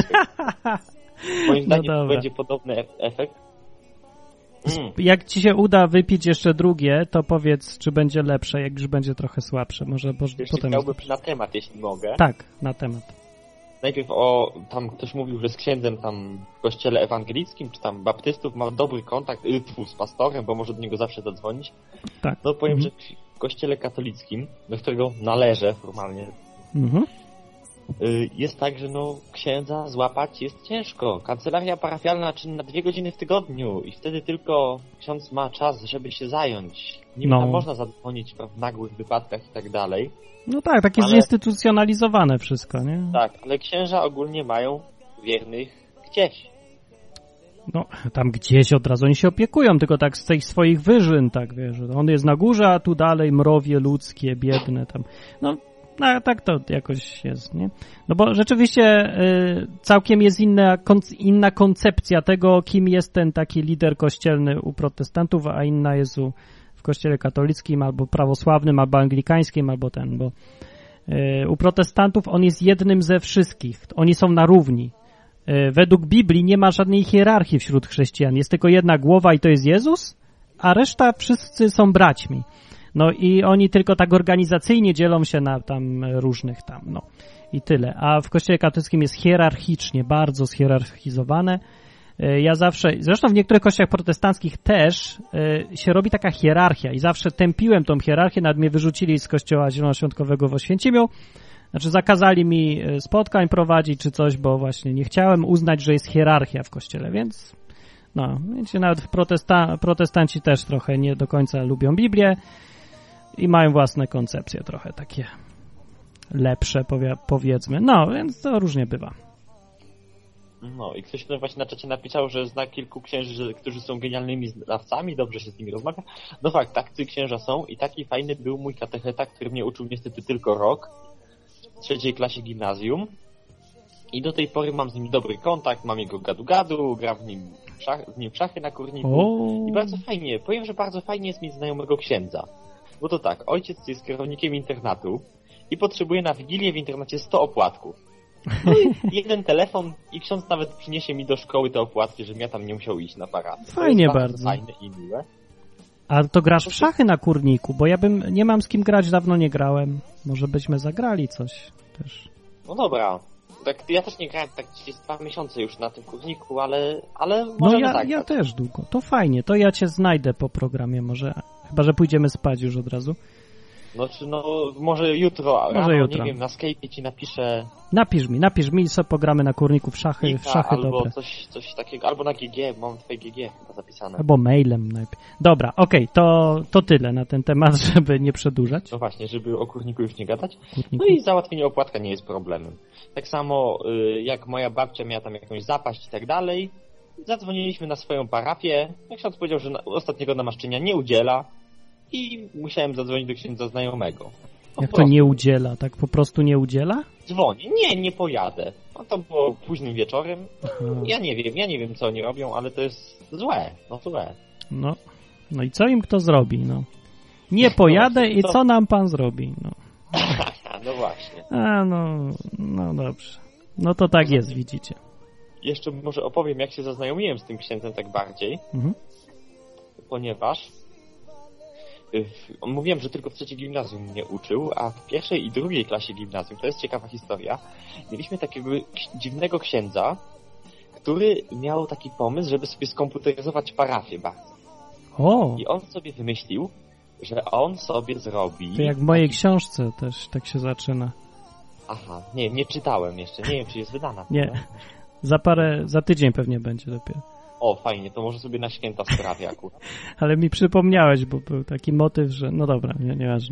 Speaker 10: Moim zdaniem
Speaker 2: no
Speaker 10: będzie podobny e- efekt.
Speaker 2: Mm. Jak ci się uda wypić jeszcze drugie, to powiedz, czy będzie lepsze, jak już będzie trochę słabsze. Może bo potem
Speaker 10: chciałbym na temat, jeśli mogę.
Speaker 2: Tak, na temat.
Speaker 10: Najpierw o, tam ktoś mówił, że z księdzem tam w kościele ewangelickim, czy tam baptystów ma dobry kontakt, y, tfu, z pastorem, bo może do niego zawsze zadzwonić.
Speaker 2: Tak.
Speaker 10: No powiem,
Speaker 2: mhm.
Speaker 10: że w kościele katolickim, do którego należę formalnie,
Speaker 2: mhm.
Speaker 10: y, jest tak, że no księdza złapać jest ciężko. Kancelaria parafialna czynna dwie godziny w tygodniu i wtedy tylko ksiądz ma czas, żeby się zająć. Nim
Speaker 2: no.
Speaker 10: tam można zadzwonić w nagłych wypadkach i tak dalej.
Speaker 2: No tak, takie ale... zinstytucjonalizowane wszystko, nie?
Speaker 10: Tak, ale księża ogólnie mają wiernych gdzieś.
Speaker 2: No, tam gdzieś od razu oni się opiekują, tylko tak z tych swoich wyżyn, tak wiesz, on jest na górze, a tu dalej mrowie ludzkie, biedne tam. No, no tak to jakoś jest, nie? No bo rzeczywiście y, całkiem jest inna, kon, inna koncepcja tego, kim jest ten taki lider kościelny u protestantów, a inna jest u w kościele katolickim, albo prawosławnym, albo anglikańskim, albo ten, bo y, u protestantów on jest jednym ze wszystkich. Oni są na równi. Y, według Biblii nie ma żadnej hierarchii wśród chrześcijan. Jest tylko jedna głowa i to jest Jezus, a reszta wszyscy są braćmi. No i oni tylko tak organizacyjnie dzielą się na tam różnych tam, no i tyle. A w Kościele katolickim jest hierarchicznie, bardzo zhierarchizowane. Ja zawsze, zresztą w niektórych kościołach protestanckich też y, się robi taka hierarchia i zawsze tępiłem tą hierarchię, nawet mnie wyrzucili z kościoła zielonoświątkowego w Oświęcimiu, znaczy zakazali mi spotkań prowadzić czy coś, bo właśnie nie chciałem uznać, że jest hierarchia w kościele, więc no, wiecie, nawet protesta- protestanci też trochę nie do końca lubią Biblię i mają własne koncepcje trochę takie lepsze, powie- powiedzmy, no, więc to różnie bywa.
Speaker 10: No i ktoś tutaj właśnie na czacie napisał, że zna kilku księży, którzy są genialnymi znawcami, dobrze się z nimi rozmawia. No fakt, tacy księża są i taki fajny był mój katecheta, który mnie uczył niestety tylko rok, w trzeciej klasie gimnazjum. I do tej pory mam z nim dobry kontakt, mam jego gadu-gadu, gra w nim, szach, w nim szachy na kurniku. O. I bardzo fajnie, powiem, że bardzo fajnie jest mieć znajomego księdza. Bo to tak, ojciec jest kierownikiem internatu i potrzebuje na wigilię w internacie sto opłatków. No i jeden telefon i ksiądz nawet przyniesie mi do szkoły te opłatki, żebym ja tam nie musiał iść na paradę.
Speaker 2: Fajnie bardzo. bardzo.
Speaker 10: Fajne i miłe.
Speaker 2: A to grasz w szachy na kurniku, bo ja bym nie mam z kim grać, dawno nie grałem. Może byśmy zagrali coś też.
Speaker 10: No dobra. Tak, ja też nie grałem tak gdzieś dwa miesiące już na tym kurniku, ale, ale
Speaker 2: No
Speaker 10: możemy
Speaker 2: ja,
Speaker 10: zagrać.
Speaker 2: ja też długo. To fajnie, to ja cię znajdę po programie może. Chyba że pójdziemy spać już od razu.
Speaker 10: No, czy no, może jutro,
Speaker 2: Może
Speaker 10: rano,
Speaker 2: jutro.
Speaker 10: nie wiem, na Skype'ie ci napiszę...
Speaker 2: Napisz mi, napisz mi, co pogramy na kurniku w szachy,
Speaker 10: Ika,
Speaker 2: w szachy
Speaker 10: albo
Speaker 2: dobre.
Speaker 10: coś, coś takiego, albo na G G, mam twoje G G chyba zapisane.
Speaker 2: Albo mailem najpierw. Dobra, okej, okay, to, to tyle na ten temat, żeby nie przedłużać.
Speaker 10: No właśnie, żeby o kurniku już nie gadać.
Speaker 2: Kurniku.
Speaker 10: No i załatwienie opłatka nie jest problemem. Tak samo y, jak moja babcia miała tam jakąś zapaść i tak dalej, zadzwoniliśmy na swoją parafię, jak ksiądz powiedział, że na, ostatniego namaszczenia nie udziela i musiałem zadzwonić do księdza znajomego. Po
Speaker 2: Jak to
Speaker 10: prostu.
Speaker 2: nie udziela? Tak po prostu nie udziela?
Speaker 10: Dzwonię. Nie, nie pojadę. No to było późnym wieczorem.
Speaker 2: Aha.
Speaker 10: Ja nie wiem, ja nie wiem co oni robią, ale to jest złe. No złe.
Speaker 2: No, no i co im kto zrobi, no? Nie pojadę
Speaker 10: no
Speaker 2: i
Speaker 10: to...
Speaker 2: co nam pan zrobi, no.
Speaker 10: No właśnie.
Speaker 2: A, no, no dobrze. No to tak jest, widzicie.
Speaker 10: Jeszcze może opowiem, jak się zaznajomiłem z tym księdzem tak bardziej.
Speaker 2: Mhm.
Speaker 10: Ponieważ mówiłem, że tylko w trzeciej gimnazjum mnie uczył, a w pierwszej i drugiej klasie gimnazjum, to jest ciekawa historia, mieliśmy takiego dziwnego księdza, który miał taki pomysł, żeby sobie skomputeryzować parafię bardzo.
Speaker 2: O!
Speaker 10: I on sobie wymyślił, że on sobie zrobi...
Speaker 2: To jak w mojej książce też tak się zaczyna.
Speaker 10: Aha, nie, nie czytałem jeszcze, nie wiem, czy jest wydana.
Speaker 2: Nie, za parę, za tydzień pewnie będzie dopiero.
Speaker 10: O, fajnie, to może sobie na święta sprawię akurat.
Speaker 2: Ale mi przypomniałeś, bo był taki motyw, że... No dobra, nie, nieważne.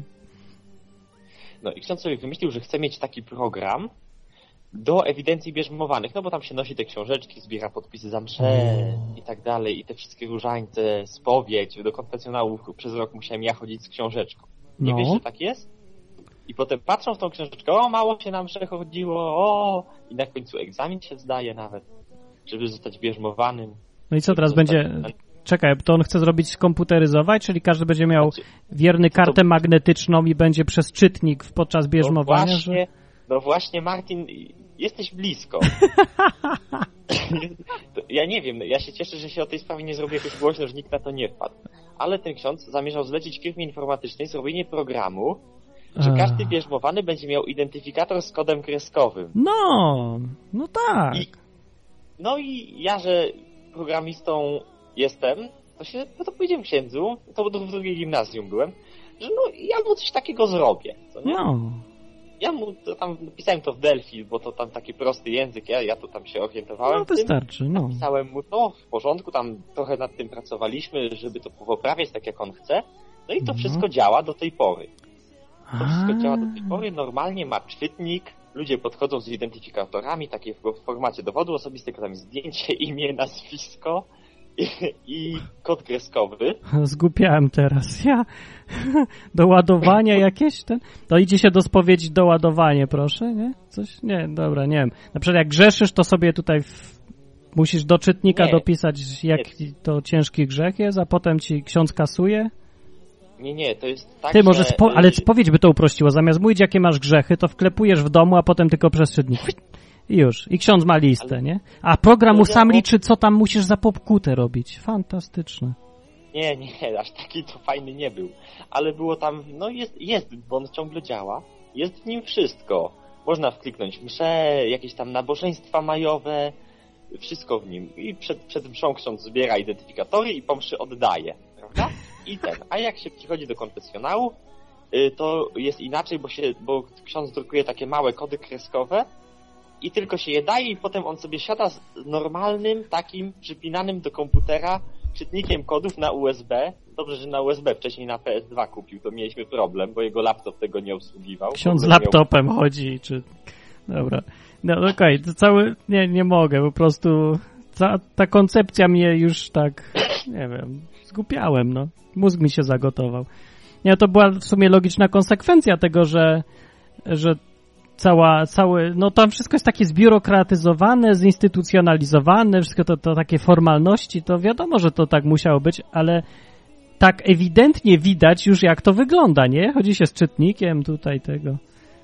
Speaker 10: No i ksiądz sobie wymyślił, że chce mieć taki program do ewidencji bierzmowanych, no bo tam się nosi te książeczki, zbiera podpisy za msze mm. i tak dalej, i te wszystkie różańce, spowiedź, do konfesjonałów przez rok musiałem ja chodzić z książeczką. Nie
Speaker 2: no.
Speaker 10: wiesz, że tak jest? I potem patrzą w tą książeczkę, o, mało się nam msze chodziło, o, i na końcu egzamin się zdaje nawet, żeby zostać bierzmowanym.
Speaker 2: No i co teraz będzie... Czekaj, to on chce zrobić skomputeryzować, czyli każdy będzie miał wierny kartę
Speaker 10: to...
Speaker 2: magnetyczną i będzie przez czytnik podczas bierzmowania,
Speaker 10: no właśnie,
Speaker 2: że...
Speaker 10: No właśnie, Martin, jesteś blisko. Ja nie wiem, ja się cieszę, że się o tej sprawie nie zrobi jakoś głośno, że nikt na to nie wpadł. Ale ten ksiądz zamierzał zlecić firmie informatycznej zrobienie programu, że
Speaker 2: A.
Speaker 10: każdy bierzmowany będzie miał identyfikator z kodem kreskowym.
Speaker 2: No, no tak.
Speaker 10: I, no i ja, że programistą jestem, to się, no to powiedziałem księdzu, to w drugiej gimnazjum byłem, że no ja mu coś takiego zrobię. Co nie?
Speaker 2: No.
Speaker 10: Ja mu to tam napisałem to w Delphi, bo to tam taki prosty język, ja, ja to tam się orientowałem.
Speaker 2: No wystarczy, no.
Speaker 10: Napisałem mu to w porządku, tam trochę nad tym pracowaliśmy, żeby to poprawiać tak jak on chce. No i to
Speaker 2: no.
Speaker 10: wszystko działa do tej pory. To wszystko działa do tej pory, normalnie ma czytnik, ludzie podchodzą z identyfikatorami, takie w formacie dowodu osobistego, tam jest zdjęcie, imię, nazwisko i, i kod kreskowy.
Speaker 2: Zgupiałem teraz, ja do ładowania jakieś ten, to idzie się do spowiedzi do ładowania, proszę, nie? Coś, nie, dobra, nie wiem. Na przykład jak grzeszysz, to sobie tutaj w... musisz do czytnika
Speaker 10: nie,
Speaker 2: dopisać, jak nie. To ciężki grzech jest, a potem ci ksiądz kasuje.
Speaker 10: Nie, nie, to jest tak,
Speaker 2: Ty, może
Speaker 10: że...
Speaker 2: spo... ale spowiedź by to uprościło. Zamiast mówić, jakie masz grzechy, to wklepujesz w domu, a potem tylko przez czytnik. I już. I ksiądz ma listę, ale... nie? A program mu sam liczy, co tam musisz za popkutę robić. Fantastyczne.
Speaker 10: Nie, nie, aż taki to fajny nie był. Ale było tam, no jest, jest, bo on ciągle działa. Jest w nim wszystko. Można wkliknąć msze, jakieś tam nabożeństwa majowe, wszystko w nim. I przed, przed mszą ksiądz zbiera identyfikatory i po mszy oddaje, prawda? I ten. A jak się przychodzi do konfesjonału, to jest inaczej, bo się, bo ksiądz drukuje takie małe kody kreskowe i tylko się je daje i potem on sobie siada z normalnym, takim przypinanym do komputera czytnikiem kodów na U S B. Dobrze, że na U S B, wcześniej na P S dwa kupił, to mieliśmy problem, bo jego laptop tego nie obsługiwał.
Speaker 2: Ksiądz z laptopem miał... chodzi, czy... Dobra. No okej, okay, to cały... Nie, nie mogę, po prostu... Ta, ta koncepcja mnie już tak... Nie wiem, zgłupiałem, no. Mózg mi się zagotował. Nie, to była w sumie logiczna konsekwencja tego, że... że cała, cały, no tam wszystko jest takie zbiurokratyzowane, zinstytucjonalizowane, wszystko to, to takie formalności, to wiadomo, że to tak musiało być, ale tak ewidentnie widać już, jak to wygląda, nie? Chodzi się z czytnikiem tutaj tego.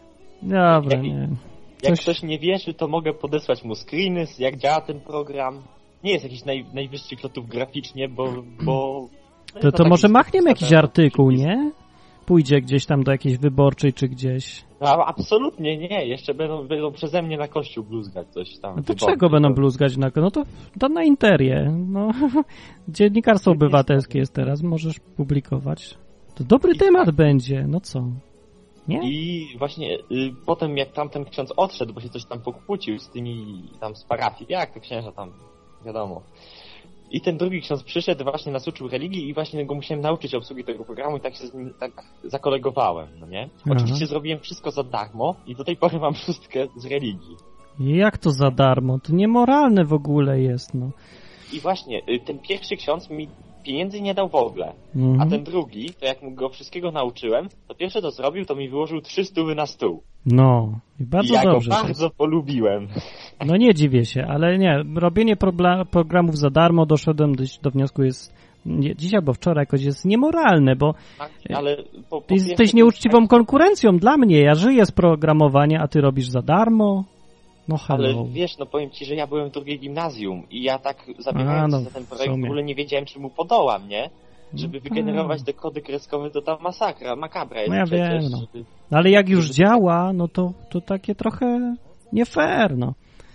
Speaker 2: Dobra,
Speaker 10: jak,
Speaker 2: nie.
Speaker 10: Coś... Jak ktoś nie wierzy, to mogę podesłać mu screeny, jak działa ten program. Nie jest jakiś naj, najwyższy lotów graficznie, bo... bo
Speaker 2: to to może machniemy jakiś artykuł, nie? Pójdzie gdzieś tam do jakiejś wyborczej, czy gdzieś.
Speaker 10: No, absolutnie nie. Jeszcze będą, będą przeze mnie na kościół bluzgać coś tam.
Speaker 2: No to czego będą bluzgać na kościół? No to, to na interię. No, dziennikarstwo obywatelskie jest teraz, możesz publikować. To dobry I temat tak. będzie, no co? Nie?
Speaker 10: I właśnie y, potem jak tamten ksiądz odszedł, bo się coś tam pokłócił z tymi tam z parafii, jak to księża tam, wiadomo. I ten drugi ksiądz przyszedł, właśnie nas uczył religii i właśnie go musiałem nauczyć obsługi tego programu i tak się z nim tak zakolegowałem, no nie? Aha. Oczywiście zrobiłem wszystko za darmo i do tej pory mam szóstkę z religii.
Speaker 2: Jak to za darmo? To niemoralne w ogóle jest, no.
Speaker 10: I właśnie, ten pierwszy ksiądz mi pieniędzy nie dał w ogóle, mhm. a ten drugi, to jak mu go wszystkiego nauczyłem, to pierwsze to zrobił, to mi wyłożył trzy stówy na stół.
Speaker 2: No, i bardzo
Speaker 10: I ja
Speaker 2: dobrze.
Speaker 10: go bardzo polubiłem.
Speaker 2: No nie dziwię się, ale nie, robienie probla- programów za darmo, doszedłem do, do wniosku, jest nie, dzisiaj albo wczoraj jakoś jest niemoralne, bo
Speaker 10: tak, ale po, po
Speaker 2: ty jesteś nieuczciwą tak... konkurencją dla mnie, ja żyję z programowania, a ty robisz za darmo. No hello.
Speaker 10: Ale wiesz, no powiem ci, że ja byłem w drugiej gimnazjum i ja tak zabierając no, za ten projekt w, w ogóle nie wiedziałem, czy mu podołam, nie? Żeby no, wygenerować te kody kreskowe, to ta masakra, makabra jest
Speaker 2: no ja
Speaker 10: przecież.
Speaker 2: Wiem, no. Żeby... no ale jak już działa, no to, to takie trochę nie fair, no.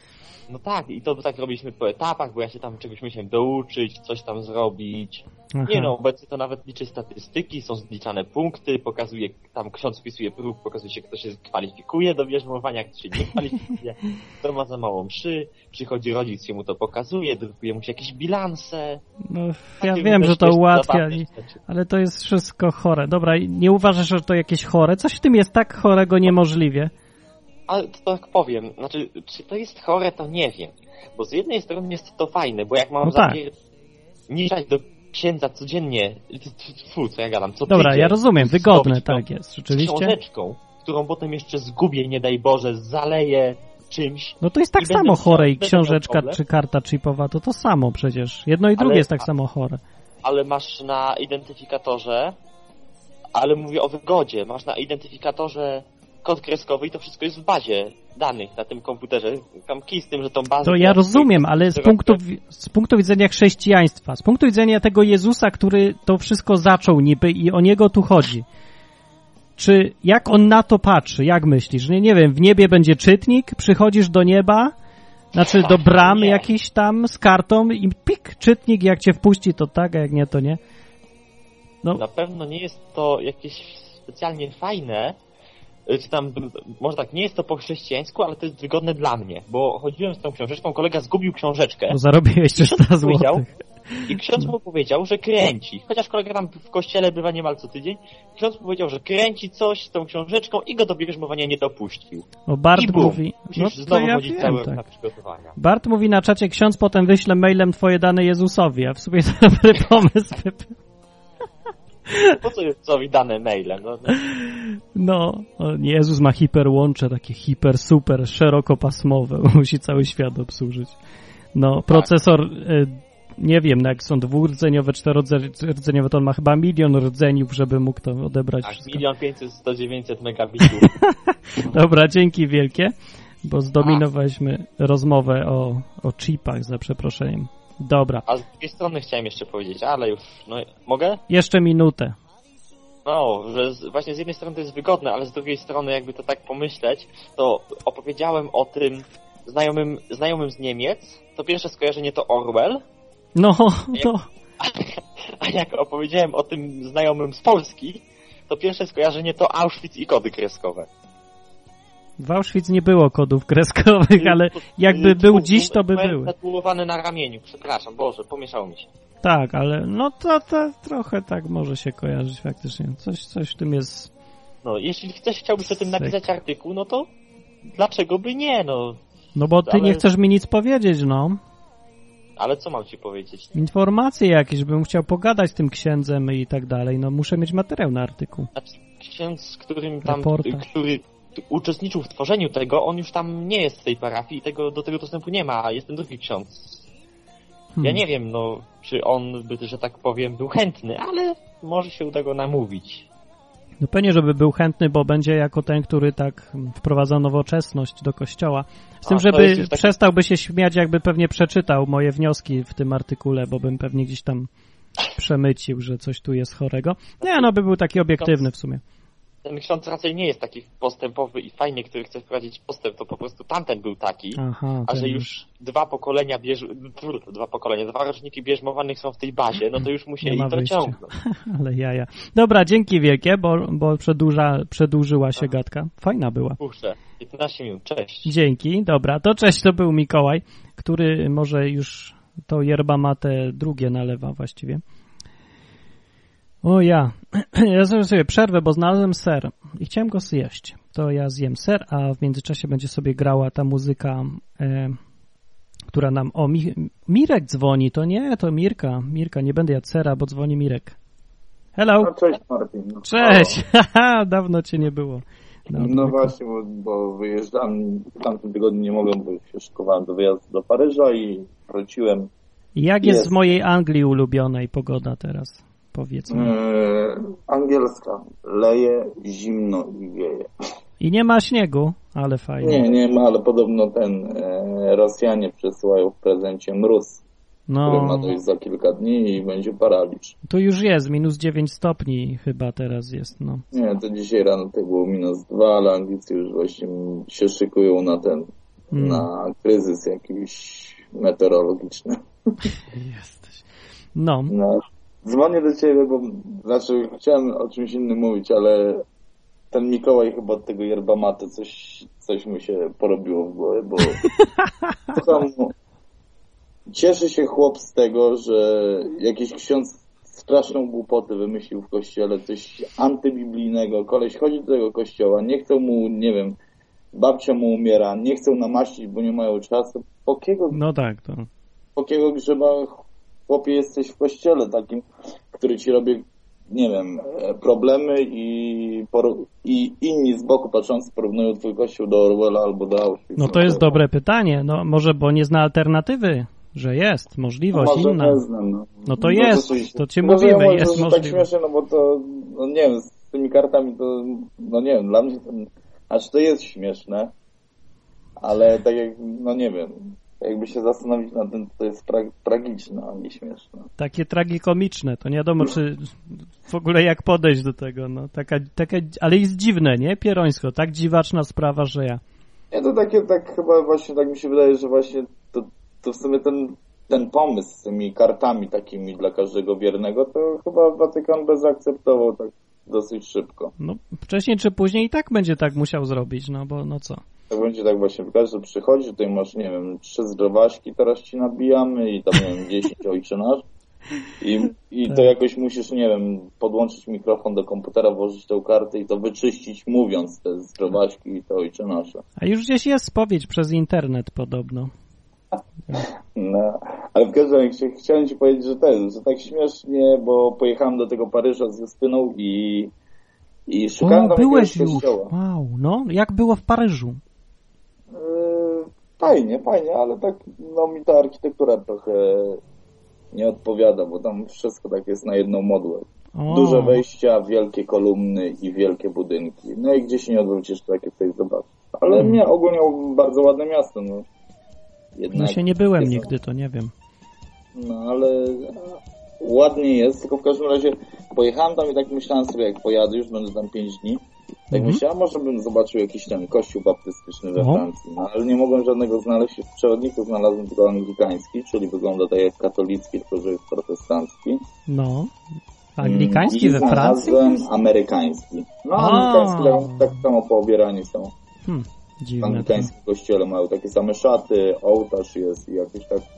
Speaker 10: No tak, i to tak robiliśmy po etapach, bo ja się tam czegoś musiałem douczyć, coś tam zrobić. Aha. Nie no, obecnie to nawet liczy statystyki, są zliczane punkty, pokazuje, tam ksiądz wpisuje próg, pokazuje się, kto się kwalifikuje do bierzmowania, kto się nie kwalifikuje, kto ma za mało mszy, przychodzi rodzic, się mu to pokazuje, drukuje mu się jakieś bilanse.
Speaker 2: No, ja wiem, że to ułatwia, ale to jest wszystko chore. Dobra, nie uważasz, że to jakieś chore? Coś w tym jest tak chorego niemożliwie.
Speaker 10: Ale to tak powiem, znaczy, czy to jest chore, to nie wiem. Bo z jednej strony jest to fajne, bo jak mam
Speaker 2: no tak.
Speaker 10: zapierniczać do księdza codziennie, fu, co ja gadam, co
Speaker 2: Dobra,
Speaker 10: tydzień,
Speaker 2: ja rozumiem, wygodne, tak jest, rzeczywiście.
Speaker 10: Z książeczką, którą potem jeszcze zgubię, nie daj Boże, zaleję czymś.
Speaker 2: No to jest tak samo chore i książeczka czy karta chipowa, to to samo przecież. Jedno i drugie ale, jest tak samo chore.
Speaker 10: Ale masz na identyfikatorze, ale mówię o wygodzie, masz na identyfikatorze kod kreskowy i to wszystko jest w bazie danych na tym komputerze. Tam kij z tym, że tą bazę...
Speaker 2: To ja rozumiem, ale z punktu, z punktu widzenia chrześcijaństwa, z punktu widzenia tego Jezusa, który to wszystko zaczął niby i o Niego tu chodzi. Czy jak On na to patrzy? Jak myślisz? Nie, nie wiem, w niebie będzie czytnik, przychodzisz do nieba, znaczy do bramy jakiejś tam z kartą i pik, czytnik, jak cię wpuści, to tak, a jak nie, to nie.
Speaker 10: No. Na pewno nie jest to jakieś specjalnie fajne, czy tam, może tak, nie jest to po chrześcijańsku, ale to jest wygodne dla mnie, bo chodziłem z tą książeczką, kolega zgubił książeczkę.
Speaker 2: Bo zarobiłeś trzysta złotych.
Speaker 10: I ksiądz mu powiedział, że kręci. Chociaż kolega tam w kościele bywa niemal co tydzień. Ksiądz mu powiedział, że kręci coś z tą książeczką i go do bierzmowania nie dopuścił.
Speaker 2: O, Bart
Speaker 10: I bum,
Speaker 2: mówi...
Speaker 10: Musisz
Speaker 2: no,
Speaker 10: znowu
Speaker 2: ja
Speaker 10: chodzić
Speaker 2: wiem,
Speaker 10: cały
Speaker 2: tak.
Speaker 10: na przygotowania.
Speaker 2: Bart mówi na czacie, ksiądz potem wyśle mailem twoje dane Jezusowi, a w sumie to dobry pomysł.
Speaker 10: Po co Jezusowi dane maile? No,
Speaker 2: no. no, Jezus ma hiperłącze, takie hiper, super, szerokopasmowe, musi cały świat obsłużyć. No, tak. Procesor, nie wiem, jak są dwurdzeniowe, czterodzeniowe, to on ma chyba milion rdzeniów, żeby mógł to odebrać
Speaker 10: tak,
Speaker 2: wszystko.
Speaker 10: milion pięćset, sto dziewięćset megabitów.
Speaker 2: Dobra, dzięki wielkie, bo zdominowaliśmy a. rozmowę o, o chipach, za przeproszeniem. Dobra.
Speaker 10: A z drugiej strony chciałem jeszcze powiedzieć, ale już, no mogę?
Speaker 2: Jeszcze minutę.
Speaker 10: No, że z, właśnie z jednej strony to jest wygodne, ale z drugiej strony jakby to tak pomyśleć, to opowiedziałem o tym znajomym, znajomym z Niemiec, to pierwsze skojarzenie to Orwell.
Speaker 2: No, no.
Speaker 10: A, a jak opowiedziałem o tym znajomym z Polski, to pierwsze skojarzenie to Auschwitz i kody kreskowe.
Speaker 2: W Auschwitz nie było kodów kreskowych, ale jakby był dziś, to by były.
Speaker 10: Tatuowany na ramieniu, przepraszam, Boże, pomieszało mi się.
Speaker 2: Tak, ale no to, to trochę tak może się kojarzyć faktycznie. Coś, coś w tym jest...
Speaker 10: No, jeśli chcesz, chciałbyś o tym napisać artykuł, no to dlaczego by nie, no.
Speaker 2: No bo ty ale... nie chcesz mi nic powiedzieć, no.
Speaker 10: Ale co mam ci powiedzieć?
Speaker 2: Informacje jakieś, bym chciał pogadać z tym księdzem i tak dalej. No muszę mieć materiał na artykuł.
Speaker 10: Znaczy, ksiądz, z którym tam,
Speaker 2: Reportaż.
Speaker 10: który uczestniczył w tworzeniu tego, on już tam nie jest w tej parafii i tego, do tego dostępu nie ma, a jest ten drugi ksiądz. Hmm. Ja nie wiem, no, czy on by, że tak powiem, był chętny, ale może się uda go namówić.
Speaker 2: No pewnie, żeby był chętny, bo będzie jako ten, który tak wprowadza nowoczesność do kościoła. Z tym, A, żeby taki... przestałby się śmiać, jakby pewnie przeczytał moje wnioski w tym artykule, bo bym pewnie gdzieś tam przemycił, że coś tu jest chorego. Nie, no by był taki obiektywny w sumie.
Speaker 10: Ten ksiądz raczej nie jest taki postępowy i fajny, który chce wprowadzić postęp, to po prostu tamten był taki, Aha, a że już dwa pokolenia bierz... dwa pokolenia, dwa roczniki bierzmowanych są w tej bazie, no to już musieli to ciągnąć.
Speaker 2: Ale jaja. Dobra, dzięki wielkie, bo, bo przedłuża, przedłużyła się Aha. gadka. Fajna była.
Speaker 10: Puszczę. piętnaście minut, cześć.
Speaker 2: Dzięki, dobra, to cześć, to był Mikołaj, który może już to yerba mate drugie nalewa właściwie. O ja, ja zrobię sobie przerwę, bo znalazłem ser i chciałem go zjeść. To ja zjem ser, a w międzyczasie będzie sobie grała ta muzyka, e, która nam... O, Mi, Mirek dzwoni, to nie, to Mirka. Mirka, nie będę jadł sera, bo dzwoni Mirek. Hello.
Speaker 14: No, cześć Martin.
Speaker 2: Cześć, haha, dawno cię nie było.
Speaker 14: No, no właśnie, bo, bo wyjeżdżam, w tamtym tygodniu nie mogłem, bo się szykowałem do wyjazdu do Paryża i wróciłem.
Speaker 2: Jak jest, jest w mojej Anglii ulubionej pogoda teraz? Powiedzmy.
Speaker 14: Yy, angielska. Leje, zimno i wieje.
Speaker 2: I nie ma śniegu, ale fajnie.
Speaker 14: Nie, nie ma, ale podobno ten e, Rosjanie przesyłają w prezencie mróz, no. który ma dojść za kilka dni i będzie paraliż.
Speaker 2: Tu już jest, minus dziewięć stopni chyba teraz jest, no.
Speaker 14: Nie, to dzisiaj rano to było minus dwa, ale Anglicy już właśnie się szykują na ten, hmm. na kryzys jakiś meteorologiczny.
Speaker 2: Jesteś. No.
Speaker 14: no. Dzwonię do ciebie, bo znaczy chciałem o czymś innym mówić, ale ten Mikołaj chyba od tego yerba mate coś, coś mu się porobiło w głowie, bo słucham, cieszy się chłop z tego, że jakiś ksiądz straszną głupotę wymyślił w kościele, coś antybiblijnego, koleś chodzi do tego kościoła, nie chcą mu, nie wiem, babcia mu umiera, nie chcą namaścić, bo nie mają czasu, po kiego,
Speaker 2: no tak, to.
Speaker 14: po kiego grzyba chłopie jesteś w kościele takim, który ci robi, nie wiem, problemy i, i inni z boku patrząc porównują twój kościół do Orwella albo do Auschwitz.
Speaker 2: No to jest dobre pytanie. No może, bo nie zna alternatywy, że jest możliwość
Speaker 14: no, może
Speaker 2: inna.
Speaker 14: Nie znam, no.
Speaker 2: no to no, jest, to, to ci no, mówimy, ja jest możliwość.
Speaker 14: Tak śmieszne, no bo to, no nie wiem, z tymi kartami to, no nie wiem, dla mnie to, znaczy to jest śmieszne, ale tak jak, no nie wiem, jakby się zastanowić nad tym, to jest tra- tragiczne, a nie śmieszne.
Speaker 2: Takie tragikomiczne, to nie wiadomo, czy w ogóle jak podejść do tego, no. Taka, taka, ale jest dziwne, nie? Pierońsko, tak dziwaczna sprawa, że ja.
Speaker 14: Nie, to takie, tak chyba właśnie, tak mi się wydaje, że właśnie to, to w sumie ten, ten pomysł z tymi kartami takimi dla każdego wiernego, to chyba Watykan by zaakceptował tak dosyć szybko.
Speaker 2: No, wcześniej czy później i tak będzie tak musiał zrobić, no bo no co?
Speaker 14: To będzie tak właśnie, każdy przychodzi, tutaj masz, nie wiem, trzy zdrowaśki, teraz ci nabijamy i tam, nie wiem, dziesięć ojczy nasz. I, i tak. To jakoś musisz, nie wiem, podłączyć mikrofon do komputera, włożyć tą kartę i to wyczyścić, mówiąc te zdrowaśki i te ojcze nasze.
Speaker 2: A już gdzieś jest spowiedź przez internet podobno.
Speaker 14: No, ale w każdym razie chciałem ci powiedzieć, że ten, że tak śmiesznie, bo pojechałem do tego Paryża z Justyną i, i szukałem
Speaker 2: o,
Speaker 14: tam
Speaker 2: byłeś
Speaker 14: jakiegoś
Speaker 2: już.
Speaker 14: kościoła.
Speaker 2: Wow, no, jak było w Paryżu?
Speaker 14: Yy, fajnie, fajnie, ale tak, no mi ta architektura trochę nie odpowiada, bo tam wszystko tak jest na jedną modłę. O. Duże wejścia, wielkie kolumny i wielkie budynki. No i gdzieś nie odwrócisz, to takie coś zobaczysz. Ale hmm. nie, ogólnie bardzo ładne miasto, no.
Speaker 2: Jednak no się nie byłem jest... nigdy, to nie wiem.
Speaker 14: No ale ładnie jest, tylko w każdym razie pojechałem tam i tak myślałem sobie, jak pojadę, już będę tam pięć dni, tak
Speaker 2: Mhm.
Speaker 14: myślałem, może bym zobaczył jakiś ten kościół baptystyczny we
Speaker 2: No.
Speaker 14: Francji, no ale nie mogłem żadnego znaleźć, w przewodniku znalazłem tylko anglikański, czyli wygląda tak jak katolicki, tylko że jest protestancki.
Speaker 2: No. Anglikański
Speaker 14: I
Speaker 2: we Francji?
Speaker 14: znalazłem amerykański. No,
Speaker 2: A.
Speaker 14: amerykański tak, tak samo poobierani są.
Speaker 2: Hmm,
Speaker 14: W
Speaker 2: dziwne.
Speaker 14: anglikańskim kościele mają takie same szaty, ołtarz jest i jakieś tak...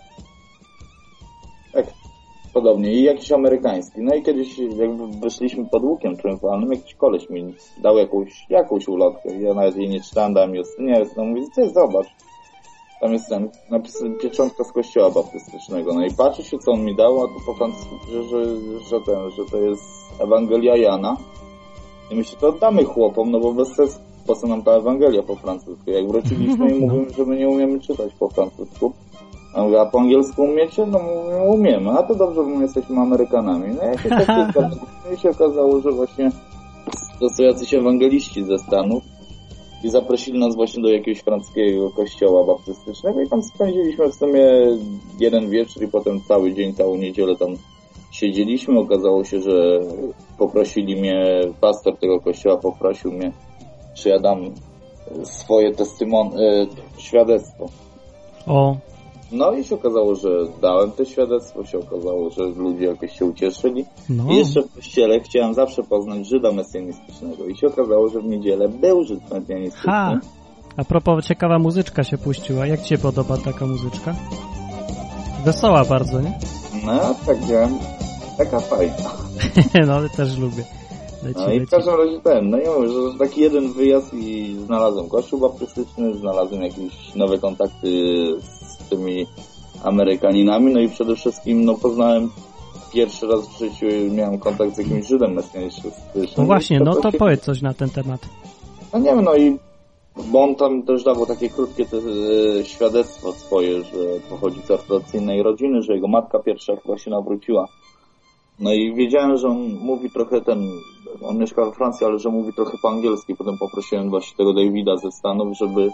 Speaker 14: Tak, podobnie. I jakiś amerykański. No i kiedyś, jak wyszliśmy pod łukiem triumfalnym, jakiś koleś mi dał jakąś, jakąś ulotkę. Ja nawet jej nie czytałem, dałem mi nie jest. No mówi, ty zobacz. Tam jest ten napis, pieczątka z kościoła baptystycznego. No i patrzy się, co on mi dał, a tu po francusku, że, że, że, ten, że to jest Ewangelia Jana. I myślę, to oddamy chłopom, no bo bez sensu, po co nam ta Ewangelia po francusku. Jak wróciliśmy i mówimy, że my nie umiemy czytać po francusku. A mówię, a po angielsku umiecie? No mówimy, umiemy. A to dobrze, bo my jesteśmy Amerykanami. No i się tak no i się okazało, że właśnie to są jacyś ewangeliści ze Stanów i zaprosili nas właśnie do jakiegoś francuskiego kościoła baptystycznego i tam spędziliśmy w sumie jeden wieczór i potem cały dzień, całą niedzielę tam siedzieliśmy. Okazało się, że poprosili mnie, pastor tego kościoła poprosił mnie, czy ja dam swoje testymon, e, świadectwo.
Speaker 2: O.
Speaker 14: No i się okazało, że dałem to świadectwo, się okazało, że ludzie jakoś się ucieszyli.
Speaker 2: No.
Speaker 14: I jeszcze w kościele chciałem zawsze poznać Żyda mesjanistycznego i się okazało, że w niedzielę był Żyd mesjanistyczny.
Speaker 2: Ha! A propos, ciekawa muzyczka się puściła. Jak ci się podoba taka muzyczka? Wesoła bardzo, nie?
Speaker 14: No, tak wiem. Taka fajna.
Speaker 2: No, ale też lubię. Leci,
Speaker 14: No i w każdym razie ten, no i mówię, że taki jeden wyjazd i znalazłem kościół baptystyczny, znalazłem jakieś nowe kontakty z tymi Amerykaninami, no i przede wszystkim no poznałem pierwszy raz w życiu, miałem kontakt z jakimś Żydem mesjanistycznym.
Speaker 2: No właśnie, no to powiedz coś na ten temat.
Speaker 14: No nie wiem, no i bo on tam też dawał takie krótkie te, e, świadectwo swoje, że pochodzi z ortodoksyjnej rodziny, że jego matka pierwsza chyba się nawróciła. No i wiedziałem, że on mówi trochę ten, on mieszka we Francji, ale że mówi trochę po angielsku. Potem poprosiłem właśnie tego Davida ze Stanów, żeby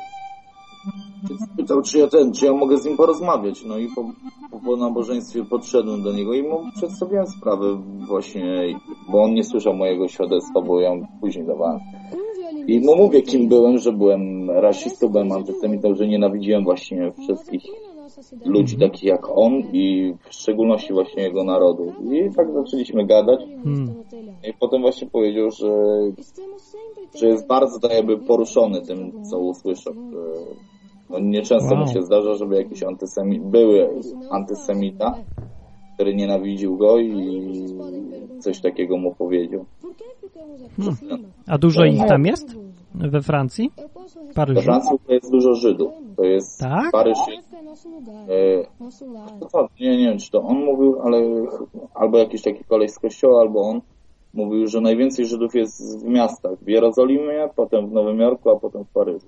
Speaker 14: pytał, czy ja ten, czy ja mogę z nim porozmawiać. No i po, po, po nabożeństwie podszedłem do niego i mu przedstawiłem sprawę właśnie, bo on nie słyszał mojego świadectwa, bo ja później dawałem. I mu mówię, kim byłem, że byłem rasistą, byłem antysemitą, że nienawidziłem właśnie wszystkich ludzi takich jak on i w szczególności właśnie jego narodu. I tak zaczęliśmy gadać.
Speaker 2: Hmm.
Speaker 14: I potem właśnie powiedział, że, że jest bardzo tak jakby poruszony tym, co usłyszał. No, nieczęsto
Speaker 2: Wow.
Speaker 14: mu się zdarza, żeby jakiś antysemi... były antysemita, który nienawidził go i coś takiego mu powiedział.
Speaker 2: Hmm. A dużo ich tam jest? We Francji?
Speaker 14: We
Speaker 2: Paryżu?
Speaker 14: Francji to jest dużo Żydów. To jest
Speaker 2: Tak?
Speaker 14: Paryż jest... E, to, nie, nie wiem, czy to on mówił, ale albo jakiś taki koleś z kościoła, albo on mówił, że najwięcej Żydów jest w miastach. W Jerozolimie, potem w Nowym Jorku, a potem w Paryżu.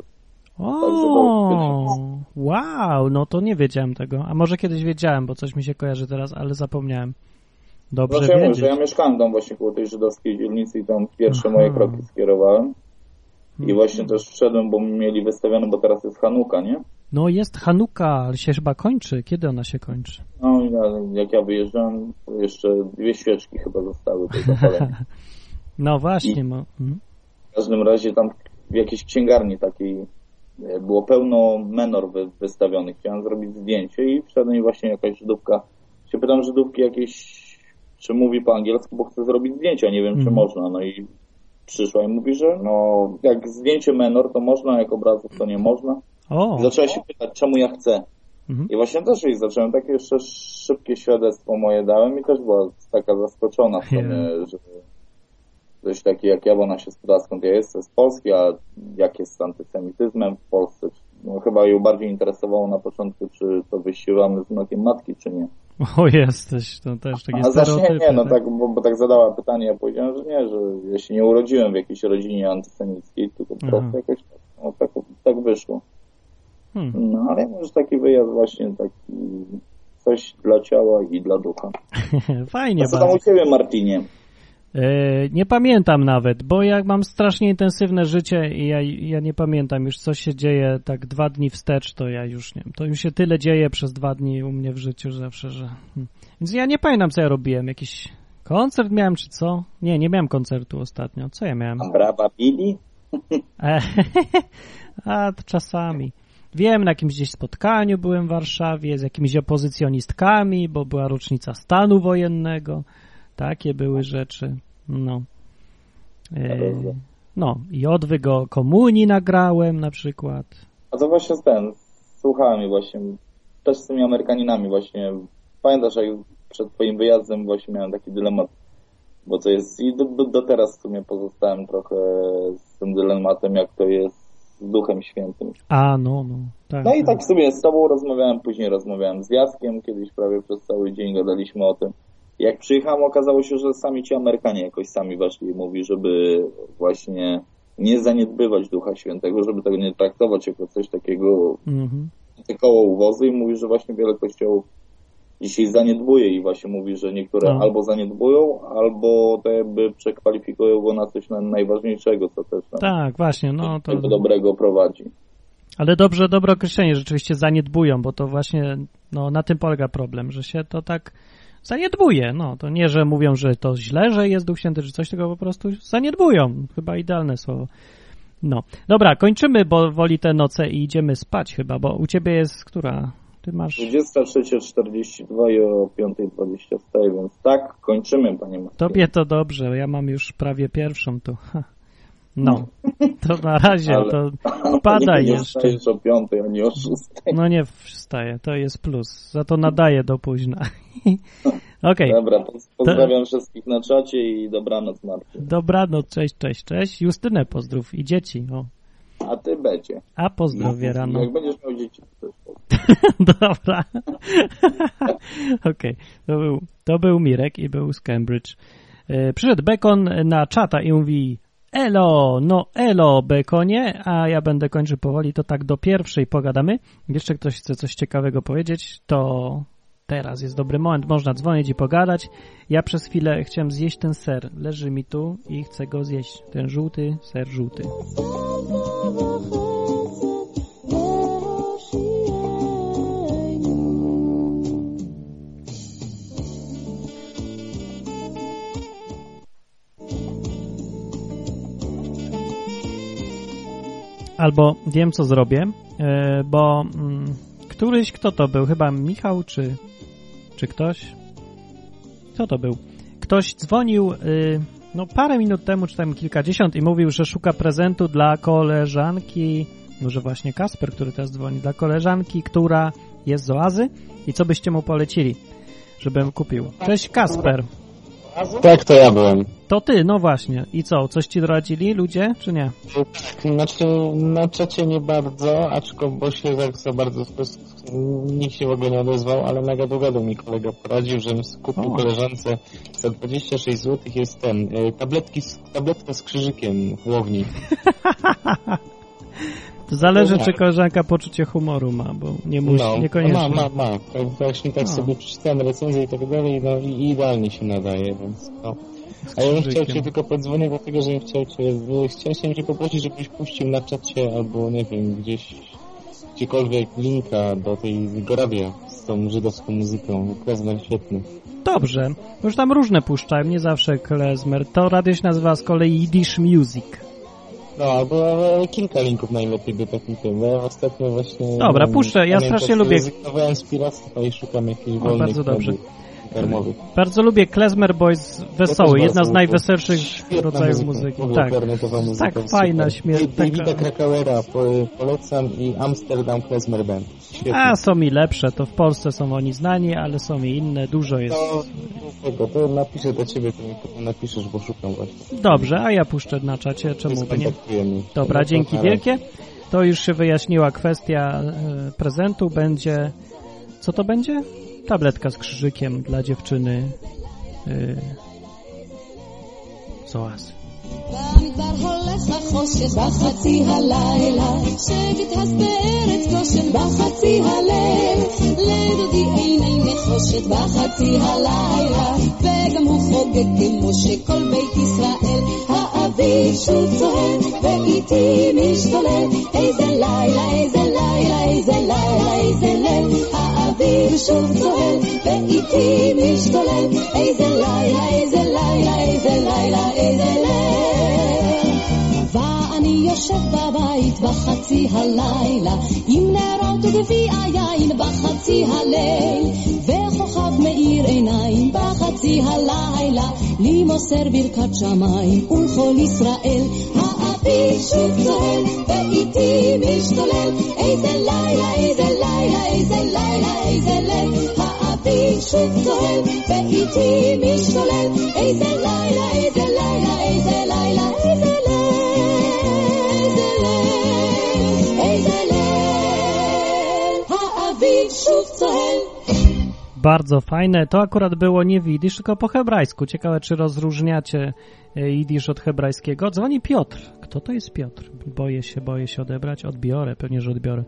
Speaker 2: O, wow, no to nie wiedziałem tego. A może kiedyś wiedziałem, bo coś mi się kojarzy teraz, ale zapomniałem. Dobrze
Speaker 14: Właśnie mówię,
Speaker 2: wiedzieć.
Speaker 14: że ja mieszkałem tam właśnie koło tej żydowskiej dzielnicy i tam pierwsze
Speaker 2: Aha.
Speaker 14: moje kroki skierowałem. I
Speaker 2: Mhm.
Speaker 14: właśnie też wszedłem, bo mieli wystawione, bo teraz jest Hanuka, nie?
Speaker 2: No jest Hanuka, ale się chyba kończy. Kiedy ona się kończy?
Speaker 14: No i ja- jak ja wyjeżdżałem, to jeszcze dwie świeczki chyba zostały do zapalenia.
Speaker 2: No właśnie.
Speaker 14: I-
Speaker 2: Mo... mhm.
Speaker 14: W każdym razie tam w jakiejś księgarni takiej e, było pełno menor wy, wystawionych. Chciałem zrobić zdjęcie i wszedłem i właśnie jakaś Żydówka, się pytam Żydówki jakieś, czy mówi po angielsku, bo chcę zrobić zdjęcia, nie wiem czy
Speaker 2: Mhm.
Speaker 14: można. No i przyszła i mówi, że no jak zdjęcie menor to można, jak obrazów to nie można.
Speaker 2: O.
Speaker 14: I zaczęła się pytać, czemu ja chcę.
Speaker 2: Mhm.
Speaker 14: I właśnie też jej zacząłem, takie jeszcze szybkie świadectwo moje dałem i też była taka zaskoczona w sumie, że ktoś taki jak ja, bo ona się spytała, skąd ja jestem z Polski, a jak jest z antysemityzmem w Polsce. No, chyba ją bardziej interesowało na początku, czy to wysiłamy z mlekiem matki, czy nie.
Speaker 2: O, jesteś, to też takie
Speaker 14: A zacznie
Speaker 2: stereotypy.
Speaker 14: nie, no
Speaker 2: tak?
Speaker 14: tak, bo, bo tak zadała pytanie, ja powiedziałem, że nie, że ja się nie urodziłem w jakiejś rodzinie antysemickiej, tylko po
Speaker 2: Aha.
Speaker 14: prostu jakoś no, tak, tak wyszło.
Speaker 2: Hmm.
Speaker 14: No, ale może taki wyjazd właśnie taki coś dla ciała i dla ducha.
Speaker 2: Fajnie
Speaker 14: A co tam
Speaker 2: bardzo.
Speaker 14: u ciebie, Martinie?
Speaker 2: Nie pamiętam nawet, bo jak mam strasznie intensywne życie i ja, ja nie pamiętam już, co się dzieje tak dwa dni wstecz, to ja już nie wiem, to już się tyle dzieje przez dwa dni u mnie w życiu zawsze, że... Więc ja nie pamiętam, co ja robiłem. Jakiś koncert miałem, czy co? Nie, nie miałem koncertu ostatnio. Co ja miałem?
Speaker 14: A brawa pili?
Speaker 2: A, to czasami. Wiem, na jakimś gdzieś spotkaniu byłem w Warszawie z jakimiś opozycjonistkami, bo była rocznica stanu wojennego. Takie były rzeczy. No. E, no. I odwyk o komunii nagrałem na przykład.
Speaker 14: A to właśnie ten, słuchałem właśnie, też z tymi Amerykaninami właśnie. Pamiętasz, jak przed twoim wyjazdem właśnie miałem taki dylemat, bo to jest, i do, do, do teraz w sumie pozostałem trochę z tym dylematem, jak to jest z Duchem Świętym.
Speaker 2: A, no, no. Tak,
Speaker 14: no i
Speaker 2: tak.
Speaker 14: tak sobie z tobą rozmawiałem, później rozmawiałem z Jackiem, kiedyś prawie przez cały dzień gadaliśmy o tym. Jak przyjechałem, okazało się, że sami ci Amerykanie jakoś sami weszli i mówi, żeby właśnie nie zaniedbywać Ducha Świętego, żeby tego nie traktować jako coś takiego
Speaker 2: mhm.
Speaker 14: koło uwozy, i mówi, że właśnie wiele kościołów dzisiaj zaniedbuje i właśnie mówi, że niektóre
Speaker 2: no.
Speaker 14: albo zaniedbują, albo to jakby przekwalifikują go na coś najważniejszego, co też nam
Speaker 2: tak, właśnie, no to
Speaker 14: do dobrego prowadzi.
Speaker 2: Ale dobrze, dobre określenie, rzeczywiście zaniedbują, bo to właśnie no, na tym polega problem, że się to tak zaniedbuje. No, to nie, że mówią, że to źle, że jest Duch Święty, czy coś, tego po prostu zaniedbują. Chyba idealne słowo. No, dobra, kończymy, bo woli te noce i idziemy spać chyba, bo u ciebie jest która? Ty masz...
Speaker 14: dwudziesta trzecia czterdzieści dwa i o piąta dwadzieścia wstaje, więc tak, kończymy, panie Marcinie.
Speaker 2: Tobie to dobrze, ja mam już prawie pierwszą tu. No, to na razie,
Speaker 14: ale,
Speaker 2: to spadaj
Speaker 14: nie, nie
Speaker 2: jeszcze.
Speaker 14: Nie o piątej, ani o szóstej.
Speaker 2: No nie wstaję, to jest plus. Za to nadaję do późna. Okej. Okay.
Speaker 14: Dobra, pozdrawiam to... wszystkich na czacie i dobranoc, Marcin.
Speaker 2: Dobranoc, cześć, cześć, cześć. Justynę pozdrów i dzieci, o.
Speaker 14: A ty będzie.
Speaker 2: A pozdrowie
Speaker 14: no,
Speaker 2: rano.
Speaker 14: Jak będziesz miał dzieci, to też
Speaker 2: Dobra. Okej, okay. to, był, to był Mirek i był z Cambridge. Yy, przyszedł Bekon na czata i mówi: elo, no elo Bekonie, a ja będę kończył powoli, to tak do pierwszej pogadamy. Jeszcze ktoś chce coś ciekawego powiedzieć, to teraz jest dobry moment, można dzwonić i pogadać. Ja przez chwilę chciałem zjeść ten ser, leży mi tu i chcę go zjeść, ten żółty ser żółty. Albo wiem, co zrobię, bo któryś, kto to był? Chyba Michał, czy, czy ktoś? Kto to był? Ktoś dzwonił no parę minut temu, czy tam kilkadziesiąt i mówił, że szuka prezentu dla koleżanki, może właśnie Kasper, który teraz dzwoni, dla koleżanki, która jest z oazy i co byście mu polecili, żebym kupił? Cześć Kasper.
Speaker 13: Tak, to ja byłem.
Speaker 2: To ty, no właśnie. I co, coś ci doradzili ludzie, czy nie?
Speaker 13: Znaczy, na czacie nie bardzo, aczko, bo się tak za bardzo, nikt się w ogóle nie odezwał, ale na gadu-gadu mi kolega poradził, żebym kupił o. koleżance za dwadzieścia sześć złotych jest ten, tabletki, tabletka z krzyżykiem w łowni.
Speaker 2: To zależy, no, czy koleżanka poczucie humoru ma, bo nie musi,
Speaker 13: no,
Speaker 2: niekoniecznie.
Speaker 13: Ma, ma, ma. Tak, właśnie tak no. sobie przeczytałem recenzję i tak dalej, no i idealnie się nadaje, więc no. A ja bym chciał Cię tylko podzwonić, dlatego, że chciał Cię, chciałem Cię poprosić, żebyś puścił na czacie albo, nie wiem, gdzieś, gdziekolwiek linka do tego radia z tą żydowską muzyką. Klezmer świetny.
Speaker 2: Dobrze. Już tam różne puszczałem, nie zawsze klezmer. To radio się nazywa z kolei Yiddish Music.
Speaker 13: No, albo kilka linków najlepiej do takich tym. Ja ostatnio właśnie...
Speaker 2: Dobra, puszczę. Ja strasznie lubię...
Speaker 13: Zrezygnowałem z piractwa i szukam jakichś wolnych...
Speaker 2: Bardzo dobrze.
Speaker 13: Darmowych.
Speaker 2: Bardzo lubię klezmer, bo jest wesoły. Jedna z najweselszych rodzajów muzyki. Tak,
Speaker 13: muzyka,
Speaker 2: tak fajna, śmiertelna.
Speaker 13: Davida Krakauera polecam i Amsterdam Klezmer Band. Świetnie.
Speaker 2: A, są i lepsze. To w Polsce są oni znani, ale są i inne. Dużo jest.
Speaker 13: To, to napiszę do ciebie, to mi potem napiszesz, bo szukam właśnie.
Speaker 2: Dobrze, a ja puszczę na czacie. Czemu by nie? Dobra, dzięki wielkie. To już się wyjaśniła kwestia e, prezentu. Będzie... Co to będzie? Tabletka z krzyżykiem dla dziewczyny yy, z oazy.
Speaker 15: במדבר הולך החושך בחצי הלילה שבט הספרת גושן בחצי הליל לדודי עיני נחושת בחצי הלילה וגם הוא חוגג כמו שכל בית ישראל, האביב שוב צוהל ואיתי משתולל, איזה לילה, איזה לילה, איזה לילה, איזה ליל, האביב שוב צוהל ואיתי משתולל, איזה לילה, איזה לילה, איזה לילה, איזה ליל. ואני יושב בבית בחצי הלילה, עם נרות וגביע יין בחצי הליל, וכוכב מאיר עיניים בחצי הלילה, לי מוסר ברכת שמיים ולכל ישראל, האביב שוב צוהל ואיתי משתולל, איזה לילה, איזה לילה, איזה לילה, איזה ליל, האביב שוב צוהל ואיתי משתולל, איזה לילה, איזה לילה, איזה לילה, איזה ליל, איזה ליל, איזה ליל, האביב שוב צוהל.
Speaker 2: Bardzo fajne. To akurat było nie w jidysz, tylko po hebrajsku. Ciekawe, czy rozróżniacie jidysz od hebrajskiego. Dzwoni Piotr. Kto to jest Piotr? Boję się, boję się odebrać. Odbiorę, pewnie, że odbiorę.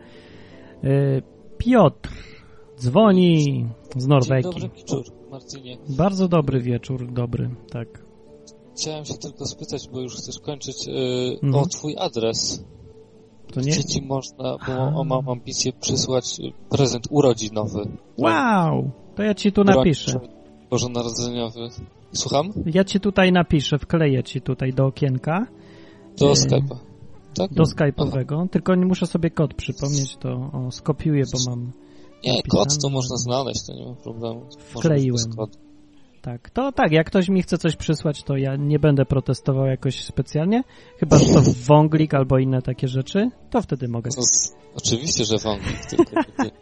Speaker 2: Piotr dzwoni z Norwegii.
Speaker 16: Dzień dobry wieczór, Marcinie.
Speaker 2: Bardzo dobry wieczór, dobry, tak.
Speaker 16: Chciałem się tylko spytać, bo już chcesz kończyć, yy,
Speaker 2: mhm.
Speaker 16: o twój adres.
Speaker 2: To nie?
Speaker 16: Gdzie ci można, bo mam ambicję przysłać prezent urodzinowy.
Speaker 2: Wow! To ja ci tu napiszę.
Speaker 16: Bożonarodzeniowy. Słucham?
Speaker 2: Ja ci tutaj napiszę, wkleję ci tutaj do okienka.
Speaker 16: Do Skype'a. Tak?
Speaker 2: Do Skype'owego. Tylko nie muszę sobie kod przypomnieć, to o, skopiuję, bo mam...
Speaker 16: Nie, napisane. Kod to można znaleźć, to nie ma problemu.
Speaker 2: Wkleiłem. Tak, to tak, jak ktoś mi chce coś przysłać, to ja nie będę protestował jakoś specjalnie, chyba że to wąglik albo inne takie rzeczy, to wtedy mogę.
Speaker 16: No, oczywiście, że wąglik, tylko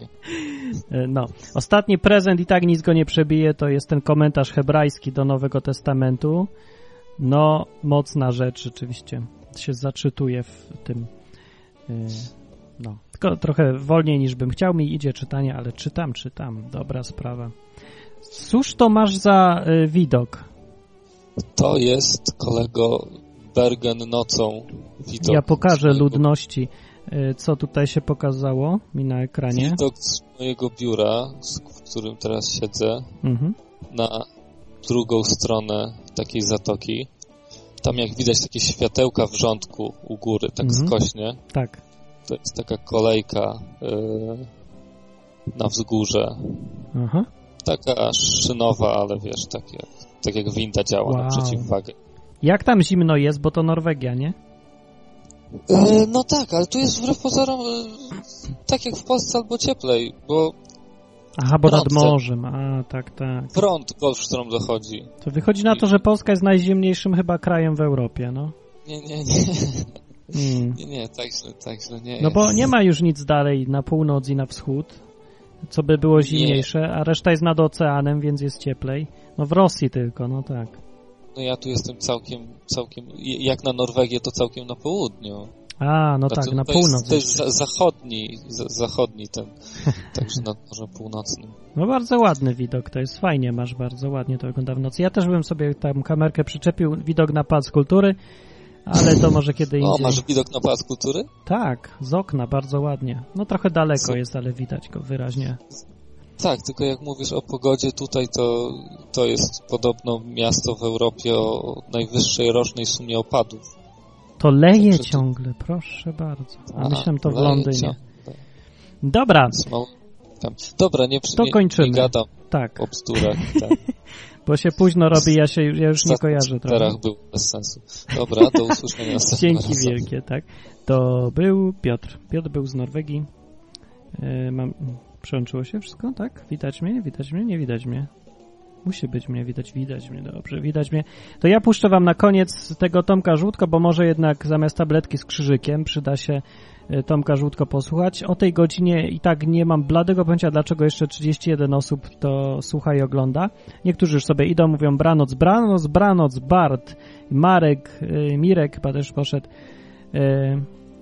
Speaker 2: No, ostatni prezent i tak nic go nie przebije, to jest ten komentarz hebrajski do Nowego Testamentu. No, mocna rzecz rzeczywiście, się zaczytuje w tym, no, tylko trochę wolniej niż bym chciał, mi idzie czytanie, ale czytam, czytam, dobra sprawa. Cóż to masz za y, widok?
Speaker 16: To jest, kolego, Bergen nocą widok.
Speaker 2: Ja pokażę mojego... ludności, y, co tutaj się pokazało mi na ekranie.
Speaker 16: Widok z mojego biura, w którym teraz siedzę, mhm. na drugą stronę takiej zatoki. Tam jak widać takie światełka w rządku u góry, tak mhm. skośnie.
Speaker 2: Tak.
Speaker 16: To jest taka kolejka y, na wzgórze.
Speaker 2: Aha.
Speaker 16: Taka szynowa, ale wiesz, tak jak, tak jak winda działa wow. na przeciwwagę.
Speaker 2: Jak tam zimno jest, bo to Norwegia, nie?
Speaker 16: E, no tak, ale tu jest wbrew pozorom e, tak jak w Polsce albo cieplej, bo...
Speaker 2: Aha, bo nad morzem, a tak, tak.
Speaker 16: Prąd Golfstrom dochodzi.
Speaker 2: To wychodzi na to, że Polska jest najzimniejszym chyba krajem w Europie, no.
Speaker 16: Nie, nie, nie.
Speaker 2: Mm.
Speaker 16: Nie, nie, tak źle, tak źle nie
Speaker 2: No
Speaker 16: jest.
Speaker 2: bo nie ma już nic dalej na północ i na wschód, co by było zimniejsze, nie. A reszta jest nad oceanem, więc jest cieplej. No w Rosji tylko, no tak.
Speaker 16: No ja tu jestem całkiem, całkiem, jak na Norwegię, to całkiem na południu.
Speaker 2: A, no
Speaker 16: znaczy,
Speaker 2: tak, na
Speaker 16: to
Speaker 2: północ.
Speaker 16: Jest, to jest za, zachodni, za, zachodni ten, także nad Morzem Północnym.
Speaker 2: No bardzo ładny widok, to jest fajnie, masz bardzo ładnie to wygląda w nocy. Ja też bym sobie tam kamerkę przyczepił, widok na Pałac Kultury, ale to może kiedy indziej.
Speaker 16: O, masz widok na Pałac Kultury?
Speaker 2: Tak, z okna, bardzo ładnie. No trochę daleko jest, ale widać go wyraźnie.
Speaker 16: Tak, tylko jak mówisz o pogodzie tutaj, to, to jest podobno miasto w Europie o najwyższej rocznej sumie opadów.
Speaker 2: To leje Także ciągle, to... proszę bardzo. A, A myślałem to w Londynie. Ciągle. Dobra.
Speaker 16: Dobra, nie,
Speaker 2: to
Speaker 16: nie,
Speaker 2: kończymy.
Speaker 16: nie gadam
Speaker 2: tak.
Speaker 16: o bzdurach. Tak.
Speaker 2: Bo się późno robi, ja się ja już nie kojarzę trochę.
Speaker 16: Teraz był bez sensu. Dobra, do usłyszenia.
Speaker 2: Dzięki wielkie, tak. To był Piotr. Piotr był z Norwegii. Yy, mam... Przełączyło się wszystko, tak? Widać mnie? Widać mnie? Nie widać mnie. Musi być mnie widać, widać mnie, dobrze, widać mnie. To ja puszczę wam na koniec tego Tomka Żółtko, bo może jednak zamiast tabletki z krzyżykiem przyda się Tomka Żółtko posłuchać. O tej godzinie i tak nie mam bladego pojęcia, dlaczego jeszcze trzydzieści jeden osób to słucha i ogląda. Niektórzy już sobie idą, mówią branoc, branoc, branoc, Bart, Marek, yy, Mirek chyba też poszedł. Yy,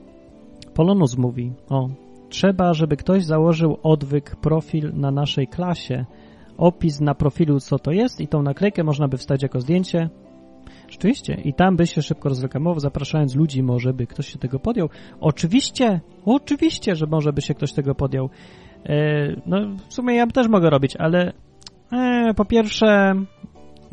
Speaker 2: Polonus mówi, o, trzeba, żeby ktoś założył odwyk profil na naszej klasie, opis na profilu, co to jest i tą naklejkę można by wstać jako zdjęcie. Rzeczywiście. I tam by się szybko rozreklamował, zapraszając ludzi, może by ktoś się tego podjął. Oczywiście, oczywiście, że może by się ktoś tego podjął. E, no, w sumie ja też mogę robić, ale e, po pierwsze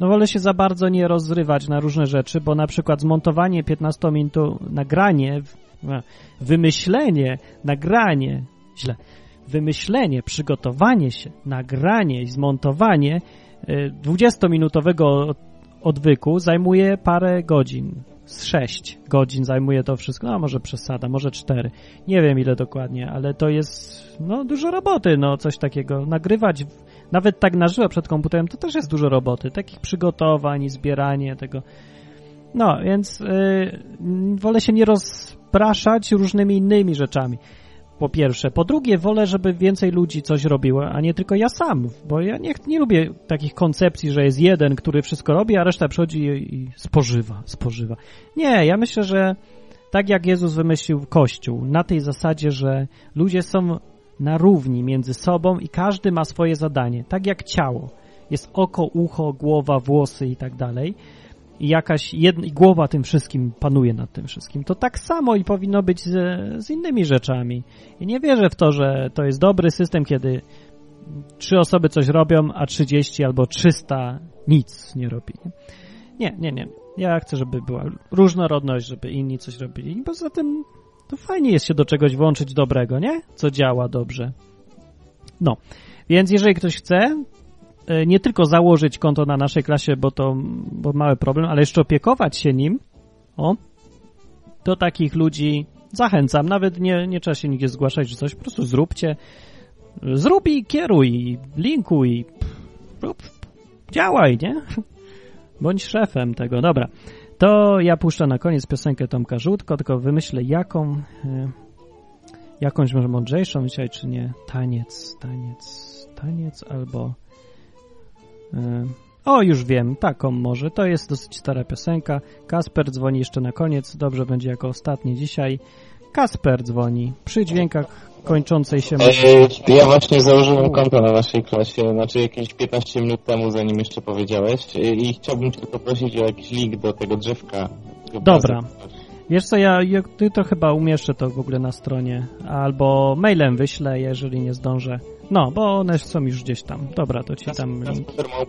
Speaker 2: no wolę się za bardzo nie rozrywać na różne rzeczy, bo na przykład zmontowanie piętnastu minut, nagranie, wymyślenie, nagranie, źle, wymyślenie, przygotowanie się, nagranie i zmontowanie dwudziestominutowego odwyku zajmuje parę godzin. Z sześć godzin zajmuje to wszystko. No może przesada, może cztery. Nie wiem ile dokładnie, ale to jest no dużo roboty, no coś takiego. Nagrywać nawet tak na żywo przed komputerem to też jest dużo roboty. Takich przygotowań i zbieranie tego. No, więc yy, wolę się nie rozpraszać różnymi innymi rzeczami. Po pierwsze. Po drugie, wolę, żeby więcej ludzi coś robiło, a nie tylko ja sam, bo ja nie, nie lubię takich koncepcji, że jest jeden, który wszystko robi, a reszta przychodzi i, i spożywa, spożywa. Nie, ja myślę, że tak jak Jezus wymyślił Kościół, na tej zasadzie, że ludzie są na równi między sobą i każdy ma swoje zadanie, tak jak ciało. Jest oko, ucho, głowa, włosy i tak dalej. I jakaś jedna, i głowa tym wszystkim panuje nad tym wszystkim. To tak samo i powinno być z, z innymi rzeczami. I nie wierzę w to, że to jest dobry system, kiedy trzy osoby coś robią, a trzydzieści albo trzysta nic nie robi. Nie, nie, nie. Ja chcę, żeby była różnorodność, żeby inni coś robili. I poza tym to fajnie jest się do czegoś włączyć dobrego, nie? Co działa dobrze. No, więc jeżeli ktoś chce nie tylko założyć konto na naszej klasie, bo to bo mały problem, ale jeszcze opiekować się nim, o, to takich ludzi zachęcam. Nawet nie, nie trzeba się nigdzie zgłaszać czy coś, po prostu zróbcie. Zrób i kieruj, linkuj, rób, działaj, nie? Bądź szefem tego. Dobra, to ja puszczę na koniec piosenkę Tomka Żółtko, tylko wymyślę jaką, jakąś może mądrzejszą dzisiaj, czy nie? Taniec, taniec, taniec albo... O, już wiem, taką może. To jest dosyć stara piosenka. Kasper dzwoni jeszcze na koniec. Dobrze będzie jako ostatni dzisiaj. Kasper dzwoni przy dźwiękach kończącej się...
Speaker 13: E, ja właśnie założyłem konto na naszej klasie, znaczy jakieś piętnaście minut temu, zanim jeszcze powiedziałeś. I chciałbym cię poprosić o jakiś link do tego drzewka.
Speaker 2: Dobra. Wiesz co, ja, ja ty to chyba umieszczę to w ogóle na stronie. Albo mailem wyślę, jeżeli nie zdążę. No, bo one są już gdzieś tam. Dobra, to ci tam link.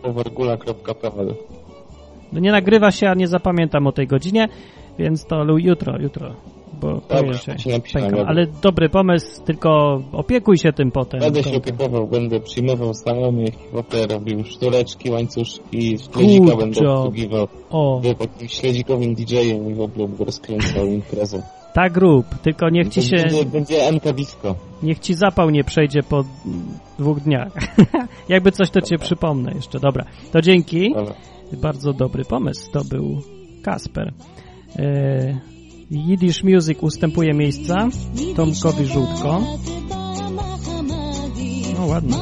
Speaker 2: No nie nagrywa się, a nie zapamiętam o tej godzinie, więc to jutro, jutro. Bo
Speaker 13: Dobra,
Speaker 2: się
Speaker 13: się napisałem,
Speaker 2: ale dobry pomysł, tylko opiekuj się tym potem.
Speaker 13: Będę się opiekował, będę przyjmował znajomych, w robił sztureczki, łańcuszki, śledzika będę obsługiwał. O. Był takim śledzikowym didżejem i w ogóle go rozkręcał imprezę.
Speaker 2: Tak rób, tylko niech ci się...
Speaker 13: Będzie, będzie M K disco.
Speaker 2: Niech ci zapał nie przejdzie po dwóch dniach. Jakby coś, to Dobra. cię przypomnę jeszcze. Dobra, to dzięki. Dobra. Bardzo dobry pomysł, to był Kasper. E... Yiddish Music ustępuje miejsca Tomkowi Żółtko. No ładnie.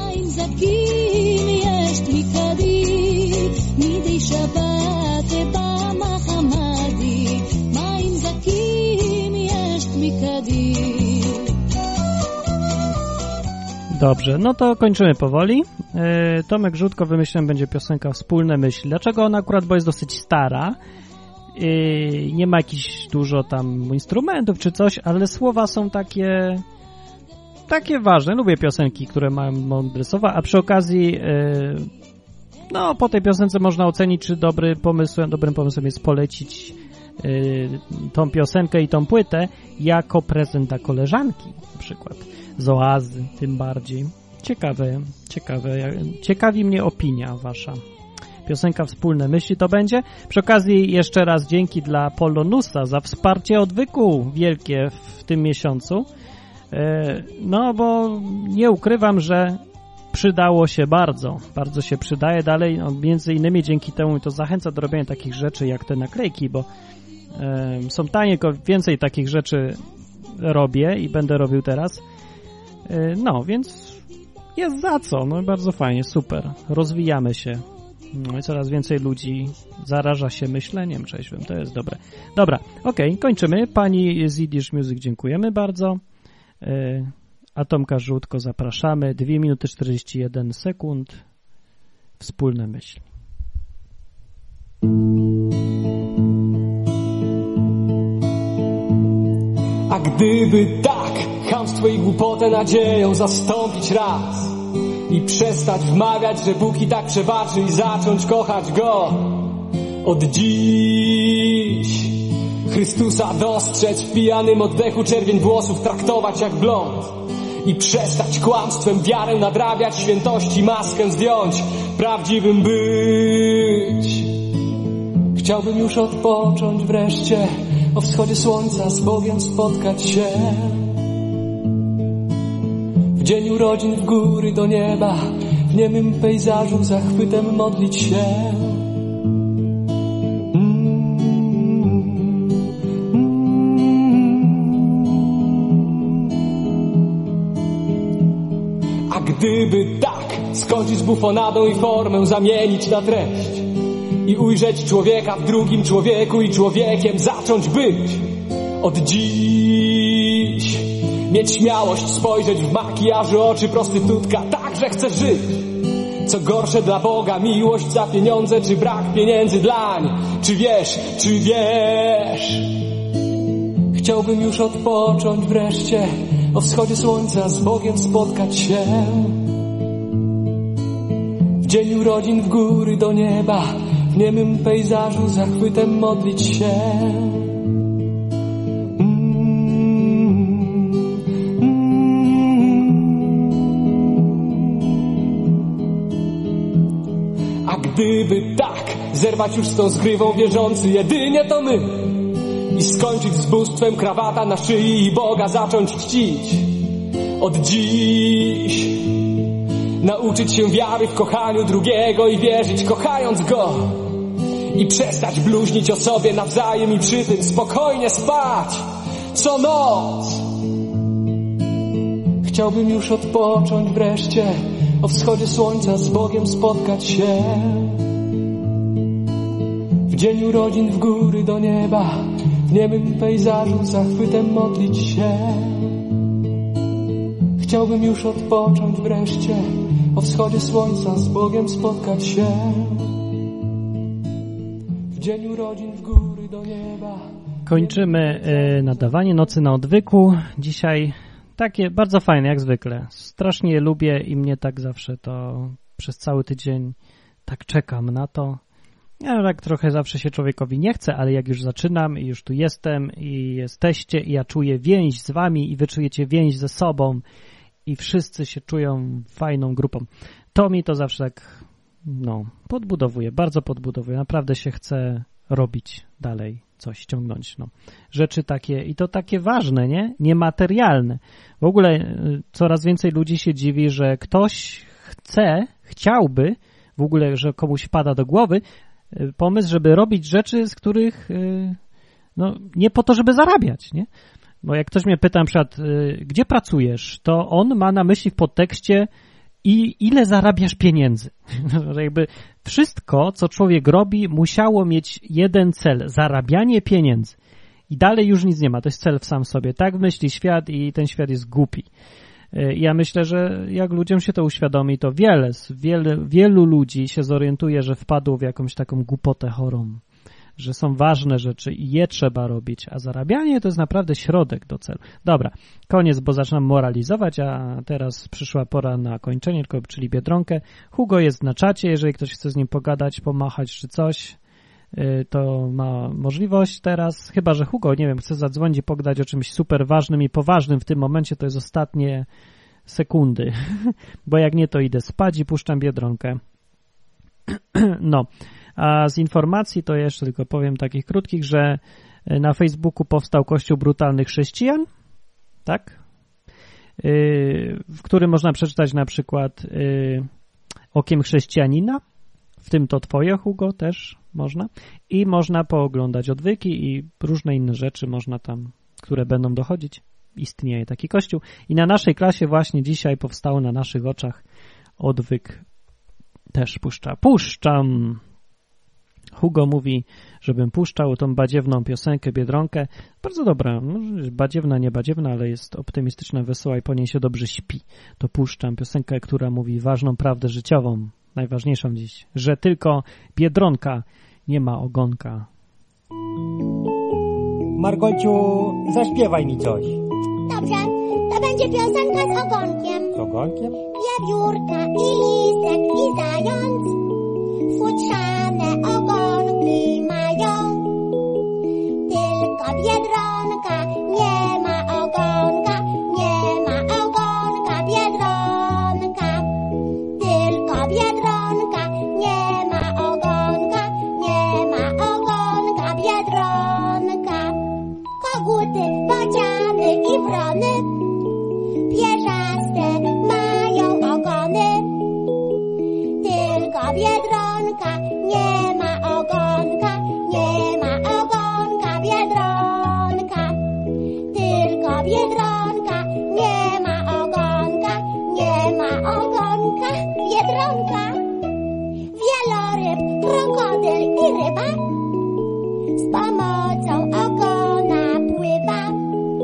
Speaker 2: Dobrze, no to kończymy powoli. E, Tomek Żółtko wymyśliłem będzie piosenka Wspólne Myśli. Dlaczego ona akurat, bo jest dosyć stara. Yy, nie ma jakichś dużo tam instrumentów czy coś, ale słowa są takie takie ważne. Lubię piosenki, które mają mądre słowa, a przy okazji yy, no po tej piosence można ocenić, czy dobry pomysł, dobrym pomysłem jest polecić yy, tą piosenkę i tą płytę jako prezent dla koleżanki na przykład z Oazy, tym bardziej. Ciekawe, ciekawe, ciekawi mnie opinia wasza. Piosenka Wspólne Myśli to będzie. Przy okazji jeszcze raz dzięki dla Polonusa za wsparcie odwyku wielkie w tym miesiącu. No bo nie ukrywam, że przydało się bardzo. Bardzo się przydaje dalej. No, między innymi dzięki temu to zachęca do robienia takich rzeczy jak te naklejki, bo e, są tanie, więcej takich rzeczy robię i będę robił teraz. E, no, więc jest za co. No bardzo fajnie, super. Rozwijamy się. No i coraz więcej ludzi zaraża się myśleniem trzeźwym, to jest dobre. Dobra, okej, okay, kończymy. Pani z Yiddish Music dziękujemy bardzo. Yy, a Tomka Żółtko zapraszamy. dwie minuty czterdzieści jeden sekund. Wspólne myśli.
Speaker 17: A gdyby tak chamstwo i głupotę nadzieją zastąpić raz, i przestać wmawiać, że Bóg i tak przebaczy i zacząć kochać Go. Od dziś Chrystusa dostrzec w pijanym oddechu, czerwień włosów traktować jak blond i przestać kłamstwem wiarę nadrabiać, świętości maskę zdjąć, prawdziwym być. Chciałbym już odpocząć wreszcie, o wschodzie słońca z Bogiem spotkać się. W dzień urodzin w góry do nieba, w niemym pejzażu zachwytem modlić się. A gdyby tak skończyć z bufonadą i formę zamienić na treść i ujrzeć człowieka w drugim człowieku i człowiekiem zacząć być, od dziś mieć śmiałość spojrzeć w makijażu oczy prostytutka, tak, że chcę żyć. Co gorsze dla Boga, miłość za pieniądze, czy brak pieniędzy dlań? Czy wiesz, czy wiesz? Chciałbym już odpocząć wreszcie, o wschodzie słońca z Bogiem spotkać się. W dzień urodzin w góry do nieba, w niemym pejzażu zachwytem modlić się. A gdyby tak zerwać już z tą zgrywą wierzący jedynie to my i skończyć z bóstwem krawata na szyi i Boga zacząć czcić, od dziś nauczyć się wiary w kochaniu drugiego i wierzyć kochając Go i przestać bluźnić o sobie nawzajem i przy tym spokojnie spać co noc. Chciałbym już odpocząć wreszcie, o wschodzie słońca z Bogiem spotkać się. W dzień urodzin w góry do nieba, w niemym pejzażu zachwytem modlić się. Chciałbym już odpocząć wreszcie, o wschodzie słońca z Bogiem spotkać się. W dzień urodzin w góry do nieba.
Speaker 2: Kończymy y, nadawanie Nocy na Odwyku. Dzisiaj takie bardzo fajne, jak zwykle. Strasznie je lubię i mnie tak zawsze to przez cały tydzień tak czekam na to. Ja tak trochę zawsze się człowiekowi nie chce, ale jak już zaczynam i już tu jestem i jesteście i ja czuję więź z wami i wy czujecie więź ze sobą i wszyscy się czują fajną grupą, to mi to zawsze tak, no, podbudowuje, bardzo podbudowuje. Naprawdę się chce robić dalej, coś ciągnąć, no. Rzeczy takie, i to takie ważne, nie? Niematerialne. W ogóle y, coraz więcej ludzi się dziwi, że ktoś chce, chciałby, w ogóle, że komuś wpada do głowy y, pomysł, żeby robić rzeczy, z których, y, no, nie po to, żeby zarabiać, nie? Bo jak ktoś mnie pyta na przykład, y, gdzie pracujesz, to on ma na myśli w podtekście i ile zarabiasz pieniędzy. Że jakby wszystko, co człowiek robi, musiało mieć jeden cel, zarabianie pieniędzy. I dalej już nic nie ma, to jest cel w sam sobie. Tak myśli świat i ten świat jest głupi. Ja myślę, że jak ludziom się to uświadomi, to wiele, wiele, wielu ludzi się zorientuje, że wpadło w jakąś taką głupotę chorą. Że są ważne rzeczy i je trzeba robić, a zarabianie to jest naprawdę środek do celu. Dobra, koniec, bo zaczynam moralizować, a teraz przyszła pora na kończenie, tylko czyli Biedronkę. Hugo jest na czacie, jeżeli ktoś chce z nim pogadać, pomachać czy coś, to ma możliwość teraz, chyba że Hugo, nie wiem, chce zadzwonić i pogadać o czymś super ważnym i poważnym w tym momencie, to jest ostatnie sekundy, bo jak nie, to idę spać i puszczam Biedronkę. No. A z informacji to jeszcze tylko powiem takich krótkich, że na Facebooku powstał Kościół Brutalnych Chrześcijan, tak? W którym można przeczytać na przykład Okiem Chrześcijanina, w tym to twoje, Hugo, też można. I można pooglądać odwyki i różne inne rzeczy można tam, które będą dochodzić. Istnieje taki kościół. I na naszej klasie właśnie dzisiaj powstało na naszych oczach odwyk. Też puszcza. Puszczam! Hugo mówi, żebym puszczał tą badziewną piosenkę Biedronkę. Bardzo dobra, badziewna, nie badziewna, ale jest optymistyczna, wesoła i po niej się dobrze śpi. To puszczam piosenkę, która mówi ważną prawdę życiową, najważniejszą dziś, że tylko Biedronka nie ma ogonka.
Speaker 18: Margolciu, zaśpiewaj mi coś.
Speaker 19: Dobrze, to będzie piosenka z ogonkiem.
Speaker 18: Z ogonkiem? wiewiórka i lisek i zając futrzane ogonki mają. Tylko Biedronka nie ma ogonka, nie ma ogonka Biedronka. Tylko Biedronka nie ma ogonka, nie ma ogonka Biedronka. Koguty, bociany i wrony pierzaste mają ogony. Tylko Biedronka nie ma ogonka, nie ma ogonka Biedronka. Tylko Biedronka nie ma ogonka, nie ma ogonka Biedronka. Wieloryb, krokodyl i ryba z pomocą ogona pływa.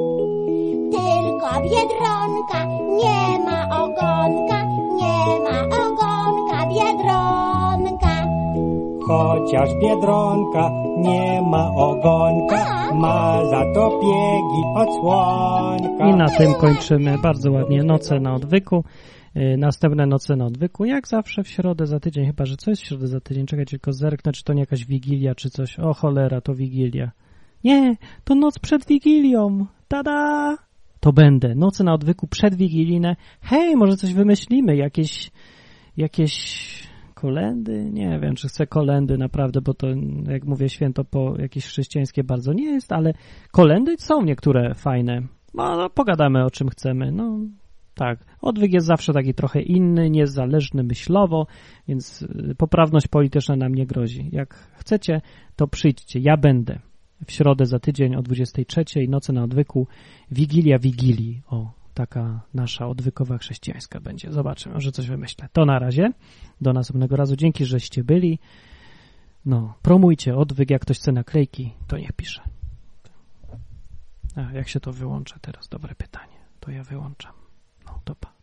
Speaker 18: Tylko Biedronka nie ma ogonka, nie ma ogonka Biedronka.
Speaker 19: Chociaż Biedronka nie ma ogonka, ma za to piegi od słońka.
Speaker 2: I na tym kończymy bardzo ładnie Noce na odwyku. Yy, następne Noce na odwyku, jak zawsze w środę za tydzień, chyba że co jest w środę za tydzień? Czekajcie, tylko zerknę, czy to nie jakaś Wigilia, czy coś. O cholera, to Wigilia. Nie, to noc przed Wigilią. Tada! To będę. Noce na odwyku przedwigilijne. Hej, może coś wymyślimy, jakieś jakieś kolendy? Nie wiem, czy chcę kolendy naprawdę, bo to, jak mówię, święto po jakieś chrześcijańskie bardzo nie jest, ale kolendy są niektóre fajne. No, no pogadamy o czym chcemy. No tak. Odwyk jest zawsze taki trochę inny, niezależny myślowo, więc poprawność polityczna nam nie grozi. Jak chcecie, to przyjdźcie. Ja będę. W środę za tydzień o dwudziestej trzeciej, Noce na odwyku, Wigilia Wigilii. O, taka nasza odwykowa chrześcijańska będzie. Zobaczymy, może coś wymyślę. To na razie. Do następnego razu. Dzięki, żeście byli. No, promujcie odwyk. Jak ktoś chce naklejki, to niech pisze. A jak się to wyłącza teraz? Dobre pytanie. To ja wyłączam. No, to pa.